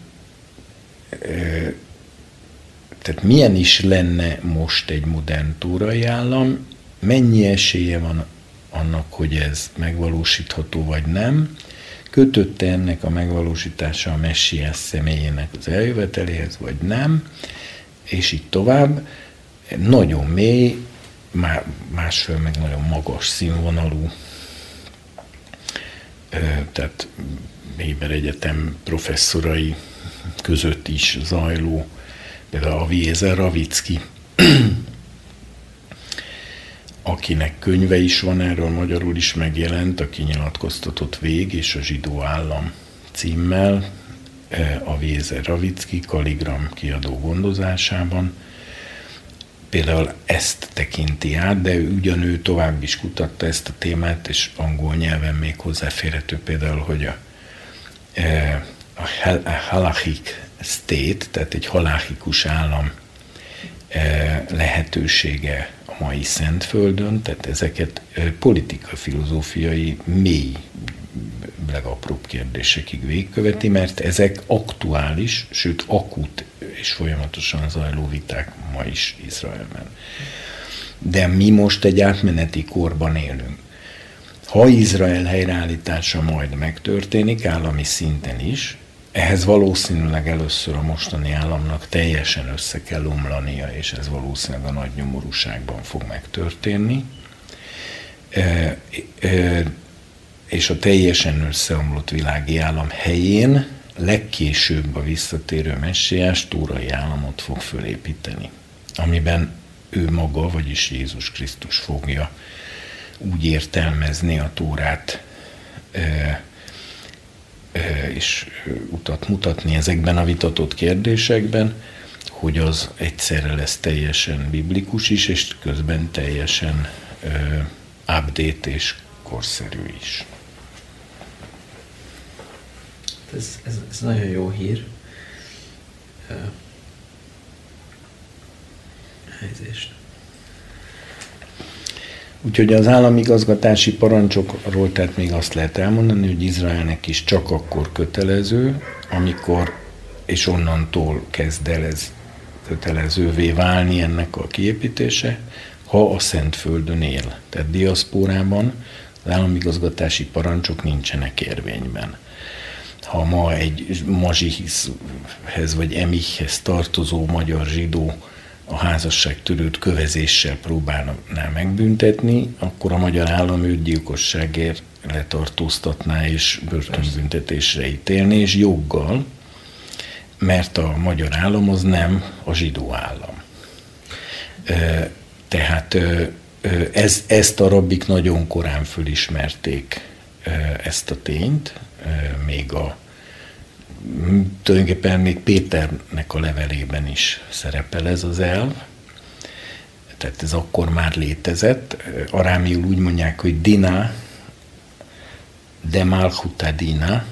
tehát milyen is lenne most egy modern tórai állam, mennyi esélye van annak, hogy ez megvalósítható vagy nem, kötötte ennek a megvalósítása a messiás személyének az eljöveteléhez, vagy nem, és így tovább. Nagyon mély, másfél meg nagyon magas színvonalú, tehát Héber Egyetem professzorai között is zajló, például Aviezer Ravicki, akinek könyve is van erről, magyarul is megjelent, a kinyilatkoztatott vég és a zsidó állam címmel, Aviezer Ravicki Kaligram kiadó gondozásában. Például ezt tekinti át, de ugyanő tovább is kutatta ezt a témát, és angol nyelven még hozzáférhető például, hogy a halachic state, tehát egy haláchikus állam lehetősége a mai Szentföldön, tehát ezeket politika-filozófiai mély, legapróbb kérdésekig végigköveti, mert ezek aktuális, sőt akut és folyamatosan zajló viták ma is Izraelben. De mi most egy átmeneti korban élünk. Ha Izrael helyreállítása majd megtörténik, állami szinten is, ehhez valószínűleg először a mostani államnak teljesen össze kell omlania, és ez valószínűleg a nagy nyomorúságban fog megtörténni. és a teljesen összeomlott világi állam helyén legkésőbb a visszatérő messiás tórai államot fog fölépíteni, amiben ő maga, vagyis Jézus Krisztus fogja úgy értelmezni a Tórát, és utat mutatni ezekben a vitatott kérdésekben, hogy az egyszerre lesz teljesen biblikus is, és közben teljesen update és korszerű is. Ez nagyon jó hír. Helyzést. Úgyhogy az államigazgatási parancsokról tehát még azt lehet elmondani, hogy Izraelnek is csak akkor kötelező, amikor, és onnantól kezd el ez kötelezővé válni ennek a kiépítése, ha a Szentföldön él. Tehát diaszpórában az államigazgatási parancsok nincsenek érvényben. Ha ma egy mazsihiszhez vagy emichhez tartozó magyar zsidó a házasságtörőt kövezéssel próbálná megbüntetni, akkor a magyar állam őt gyilkosságért letartóztatná és börtönbüntetésre ítélni, és joggal, mert a magyar állam az nem a zsidó állam. Tehát ezt a rabbik nagyon korán fölismerték, ezt a tényt, tulajdonképpen még Péternek a levelében is szerepel ez az elv, tehát ez akkor már létezett. Arámiul úgy mondják, hogy Dina, de Malchuta Dina,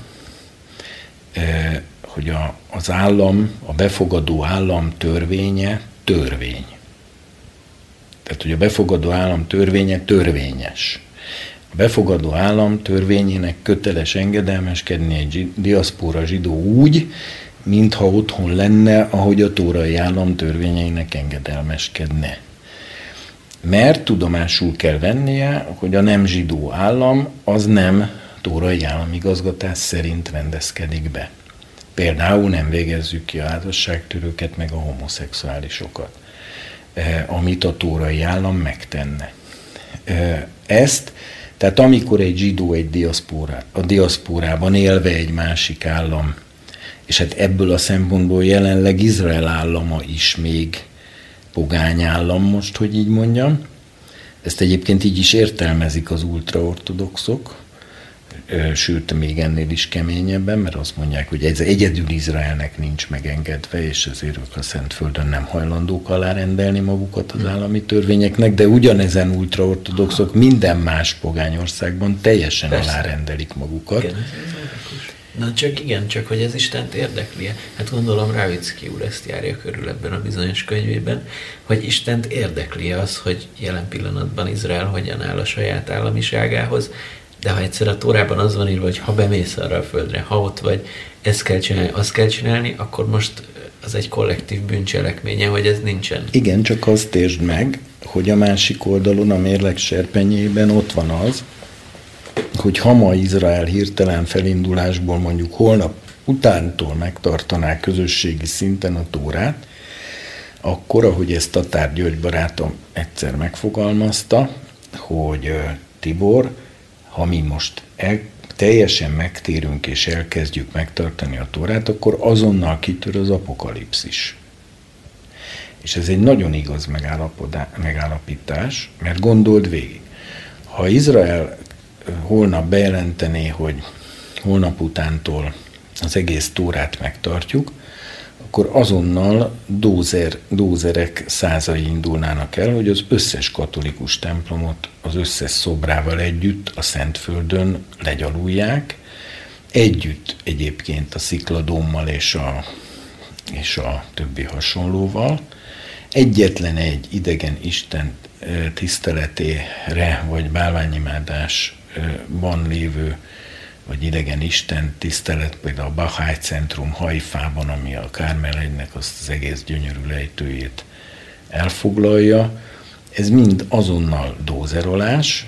hogy az állam, a befogadó állam törvénye törvény. Tehát, hogy a befogadó állam törvénye törvényes. A befogadó állam törvényének köteles engedelmeskedni egy diaszpóra zsidó úgy, mintha otthon lenne, ahogy a tórai állam törvényeinek engedelmeskedne. Mert tudomásul kell vennie, hogy a nem zsidó állam az nem tórai államigazgatás szerint rendezkedik be. Például nem végezzük ki a házasságtörőket, meg a homoszexuálisokat, amit a tórai állam megtenne. Tehát amikor egy zsidó a diaszpórában élve egy másik állam, és hát ebből a szempontból jelenleg Izrael állama is még pogány állam most, hogy így mondjam. Ezt egyébként így is értelmezik az ultraortodoxok, sőt, még ennél is keményebben, mert azt mondják, hogy ez egyedül Izraelnek nincs megengedve, és ezért ők a Szentföldön nem hajlandók alárendelni magukat az állami törvényeknek, de ugyanezen ultraortodoxok minden más pogányországban teljesen alárendelik magukat. Igen, na csak hogy ez Istent érdekli. Hát gondolom Ravicki úr ezt járja körül ebben a bizonyos könyvében, hogy Istent érdekli az, hogy jelen pillanatban Izrael hogyan áll a saját államiságához, de ha egyszer a Tórában az van írva, hogy ha bemész arra a földre, ha ott vagy, ezt kell csinálni, azt kell csinálni, akkor most az egy kollektív bűncselekménye, hogy ez nincsen. Igen, csak azt értsd meg, hogy a másik oldalon, a mérleg serpenyében ott van az, hogy ha ma Izrael hirtelen felindulásból mondjuk holnap utántól megtartaná közösségi szinten a Tórát, akkor, ahogy ezt Tatár György barátom egyszer megfogalmazta, hogy Tibor, ha mi most teljesen megtérünk és elkezdjük megtartani a Tórát, akkor azonnal kitör az apokalipszis. És ez egy nagyon igaz megállapítás, mert gondold végig. Ha Izrael holnap bejelentené, hogy holnap utántól az egész Tórát megtartjuk, akkor azonnal dózerek százai indulnának el, hogy az összes katolikus templomot az összes szobrával együtt a Szentföldön legyalulják, együtt egyébként a Szikladómmal és a többi hasonlóval. Egyetlen egy idegen Isten tiszteletére vagy bálványimádásban lévő vagy idegen Isten tisztelet, például a Bahá'í Centrum Haifában, ami a Kármel-hegynek azt az egész gyönyörű lejtőjét elfoglalja. Ez mind azonnal dózerolás.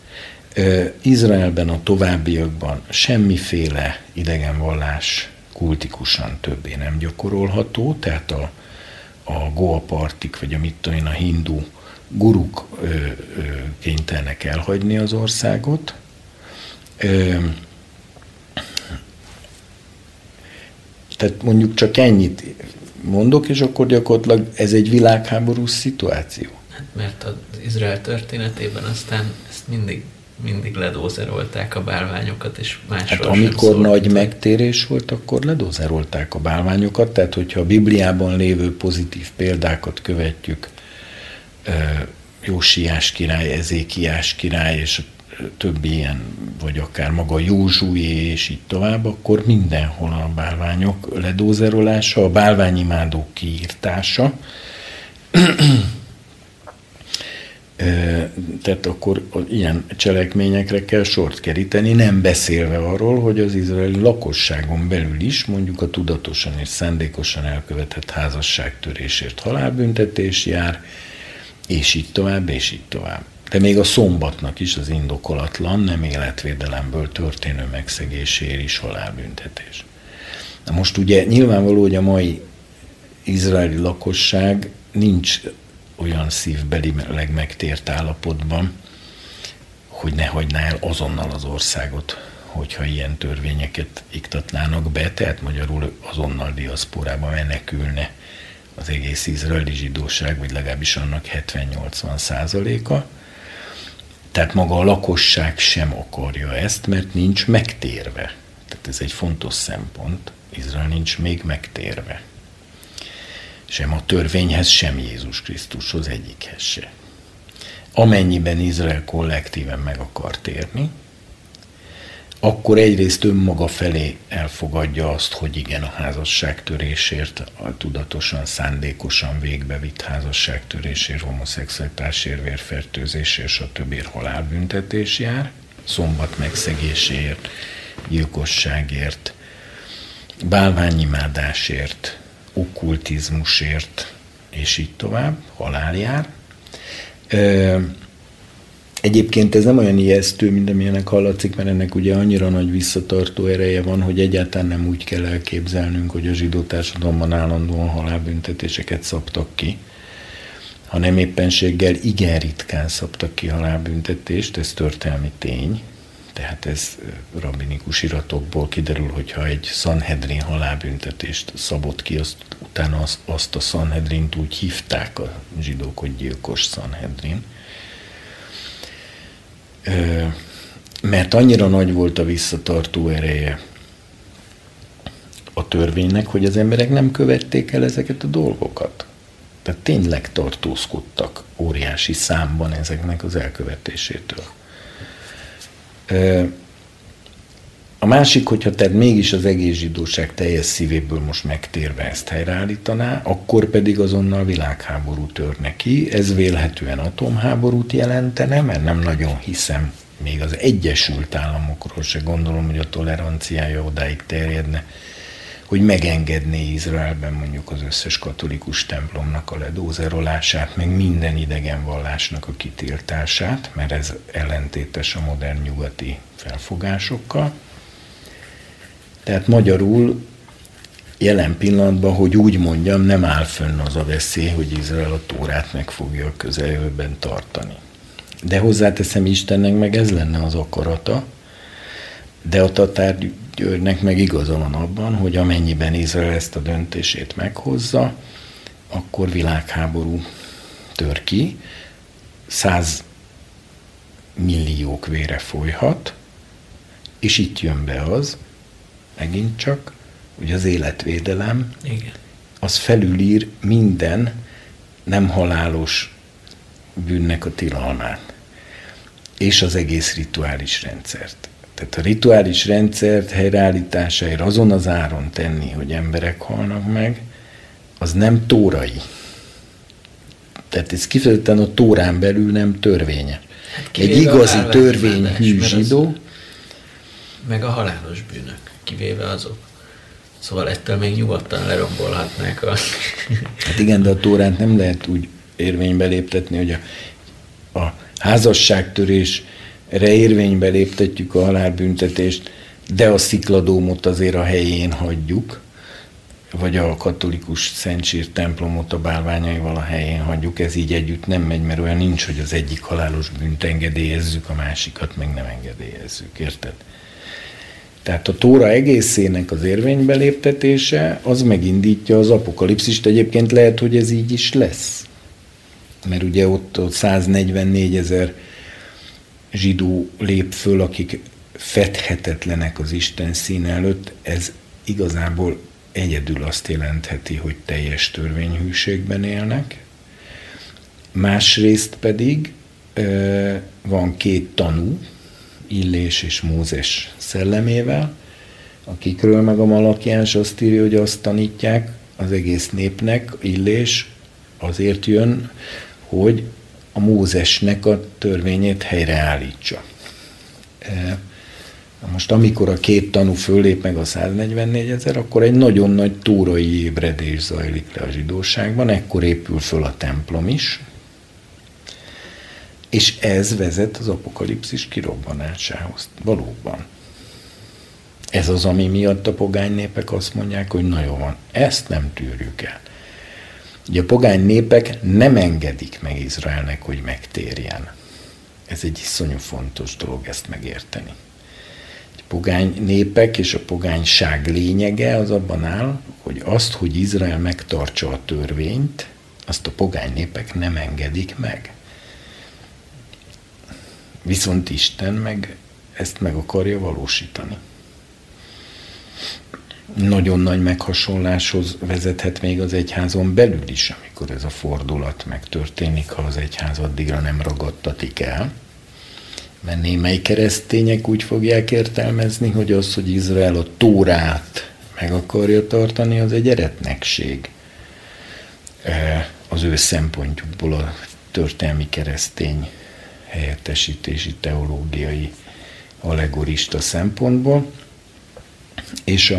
Izraelben a továbbiakban semmiféle idegen vallás kultikusan többé nem gyakorolható, tehát a Goa partik, vagy a hindu guruk kénytelenek elhagyni az országot. Tehát mondjuk csak ennyit mondok, és akkor gyakorlatilag ez egy világháborús szituáció. Hát mert az Izrael történetében aztán ezt mindig ledózerolták a bálványokat, és másról hát amikor nagy megtérés volt, akkor ledózerolták a bálványokat, tehát hogyha a Bibliában lévő pozitív példákat követjük, Jósiás király, Ezékiás király, és többi ilyen, vagy akár maga Józsué, és így tovább, akkor mindenhol a bálványok ledózerolása, a bálványimádók kiírtása, tehát akkor ilyen cselekményekre kell sort keríteni, nem beszélve arról, hogy az izraeli lakosságon belül is mondjuk a tudatosan és szándékosan elkövetett házasságtörésért halálbüntetés jár, és így tovább, és így tovább. De még a szombatnak is az indokolatlan, nem életvédelemből történő megszegéséért is halálbüntetés. Na most ugye nyilvánvaló, hogy a mai izraeli lakosság nincs olyan szívbelileg megtért állapotban, hogy ne hagyná el azonnal az országot, hogyha ilyen törvényeket iktatnának be, tehát magyarul azonnal diaszporába menekülne az egész izraeli zsidóság, vagy legalábbis annak 70-80%-a. Tehát maga a lakosság sem akarja ezt, mert nincs megtérve. Tehát ez egy fontos szempont. Izrael nincs még megtérve. Sem a törvényhez, sem Jézus Krisztushoz, egyikhez se. Amennyiben Izrael kollektíven meg akar térni, akkor egyrészt önmaga felé elfogadja azt, hogy igen, a házasságtörésért, a tudatosan, szándékosan végbevitt házasságtörésért, homoszexualitásért, vérfertőzésért, stb. Halálbüntetés jár, szombat megszegéséért, gyilkosságért, bálványimádásért, okkultizmusért, és így tovább, halál jár. Egyébként ez nem olyan ijesztő, mint amilyenek hallatszik, mert ennek ugye annyira nagy visszatartó ereje van, hogy egyáltalán nem úgy kell elképzelnünk, hogy a zsidó társadalomban állandóan halálbüntetéseket szabtak ki, hanem éppenséggel igen ritkán szabtak ki halálbüntetést, ez történelmi tény. Tehát ez rabbinikus iratokból kiderül, hogyha egy Sanhedrin halálbüntetést szabott ki, utána azt a Sanhedrint úgy hívták a zsidók, hogy gyilkos Sanhedrin. Mert annyira nagy volt a visszatartó ereje a törvénynek, hogy az emberek nem követték el ezeket a dolgokat. Tehát tényleg tartózkodtak óriási számban ezeknek az elkövetésétől. A másik, hogyha tehát mégis az egész zsidóság teljes szívéből most megtérve ezt helyreállítaná, akkor pedig azonnal világháború törne ki. Ez vélhetően atomháborút jelentene, mert nem nagyon hiszem, még az Egyesült Államokról se gondolom, hogy a toleranciája odáig terjedne, hogy megengedné Izraelben mondjuk az összes katolikus templomnak a ledózerolását, meg minden idegen vallásnak a kitiltását, mert ez ellentétes a modern nyugati felfogásokkal. Tehát magyarul jelen pillanatban, hogy úgy mondjam, nem áll fönn az a veszély, hogy Izrael a Tórát meg fogja a közeljövőben tartani. De hozzáteszem, Istennek meg ez lenne az akarata, de a Tatár Györgynek meg igaza van abban, hogy amennyiben Izrael ezt a döntését meghozza, akkor világháború tör ki, 100 milliók vére folyhat, és itt jön be az, megint csak, hogy az életvédelem, igen, az felülír minden nem halálos bűnnek a tilalmát, és az egész rituális rendszert. Tehát a rituális rendszert helyreállításáért azon az áron tenni, hogy emberek halnak meg, az nem tórai. Tehát ez kifejezetten a Tórán belül nem törvényes. Hát egy igazi törvényhű zsidó. Meg a halálos bűnök, kivéve azok. Szóval ettől még nyugodtan lerombolhatnák a... Hát igen, de a Tórát nem lehet úgy érvénybe léptetni, hogy a házasságtörésre érvénybe léptetjük a halálbüntetést, de a szikladómot azért a helyén hagyjuk. vagy a katolikus Szentsír templomot a bálványaival a helyén hagyjuk, ez így együtt nem megy, mert olyan nincs, hogy az egyik halálos bűnt engedélyezzük, a másikat meg nem engedélyezzük, érted? Tehát a Tóra egészének az érvénybe léptetése, az megindítja az apokalipszist. Egyébként lehet, hogy ez így is lesz. Mert ugye ott 144 000 zsidó lép föl, akik fedhetetlenek az Isten színe előtt. Ez igazából egyedül azt jelentheti, hogy teljes törvényhűségben élnek. Másrészt pedig van 2 tanú, Illés és Mózes szellemével, akikről meg a Malakiás azt írja, hogy azt tanítják az egész népnek. Illés azért jön, hogy a Mózesnek a törvényét helyreállítsa. Most amikor a 2 tanú föllép meg a 144 000, akkor egy nagyon nagy tórai ébredés zajlik le a zsidóságban, ekkor épül föl a templom is, és ez vezet az apokalipszis kirobbanásához. Valóban. Ez az, ami miatt a pogány népek azt mondják, hogy na jó van, ezt nem tűrjük el. Ugye a pogány népek nem engedik meg Izraelnek, hogy megtérjen. Ez egy iszonyú fontos dolog ezt megérteni. A pogány népek és a pogányság lényege az abban áll, hogy azt, hogy Izrael megtartsa a törvényt, azt a pogány népek nem engedik meg. Viszont Isten meg ezt meg akarja valósítani. Nagyon nagy meghasonláshoz vezethet még az egyházon belül is, amikor ez a fordulat megtörténik, ha az egyház addigra nem ragadtatik el. Mert némely keresztények úgy fogják értelmezni, hogy az, hogy Izrael a Tórát meg akarja tartani, az egy eretnekség. Az ő szempontjukból a történelmi keresztény helyettesítési teológiai allegorista szempontból, és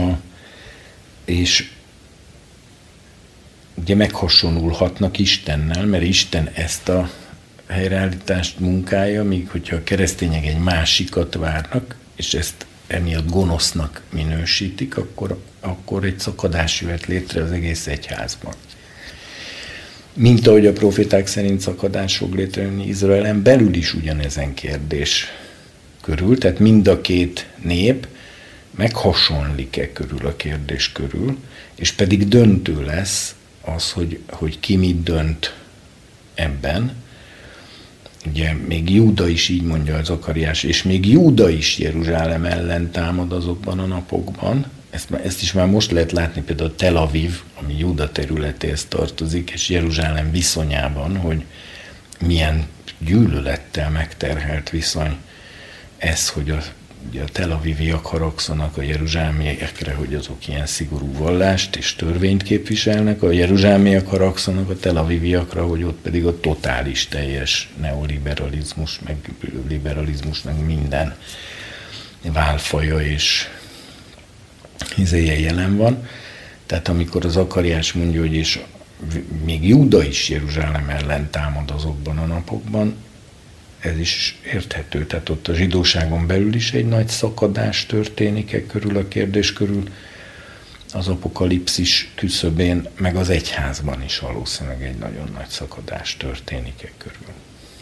ugye meghasonulhatnak Istennel, mert Isten ezt a helyreállítást munkálja, míg hogyha a keresztények egy másikat várnak, és ezt emiatt gonosznak minősítik, akkor egy szakadás jöhet létre az egész egyházban. Mint ahogy a proféták szerint szakadás fog létrejönni Izraelen belül is ugyanezen kérdés körül, tehát mind a 2 nép meghasonlik körül a kérdés körül, és pedig döntő lesz az, hogy ki mit dönt ebben. Ugye még Júda is így mondja az Zakariás, és még Júda is Jeruzsálem ellen támad azokban a napokban. Ezt is már most lehet látni például Tel Aviv, ami Júda területéhez tartozik, és Jeruzsálem viszonyában, hogy milyen gyűlölettel megterhelt viszony ez, hogy ugye a Tel Aviviak haragszanak a jeruzsálemiekre, hogy azok ilyen szigorú vallást és törvényt képviselnek, a jeruzsálemiek haragszanak a Tel Aviviakra, hogy ott pedig a totális, teljes neoliberalizmus, meg liberalizmus, meg minden válfaja és izéje jelen van. Tehát amikor az Zakariás mondja, hogy és még Júda is Jeruzsálem ellen támad azokban a napokban, ez is érthető. Tehát ott a zsidóságon belül is egy nagy szakadás történik körül a kérdés körül, az apokalipszis küszöbén, meg az egyházban is valószínűleg egy nagyon nagy szakadás történik körül.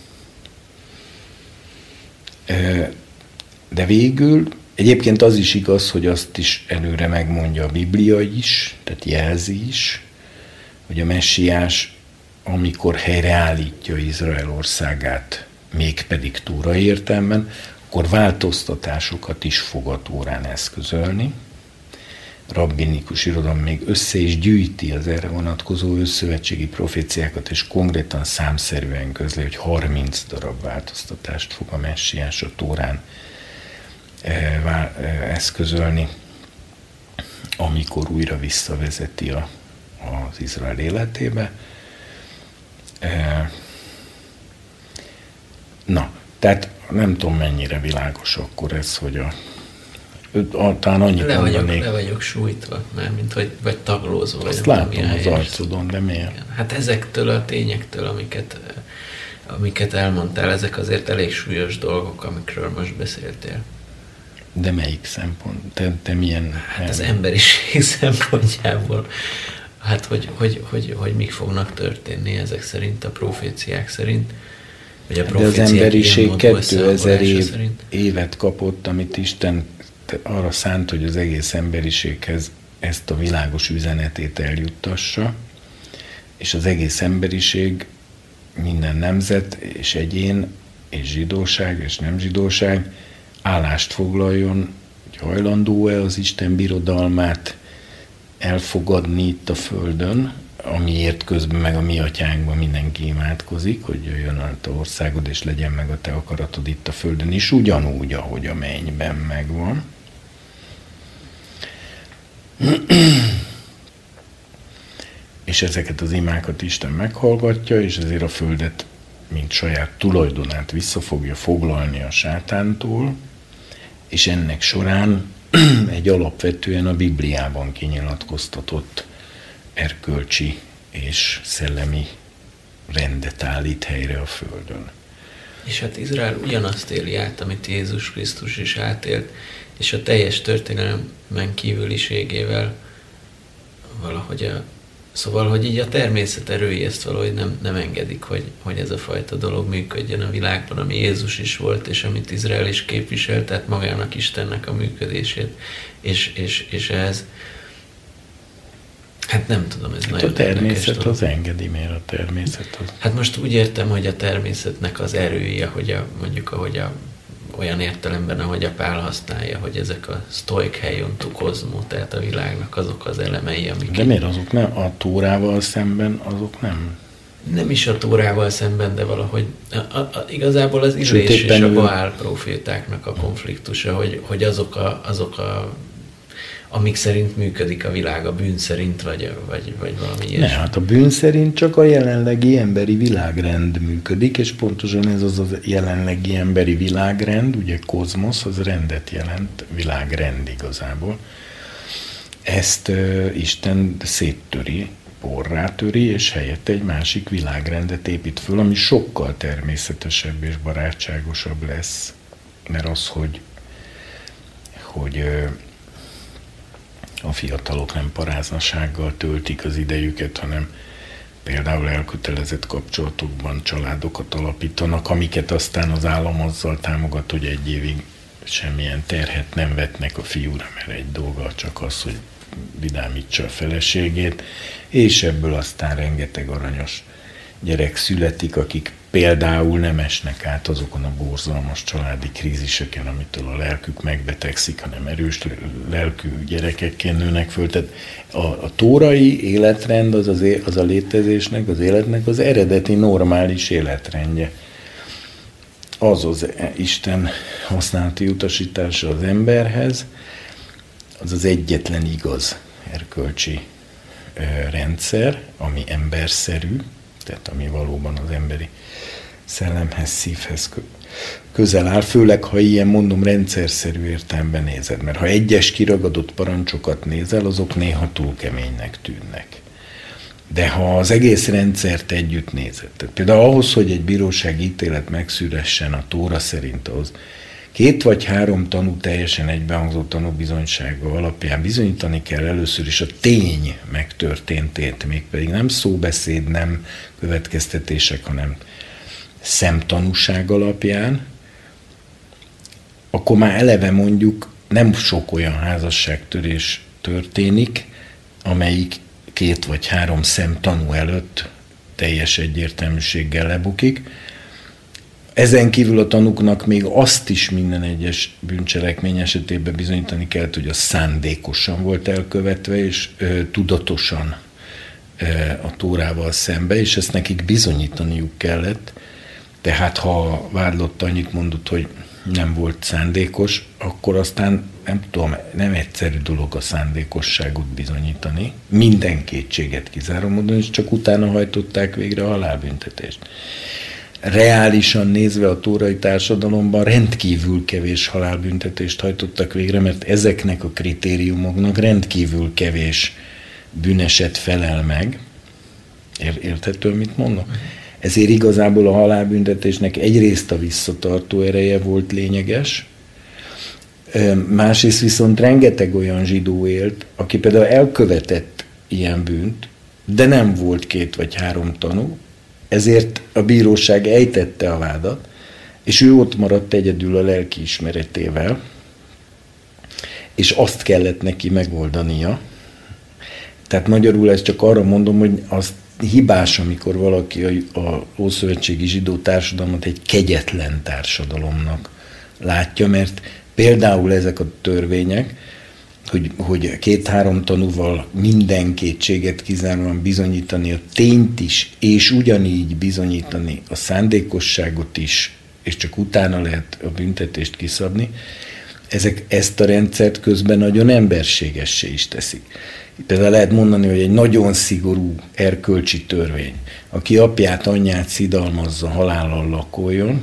De végül egyébként az is igaz, hogy azt is előre megmondja a Biblia is, tehát jelzi is, hogy a messiás, amikor helyreállítja Izrael országát, mégpedig tórai értelemben, akkor változtatásokat is fog a Tórán eszközölni. Rabbinikus irodalom még össze is gyűjti az erre vonatkozó ősszövetségi proféciákat, és konkrétan számszerűen közli, hogy 30 darab változtatást fog a messiás a Tórán eszközölni, amikor újra visszavezeti az Izrael életébe. Na, tehát nem tudom mennyire világos akkor ez, hogy talán annyit mondanék. Le vagyok sújtva, mint vagy taglózva. Azt látom az arcodon, de miért? Igen. Hát ezektől a tényektől, amiket elmondtál, ezek azért elég súlyos dolgok, amikről most beszéltél. De melyik szempont? Te milyen? Hát az emberiség szempontjából. Hát, hogy mik fognak történni ezek szerint, a proféciák szerint. Vagy a proféciák de az emberiség 2000 szerint. évet kapott, amit Isten arra szánt, hogy az egész emberiséghez ezt a világos üzenetét eljuttassa, és az egész emberiség, minden nemzet és egyén, és zsidóság és nem zsidóság állást foglaljon, hogy hajlandó-e az Isten birodalmát elfogadni itt a földön, amiért közben meg a mi atyánkban mindenki imádkozik, hogy jöjjön a te országod, és legyen meg a te akaratod itt a földön is, ugyanúgy, ahogy a mennyben megvan. És ezeket az imákat Isten meghallgatja, és ezért a földet, mint saját tulajdonát vissza fogja foglalni a sátántól, és ennek során egy alapvetően a Bibliában kinyilatkoztatott erkölcsi és szellemi rendet állít helyre a földön. És hát Izrael ugyanazt éli át, amit Jézus Krisztus is átélt, és a teljes történelmen kívüliségével valahogy szóval, hogy így a természet erői ezt valahogy nem engedik, hogy ez a fajta dolog működjön a világban, ami Jézus is volt, és amit Izrael is képviselt, tehát magának Istennek a működését, és ez hát nem tudom, ez nagyon a természet az engedi, miért a természet az? Hát most úgy értem, hogy a természetnek az erője, hogy olyan értelemben, ahogy a Pál használja, hogy ezek a sztoik helyontú kozmó, tehát a világnak azok az elemei, amik... De miért azok nem? A Tórával szemben azok nem? Nem is a Tórával szemben, de valahogy igazából az Illés és a Baál profétáknak a konfliktusa, hogy azok amik szerint működik a világ, a bűn szerint, vagy valami ilyesmi. Ne, hát a bűn szerint csak a jelenlegi emberi világrend működik, és pontosan ez az jelenlegi emberi világrend, ugye kozmosz, az rendet jelent, világrend igazából. Ezt Isten széttöri, porrátöri, és helyette egy másik világrendet épít föl, ami sokkal természetesebb és barátságosabb lesz, mert az, hogy a fiatalok nem paráznasággal töltik az idejüket, hanem például elkötelezett kapcsolatokban családokat alapítanak, amiket aztán az állam azzal támogat, hogy egy évig semmilyen terhet nem vetnek a fiúra, mert egy dolga csak az, hogy vidámítsa a feleségét, és ebből aztán rengeteg aranyos gyerek születik, akik például nem esnek át azokon a borzalmas családi kríziseken, amitől a lelkük megbetegszik, hanem erős lelkű gyerekekkel nőnek föl. Tehát a tórai életrend az a létezésnek, az életnek az eredeti normális életrendje. Az Isten használati utasítása az emberhez, az egyetlen igaz erkölcsi rendszer, ami emberszerű, tehát ami valóban az emberi szellemhez, szívhez közel áll, főleg, ha ilyen, mondom, rendszerszerű értelemben nézed. Mert ha egyes kiragadott parancsokat nézel, azok néha túl keménynek tűnnek. De ha az egész rendszert együtt nézed, tehát például ahhoz, hogy egy bírósági ítélet megszülessen a Tóra szerint, az 2 vagy 3 tanú teljesen egybehangzó tanúbizonysága alapján bizonyítani kell először is a tény megtörténtét, mégpedig nem szóbeszéd, nem következtetések, hanem szemtanúság alapján, akkor már eleve mondjuk nem sok olyan házasságtörés történik, amelyik 2 vagy 3 szemtanú előtt teljes egyértelműséggel lebukik. Ezen kívül a tanúknak még azt is minden egyes bűncselekmény esetében bizonyítani kellett, hogy az szándékosan volt elkövetve, és tudatosan a Tórával szembe, és ezt nekik bizonyítaniuk kellett. Tehát ha a vádlott annyit mondott, hogy nem volt szándékos, akkor aztán nem tudom, nem egyszerű dolog a szándékosságot bizonyítani. Minden kétséget kizáró módon, és csak utána hajtották végre a halálbüntetést. Reálisan nézve a tórai társadalomban rendkívül kevés halálbüntetést hajtottak végre, mert ezeknek a kritériumoknak rendkívül kevés bűneset felel meg. Érthető, mit mondok? Ezért igazából a halálbüntetésnek egyrészt a visszatartó ereje volt lényeges, Másrészt viszont rengeteg olyan zsidó élt, aki például elkövetett ilyen bűnt, de nem volt 2 vagy 3 tanú, ezért a bíróság ejtette a vádat, és ő ott maradt egyedül a lelkiismeretével, és azt kellett neki megoldania. Tehát magyarul ezt csak arra mondom, hogy az hibás, amikor valaki a ószövetségi zsidó társadalmat egy kegyetlen társadalomnak látja, mert például ezek a törvények, hogy 2-3 tanúval minden kétséget kizáróan bizonyítani a tényt is, és ugyanígy bizonyítani a szándékosságot is, és csak utána lehet a büntetést kiszabni, ezek ezt a rendszert közben nagyon emberségessé is teszik. Például lehet mondani, hogy egy nagyon szigorú erkölcsi törvény, aki apját, anyját szidalmazza, halállal lakoljon,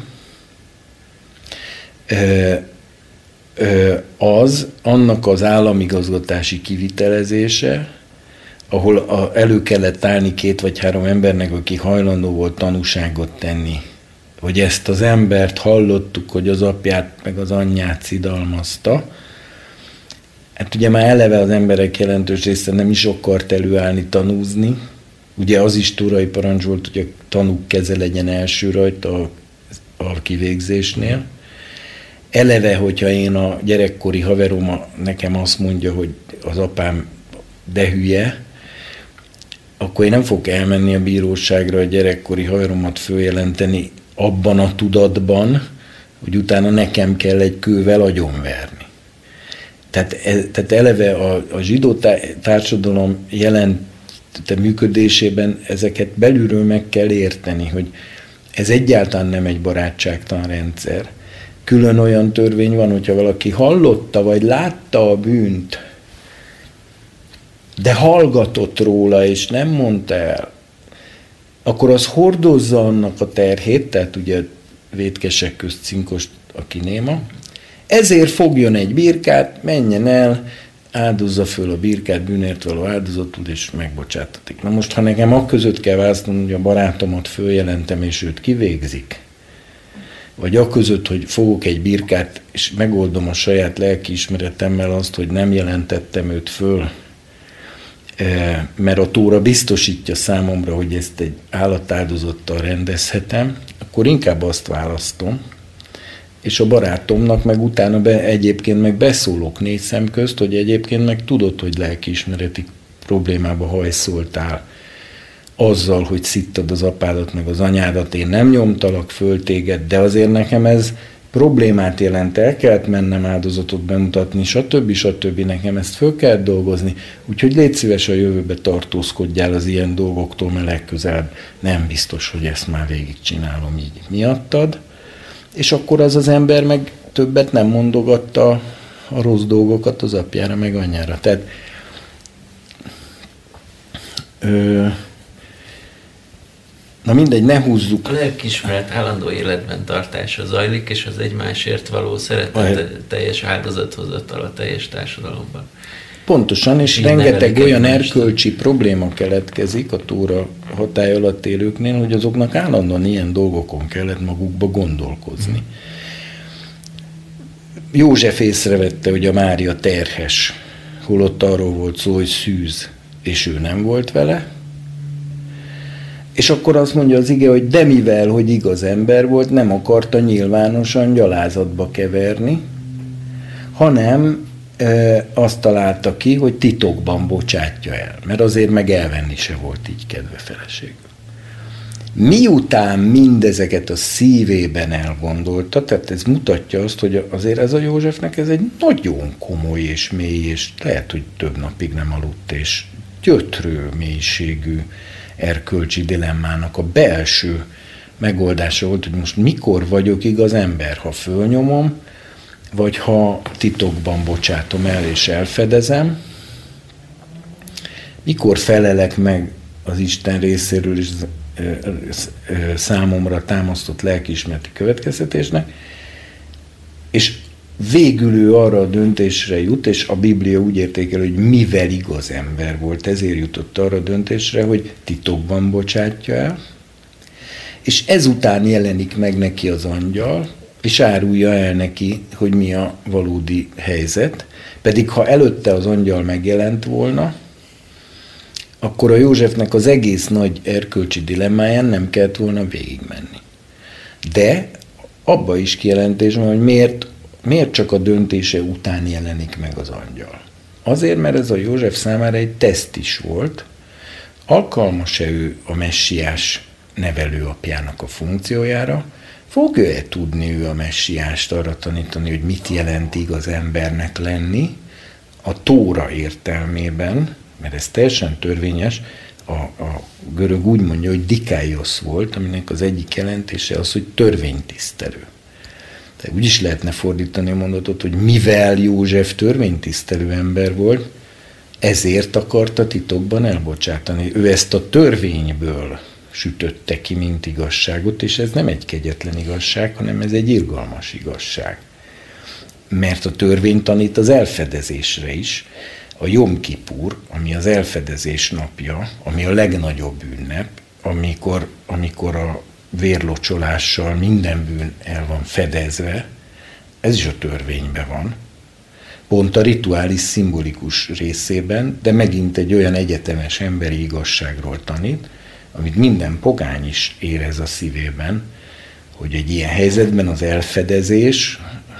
az annak az államigazgatási kivitelezése, ahol elő kellett állni 2 vagy 3 embernek, aki hajlandó volt tanúságot tenni, hogy ezt az embert hallottuk, hogy az apját meg az anyját szidalmazta. Hát ugye már eleve az emberek jelentős része nem is akart előállni tanúzni. Ugye az is tórai parancs volt, hogy a tanúk keze legyen első rajta a kivégzésnél. Eleve, hogyha én a gyerekkori haverom nekem azt mondja, hogy az apám de hülye, akkor én nem fogok elmenni a bíróságra a gyerekkori haveromat följelenteni abban a tudatban, hogy nekem kell egy kővel agyonverni. Tehát eleve a zsidó társadalom jelente működésében ezeket belülről meg kell érteni, hogy ez egyáltalán nem egy barátságtalan rendszer. Külön olyan törvény van, hogyha valaki hallotta vagy látta a bűnt, de hallgatott róla és nem mondta el, akkor az hordozza annak a terhét, tehát ugye vétkesek közt cinkost, aki néma, ezért fogjon egy birkát, menjen el, áldozza föl a birkát bűnért való áldozatul, és megbocsátatik. Na most, ha nekem akközött kell választanom, hogy a barátomat följelentem, és őt kivégzik, vagy akközött, hogy fogok egy birkát, és megoldom a saját lelkiismeretemmel azt, hogy nem jelentettem őt föl, mert a Tóra biztosítja számomra, hogy ezt egy állatáldozattal rendezhetem, akkor inkább azt választom, és a barátomnak meg utána egyébként meg beszólok 4 szem közt, hogy egyébként meg tudod, hogy lelkiismereti problémába hajszoltál azzal, hogy szittad az apádat meg az anyádat, én nem nyomtalak föl téged, de azért nekem ez problémát jelent, el kellett mennem áldozatot bemutatni, stb. Nekem ezt föl kell dolgozni, úgyhogy légy szíves, a jövőbe tartózkodjál az ilyen dolgoktól, mert legközelebb nem biztos, hogy ezt már végigcsinálom így miattad. És akkor az ember meg többet nem mondogatta a rossz dolgokat az apjára meg anyjára. Tehát na mindegy, ne húzzuk. A lelkiismeret állandó életben tartása zajlik, és az egymásért való szeretetteljes áldozathozatal a teljes társadalomban. Pontosan, és rengeteg olyan erkölcsi probléma keletkezik a Tóra hatály alatt élőknél, hogy azoknak állandóan ilyen dolgokon kellett magukba gondolkozni. József észrevette, hogy a Mária terhes, holott arról volt szó, hogy szűz, és ő nem volt vele. És akkor azt mondja az ige, hogy de mivel, hogy igaz ember volt, nem akarta nyilvánosan gyalázatba keverni, hanem azt találta ki, hogy titokban bocsátja el, mert azért meg elvenni se volt így kedve feleségül. Miután mindezeket a szívében elgondolta, tehát ez mutatja azt, hogy azért ez a Józsefnek ez egy nagyon komoly és mély, és lehet, hogy több napig nem aludt, és gyötrő mélységű erkölcsi dilemmának a belső megoldása volt, hogy most mikor vagyok igaz ember, ha fölnyomom, vagy ha titokban bocsátom el és elfedezem, mikor felelek meg az Isten részéről is számomra támasztott lelkiismereti következtetésnek, és végül ő arra a döntésre jut, és a Biblia úgy értékel, hogy mivel igaz ember volt, ezért jutott arra a döntésre, hogy titokban bocsátja el, és ezután jelenik meg neki az angyal, és árulja el neki, hogy mi a valódi helyzet. Pedig ha előtte az angyal megjelent volna, akkor a Józsefnek az egész nagy erkölcsi dilemmáján nem kellett volna végigmenni. De abba is kijelentés van, hogy miért csak a döntése után jelenik meg az angyal. Azért, mert ez a József számára egy teszt is volt. Alkalmas-e ő a messiás nevelőapjának a funkciójára? Fogja-e tudni ő a messiást arra tanítani, hogy mit jelent igaz embernek lenni a Tóra értelmében, mert ez teljesen törvényes, a görög úgy mondja, hogy dikaios volt, aminek az egyik jelentése az, hogy törvénytisztelő. Tehát úgy is lehetne fordítani a mondatot, hogy mivel József törvénytisztelő ember volt, ezért akarta titokban elbocsátani. Ő ezt a törvényből sütötte ki, mint igazságot, és ez nem egy kegyetlen igazság, hanem ez egy irgalmas igazság. Mert a törvény tanít az elfedezésre is. A Jom Kipur, ami az elfedezés napja, ami a legnagyobb ünnep, amikor a vérlocsolással minden bűn el van fedezve, ez is a törvényben van. Pont a rituális szimbolikus részében, de megint egy olyan egyetemes emberi igazságról tanít, amit minden pogány is érez a szívében, hogy egy ilyen helyzetben az elfedezés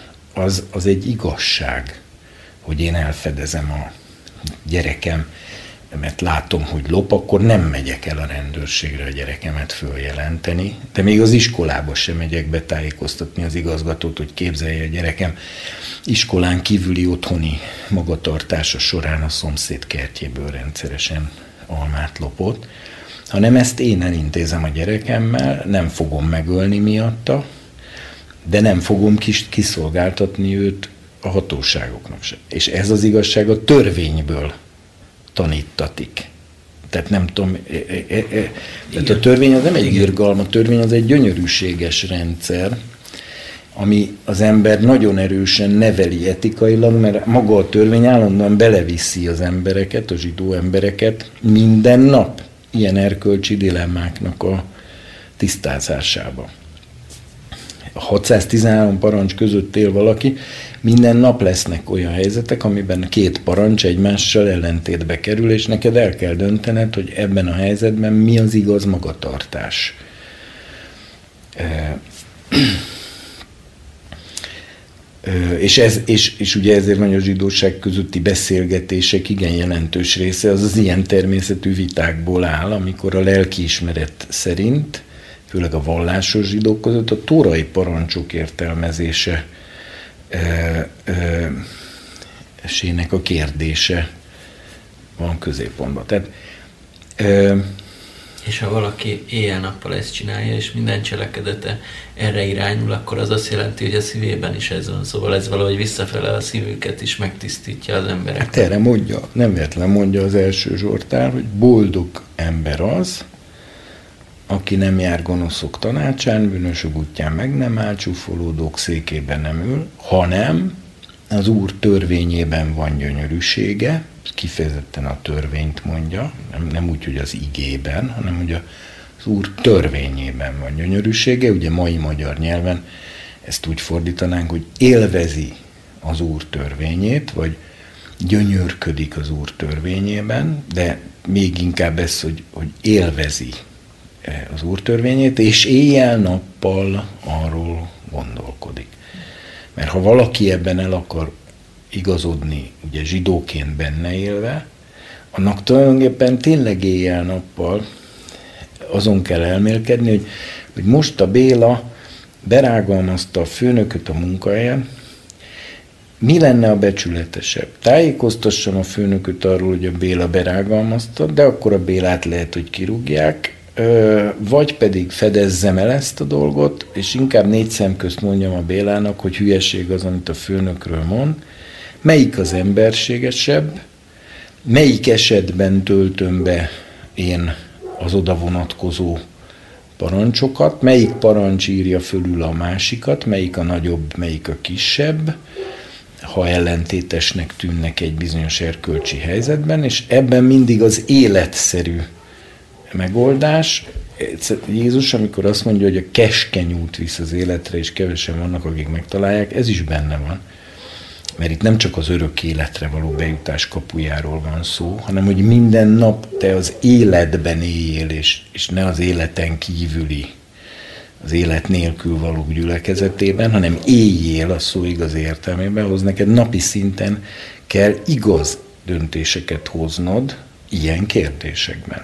az egy igazság, hogy én elfedezem a gyerekem, mert látom, hogy lop, akkor nem megyek el a rendőrségre a gyerekemet följelenteni, de még az iskolába sem megyek betájékoztatni az igazgatót, hogy képzelje a gyerekem iskolán kívüli otthoni magatartása során a szomszéd kertjéből rendszeresen almát lopott, hanem ezt én elintézem a gyerekemmel, nem fogom megölni miatta, de nem fogom kiszolgáltatni őt a hatóságoknak sem. És ez az igazság a törvényből tanítatik. Tehát nem tudom, tehát a törvény az nem egy irgalma, a törvény az egy gyönyörűséges rendszer, ami az ember nagyon erősen neveli etikailag, mert maga a törvény állandóan beleviszi az embereket, a zsidó embereket minden nap ilyen erkölcsi dilemmáknak a tisztázásába. A 613 parancs között él valaki, minden nap lesznek olyan helyzetek, amiben két parancs egymással ellentétbe kerül, és neked el kell döntened, hogy ebben a helyzetben mi az igaz magatartás. És ugye ezért van a zsidóság közötti beszélgetések igen jelentős része, az ilyen természetű vitákból áll, amikor a lelkiismeret szerint, főleg a vallásos zsidók között a tórai parancsok értelmezése esének a kérdése van középpontban. Tehát, és ha valaki éjjel-nappal ezt csinálja, és minden cselekedete erre irányul, akkor az azt jelenti, hogy a szívében is ez van. Szóval ez valahogy visszafele a szívüket is megtisztítja az emberek. Hát erre mondja, nem véletlen mondja az első Zsoltár, hogy boldog ember az, aki nem jár gonoszok tanácsán, bűnösök útján meg nem áll, csúfolódók székében nem ül, hanem az Úr törvényében van gyönyörűsége, kifejezetten a törvényt mondja, nem úgy, hogy az igében, hanem hogy az Úr törvényében van gyönyörűsége, ugye mai magyar nyelven ezt úgy fordítanánk, hogy élvezi az Úr törvényét, vagy gyönyörködik az Úr törvényében, de még inkább ez, hogy élvezi az Úr törvényét, és éjjel-nappal arról gondolkodik. Mert ha valaki ebben el akar igazodni, ugye zsidóként benne élve, annak tulajdonképpen tényleg éjjel-nappal azon kell elmélkedni, hogy most a Béla berágalmazta a főnököt a munkahelyen, mi lenne a becsületesebb? Tájékoztassam a főnököt arról, hogy a Béla berágalmazta, de akkor a Bélát lehet, hogy kirúgják, vagy pedig fedezzem el ezt a dolgot, és inkább 4 szem közt mondjam a Bélának, hogy hülyeség az, amit a főnökről mond. Melyik az emberségesebb? Melyik esetben töltöm be én az oda vonatkozó parancsokat? Melyik parancs írja fölül a másikat? Melyik a nagyobb, melyik a kisebb? Ha ellentétesnek tűnnek egy bizonyos erkölcsi helyzetben, és ebben mindig az életszerű megoldás, Jézus, amikor azt mondja, hogy a keskeny út visz az életre, és kevesen vannak, akik megtalálják, ez is benne van. Mert itt nem csak az örök életre való bejutás kapujáról van szó, hanem hogy minden nap te az életben éljél, és ne az életen kívüli, az élet nélkül való gyülekezetében, hanem éljél a szó igaz értelmében, hoz neked napi szinten kell igaz döntéseket hoznod ilyen kérdésekben.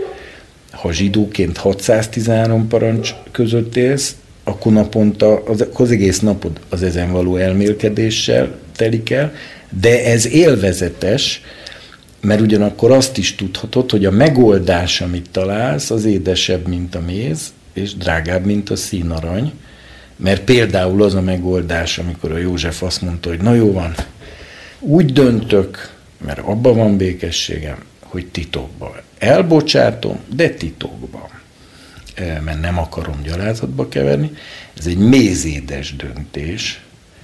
Ha zsidóként 613 parancs között élsz, akkor naponta, az egész napod az ezen való elmélkedéssel telik el, de ez élvezetes, mert ugyanakkor azt is tudhatod, hogy a megoldás, amit találsz, az édesebb, mint a méz, és drágább, mint a színarany, mert például az a megoldás, amikor a József azt mondta, hogy na jó van, úgy döntök, mert abban van békességem, hogy titokban. Elbocsátom, de titokban. Mert nem akarom gyalázatba keverni. Ez egy mézédes döntés,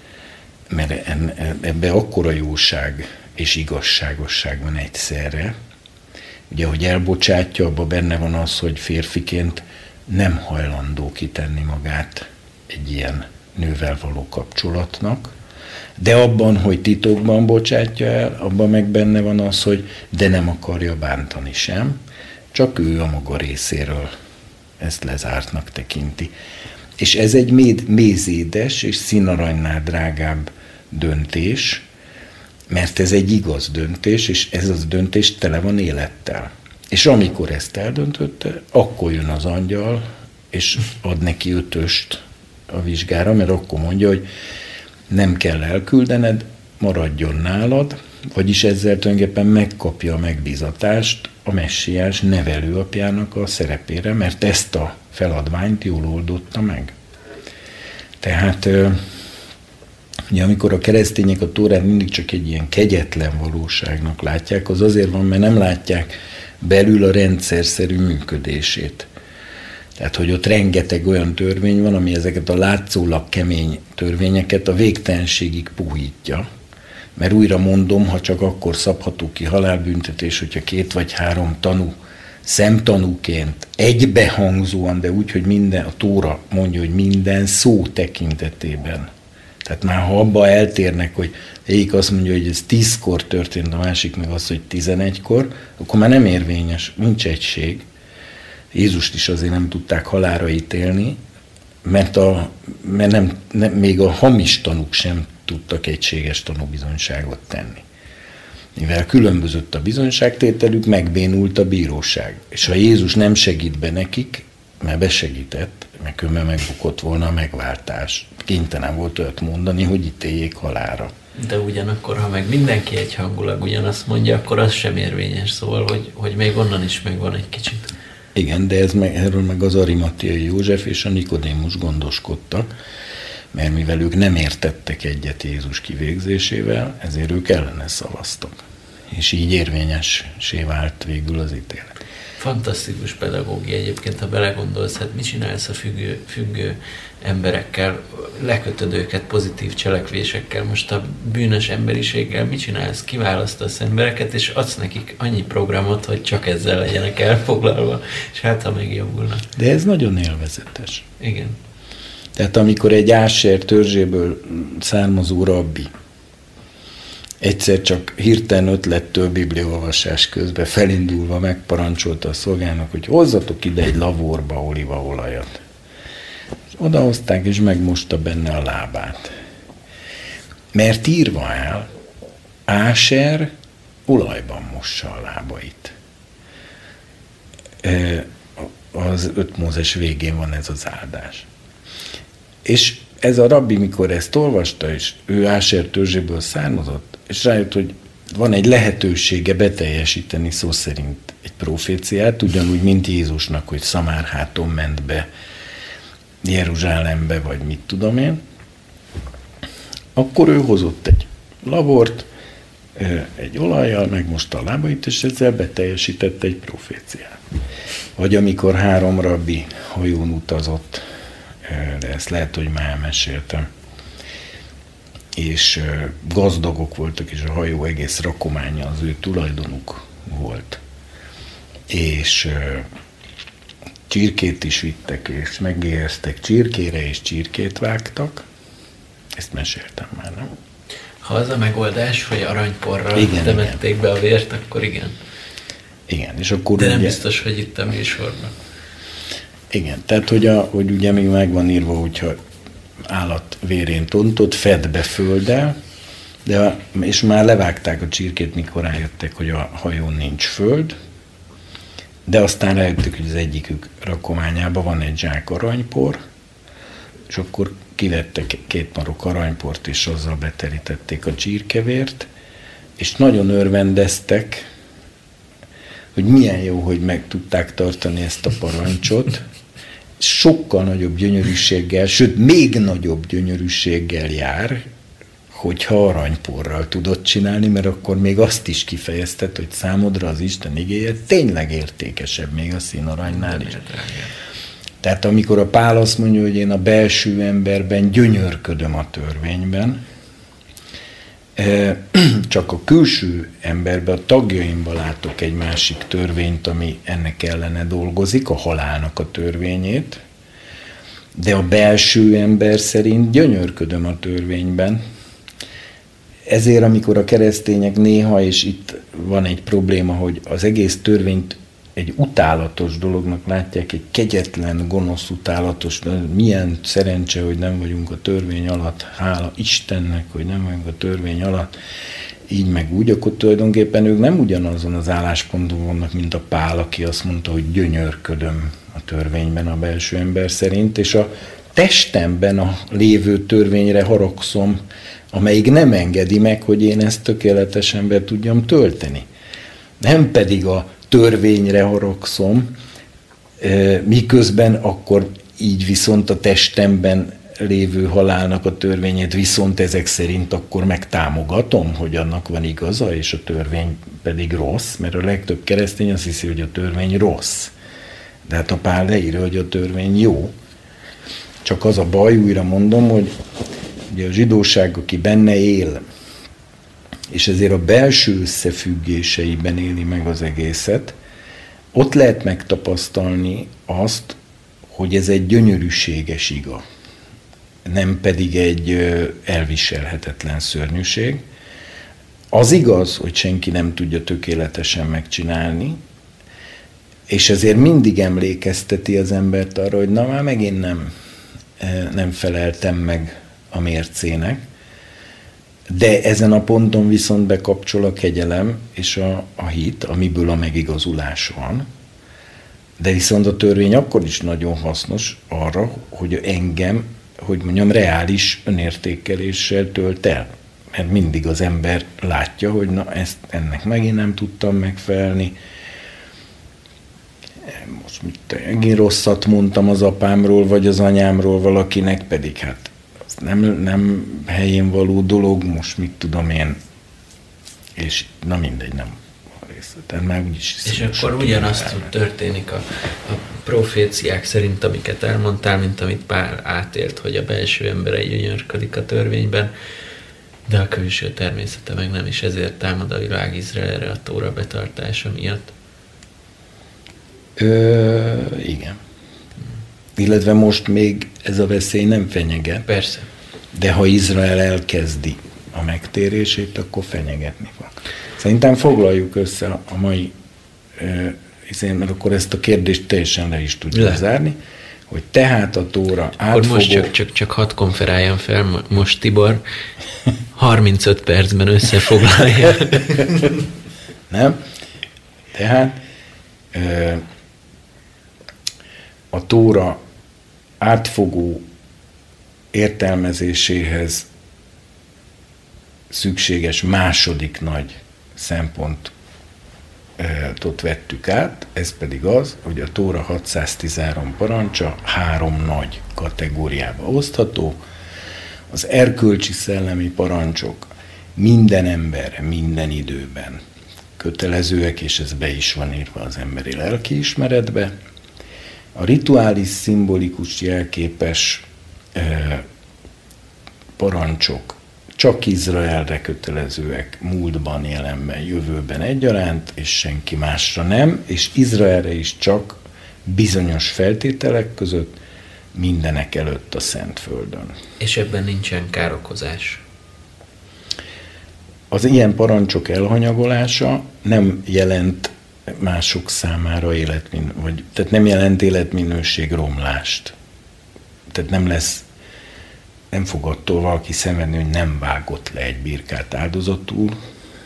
mert ebbe akkora jóság és igazságosság van egyszerre. Ugye, hogy elbocsátja, abban benne van az, hogy férfiként nem hajlandó kitenni magát egy ilyen nővel való kapcsolatnak, de abban, hogy titokban bocsátja el, abban meg benne van az, hogy de nem akarja bántani sem, csak ő a maga részéről ezt lezártnak tekinti. És ez egy mézédes és színaranynál drágább döntés, mert ez egy igaz döntés, és ez az döntés tele van élettel. És amikor ezt eldöntötte, akkor jön az angyal, és ad neki 5-öst a vizsgára, mert akkor mondja, hogy nem kell elküldened, maradjon nálad, vagyis ezzel tulajdonképpen megkapja a megbízatást a messiás nevelőapjának a szerepére, mert ezt a feladványt jól oldotta meg. Tehát ugye amikor a keresztények a Tórát mindig csak egy ilyen kegyetlen valóságnak látják, az azért van, mert nem látják belül a rendszerszerű működését. Tehát, hogy ott rengeteg olyan törvény van, ami ezeket a látszólag kemény törvényeket a végtelenségig puhítja. Mert újra mondom, ha csak akkor szabható ki halálbüntetés, hogyha 2 vagy 3 tanú szemtanúként egybehangzóan, de úgy, hogy minden, a Tóra mondja, hogy minden szó tekintetében. Tehát már ha abba eltérnek, hogy egyik azt mondja, hogy ez 10-kor történt, a másik meg az, hogy 11-kor, akkor már nem érvényes, nincs egység. Jézust is azért nem tudták halálra ítélni, mert még a hamis tanúk sem tudtak egységes tanúbizonyságot tenni. Mivel különbözött a bizonyságtételük, megbénult a bíróság. És ha Jézus nem segít be nekik, mert besegített, mert különben megbukott volna a megváltás. Kénytelen volt olyat mondani, hogy ítéljék halálra. De ugyanakkor, ha meg mindenki egyhangulag ugyanazt mondja, akkor az sem érvényes, szóval, hogy még onnan is megvan egy kicsit. Igen, de erről meg az Arimateai József és a Nikodémus gondoskodtak, mert mivel ők nem értettek egyet Jézus kivégzésével, ezért ők ellene szavaztak. És így érvényessé vált végül az ítélet. Fantasztikus pedagógia egyébként, ha belegondolsz, hát mit csinálsz a függő emberekkel, lekötöd őket pozitív cselekvésekkel, most a bűnös emberiséggel mit csinálsz, kiválasztasz embereket, és adsz nekik annyi programot, hogy csak ezzel legyenek elfoglalva, és hát ha megjavulnak. De ez nagyon élvezetes. Igen. Tehát amikor egy Áser törzséből származó rabbi egyszer csak hirtelen ötlettől bibliaolvasás közben felindulva megparancsolta a szolgának, hogy hozzatok ide egy lavorba olívaolajat. Odahozták, és megmosta benne a lábát. Mert írva el, Áser olajban mossa a lábait. Az 5 Mózes végén van ez az áldás. És ez a rabbi, mikor ezt olvasta, és ő Áser törzséből származott, és rájött, hogy van egy lehetősége beteljesíteni szó szerint egy proféciát, ugyanúgy, mint Jézusnak, hogy Szamárháton ment be Jeruzsálembe, vagy mit tudom én, akkor ő hozott egy lavort, egy olajjal, megmosta a lábait, és ezzel beteljesítette egy proféciát. Vagy amikor 3 rabbi hajón utazott, de ezt lehet, hogy már elmeséltem, és gazdagok voltak, és a hajó egész rakománya az ő tulajdonuk volt. És csirkét is vittek, és megéheztek csirkére, és csirkét vágtak. Ezt meséltem már, nem? Ha az a megoldás, hogy aranyporral temették be a vért, akkor igen. Igen, és akkor de nem ugye, biztos, hogy itt a műsorban. Igen, tehát hogy ugye még meg van írva, hogyha állat vérén tontott, fedd be földdel, és már levágták a csirkét, mikor rájöttek, hogy a hajón nincs föld, de aztán rájöttek, hogy az egyikük rakományában van egy zsák aranypor, és akkor kivettek 2 marok aranyport, és azzal beterítették a csirkevért, és nagyon örvendeztek, hogy milyen jó, hogy meg tudták tartani ezt a parancsot, sokkal nagyobb gyönyörűséggel, sőt, még nagyobb gyönyörűséggel jár, hogyha aranyporral tudod csinálni, mert akkor még azt is kifejezted, hogy számodra az Isten igéje tényleg értékesebb még a színarannál is. Tehát amikor a Pál azt mondja, hogy én a belső emberben gyönyörködöm a törvényben, csak a külső emberben, a tagjaimban látok egy másik törvényt, ami ennek ellene dolgozik, a halálnak a törvényét, de a belső ember szerint gyönyörködöm a törvényben. Ezért, amikor a keresztények néha, és itt van egy probléma, hogy az egész törvényt egy utálatos dolognak látják, egy kegyetlen, gonosz utálatos, milyen szerencse, hogy nem vagyunk a törvény alatt, hála Istennek, hogy nem vagyunk a törvény alatt, így meg úgy, akkor tulajdonképpen ők nem ugyanazon az állásponton vannak, mint a Pál, aki azt mondta, hogy gyönyörködöm a törvényben a belső ember szerint, és a testemben a lévő törvényre haragszom, amelyik nem engedi meg, hogy én ezt tökéletesen be tudjam tölteni. Nem pedig a törvényre haragszom, miközben akkor így viszont a testemben lévő halálnak a törvényét viszont ezek szerint akkor megtámogatom, hogy annak van igaza, és a törvény pedig rossz, mert a legtöbb keresztény azt hiszi, hogy a törvény rossz. De hát a Pál leírja, hogy a törvény jó. Csak az a baj, újra mondom, hogy ugye a zsidóság, aki benne él, és ezért a belső összefüggéseiben éli meg az egészet, ott lehet megtapasztalni azt, hogy ez egy gyönyörűséges iga, nem pedig egy elviselhetetlen szörnyűség. Az igaz, hogy senki nem tudja tökéletesen megcsinálni, és ezért mindig emlékezteti az embert arra, hogy na már megint nem feleltem meg a mércének, de ezen a ponton viszont bekapcsol a kegyelem és a hit, amiből a megigazulás van. De viszont a törvény akkor is nagyon hasznos arra, hogy engem, hogy mondjam, reális önértékeléssel tölt el. Mert mindig az ember látja, hogy na ennek megint nem tudtam megfelelni. Most megint rosszat mondtam az apámról, vagy az anyámról valakinek, pedig hát nem helyén való dolog, most mit tudom én, és na mindegy, nem a részleten, már úgyis... És akkor ugyanazt történik a proféciák szerint, amiket elmondtál, mint amit Pál átélt, hogy a belső embere gyönyörködik a törvényben, de a külső természete meg nem, és ezért támad a világ Izraelre a Tóra betartása miatt. Igen. Illetve most még ez a veszély nem fenyeget. Persze. De ha Izrael elkezdi a megtérését, akkor fenyegetni fog. Szerintem foglaljuk össze a mai, mert akkor ezt a kérdést teljesen le is tudjuk zárni, hogy tehát a Tóra átfogó... Most csak hadd konferáljam fel, most Tibor 35 percben összefoglalja. Nem? Tehát a Tóra átfogó értelmezéséhez szükséges második nagy szempontot vettük át, ez pedig az, hogy a Tóra 613 parancsa 3 nagy kategóriába osztható. Az erkölcsi szellemi parancsok minden emberre, minden időben kötelezőek, és ez be is van írva az emberi lelkiismeretbe. A rituális, szimbolikus, jelképes parancsok csak Izraelre kötelezőek, múltban, jelenben, jövőben egyaránt, és senki másra nem, és Izraelre is csak bizonyos feltételek között, mindenek előtt a Szentföldön. És ebben nincsen károkozás. Az ilyen parancsok elhanyagolása nem jelent mások számára tehát nem jelent életminőség romlást. Tehát nem fog attól valaki szenvedni, hogy nem vágott le egy birkát áldozatul,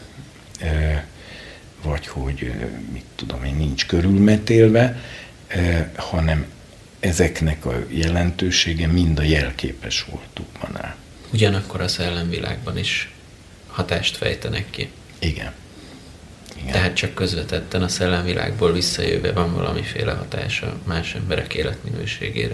vagy hogy mit tudom én, nincs körülmetélve, hanem ezeknek a jelentősége mind a jelképes voltukban áll. Ugyanakkor a szellemvilágban is hatást fejtenek ki. Igen. Tehát csak közvetetten a szellemvilágból visszajöve van valamiféle hatása más emberek életminőségére.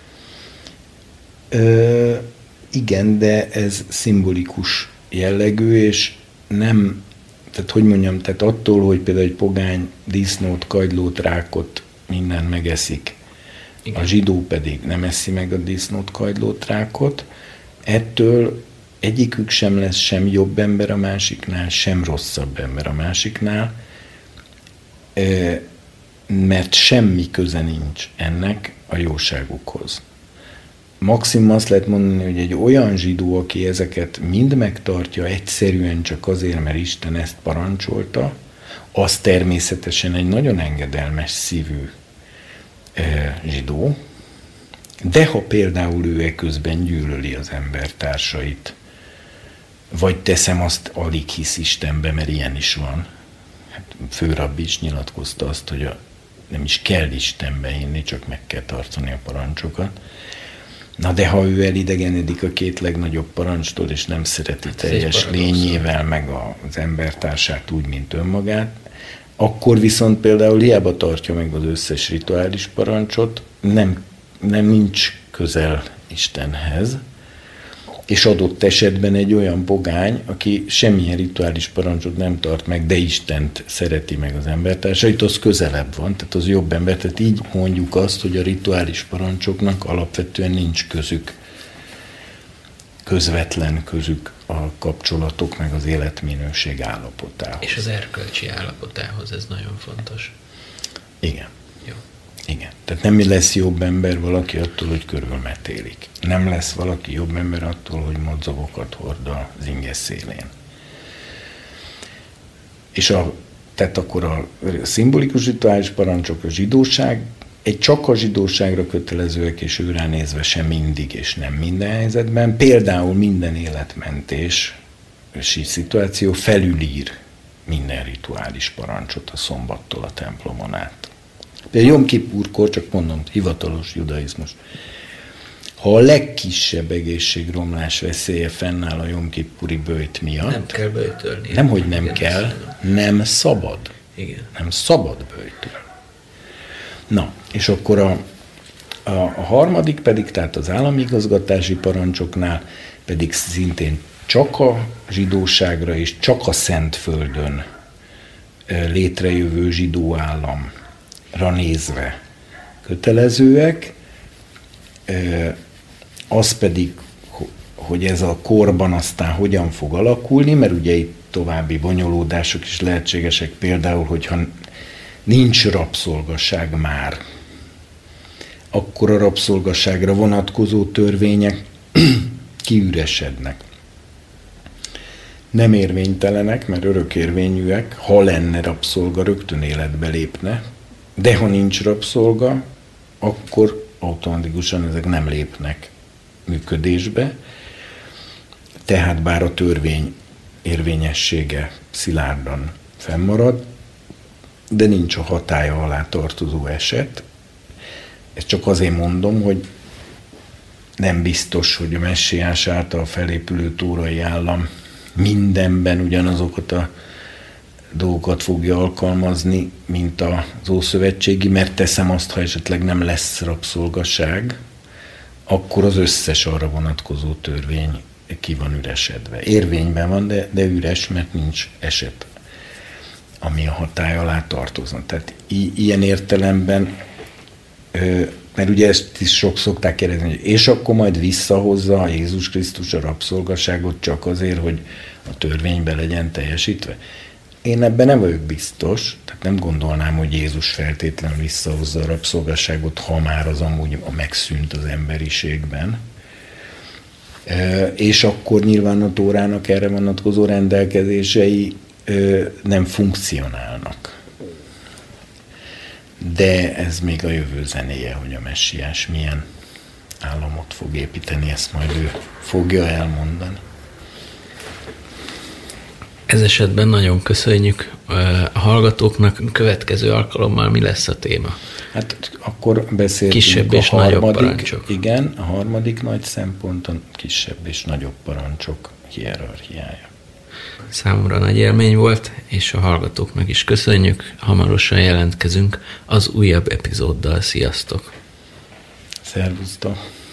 Igen, de ez szimbolikus jellegű, és nem, tehát hogy mondjam, tehát attól, hogy például egy pogány disznót, kagylót, rákot, minden megeszik, igen. A zsidó pedig nem eszi meg a disznót, kagylót, rákot, ettől egyikük sem lesz sem jobb ember a másiknál, sem rosszabb ember a másiknál, mert semmi köze nincs ennek a jóságukhoz. Maximum azt lehet mondani, hogy egy olyan zsidó, aki ezeket mind megtartja egyszerűen csak azért, mert Isten ezt parancsolta, az természetesen egy nagyon engedelmes szívű zsidó, de ha például ő eközben gyűlöli az embertársait, vagy teszem azt, alig hisz Istenbe, mert ilyen is van. Hát főrabbi is nyilatkozta azt, hogy nem is kell Istenbe hinni, csak meg kell tartani a parancsokat. Na de ha ő elidegenedik a két legnagyobb parancstól, és nem szereti teljes lényével meg az embertársát úgy, mint önmagát, akkor viszont például hiába tartja meg az összes rituális parancsot, nem nincs közel Istenhez, és adott esetben egy olyan pogány, aki semmilyen rituális parancsot nem tart meg, de Istent szereti meg az embertársait, az közelebb van, tehát az jobb ember. Tehát így mondjuk azt, hogy a rituális parancsoknak alapvetően nincs közvetlen közük a kapcsolatok meg az életminőség állapotához. És az erkölcsi állapotához ez nagyon fontos. Igen. Jó. Igen. Tehát nem lesz jobb ember valaki attól, hogy körülmetélik. Nem lesz valaki jobb ember attól, hogy madzagokat hord az inge szélén. És tehát akkor a szimbolikus rituális parancsok, a zsidóság, csak a zsidóságra kötelezőek, és őrá nézve sem mindig, és nem minden helyzetben. Például minden életmentési szituáció felülír minden rituális parancsot a szombattól a templomon át. Például Jom Kippurkor, csak mondom, hivatalos judaizmus. Ha a legkisebb egészségromlás veszélye fennáll a Jom Kippuri böjt miatt, nem kell böjtölni. Nemhogy nem kell, nem szabad. Igen. Nem szabad böjtölni. Na, és akkor a harmadik pedig, tehát az állami igazgatási parancsoknál pedig szintén csak a zsidóságra és csak a Szentföldön létrejövő zsidó államra nézve kötelezőek, az pedig, hogy ez a korban aztán hogyan fog alakulni, mert ugye itt további bonyolódások is lehetségesek, például, hogyha nincs rabszolgaság már, akkor a rabszolgaságra vonatkozó törvények kiüresednek. Nem érvénytelenek, mert örökérvényűek, ha lenne rabszolga, rögtön életbe lépne, de ha nincs rabszolga, akkor automatikusan ezek nem lépnek működésbe, tehát bár a törvény érvényessége szilárdan fennmarad, de nincs a hatálya alá tartozó eset. Ezt csak azért mondom, hogy nem biztos, hogy a messiás által felépülő tórai állam mindenben ugyanazokat a dolgokat fogja alkalmazni, mint az ószövetségi, mert teszem azt, ha esetleg nem lesz rabszolgaság, akkor az összes arra vonatkozó törvény ki van üresedve. Érvényben van, de üres, mert nincs eset, ami a hatály alá tartozna. Tehát ilyen értelemben, mert ugye ezt is sok szokták kérdezni, hogy és akkor majd visszahozza Jézus Krisztus a rabszolgaságot csak azért, hogy a törvénybe legyen teljesítve. Én ebben nem vagyok biztos, tehát nem gondolnám, hogy Jézus feltétlenül visszahozza a rabszolgasságot, ha már az amúgy megszűnt az emberiségben. És akkor nyilván a Tórának erre vonatkozó rendelkezései nem funkcionálnak. De ez még a jövő zenéje, hogy a messiás milyen államot fog építeni, ezt majd ő fogja elmondani. Ez esetben nagyon köszönjük a hallgatóknak. Következő alkalommal mi lesz a téma? Hát akkor beszéltünk kisebb és nagyobb parancsok. Igen, a harmadik nagy szemponton kisebb és nagyobb parancsok hierarchiája. Számomra nagy élmény volt, és a hallgatóknak is köszönjük. Hamarosan jelentkezünk az újabb epizóddal. Sziasztok! Szervusztok!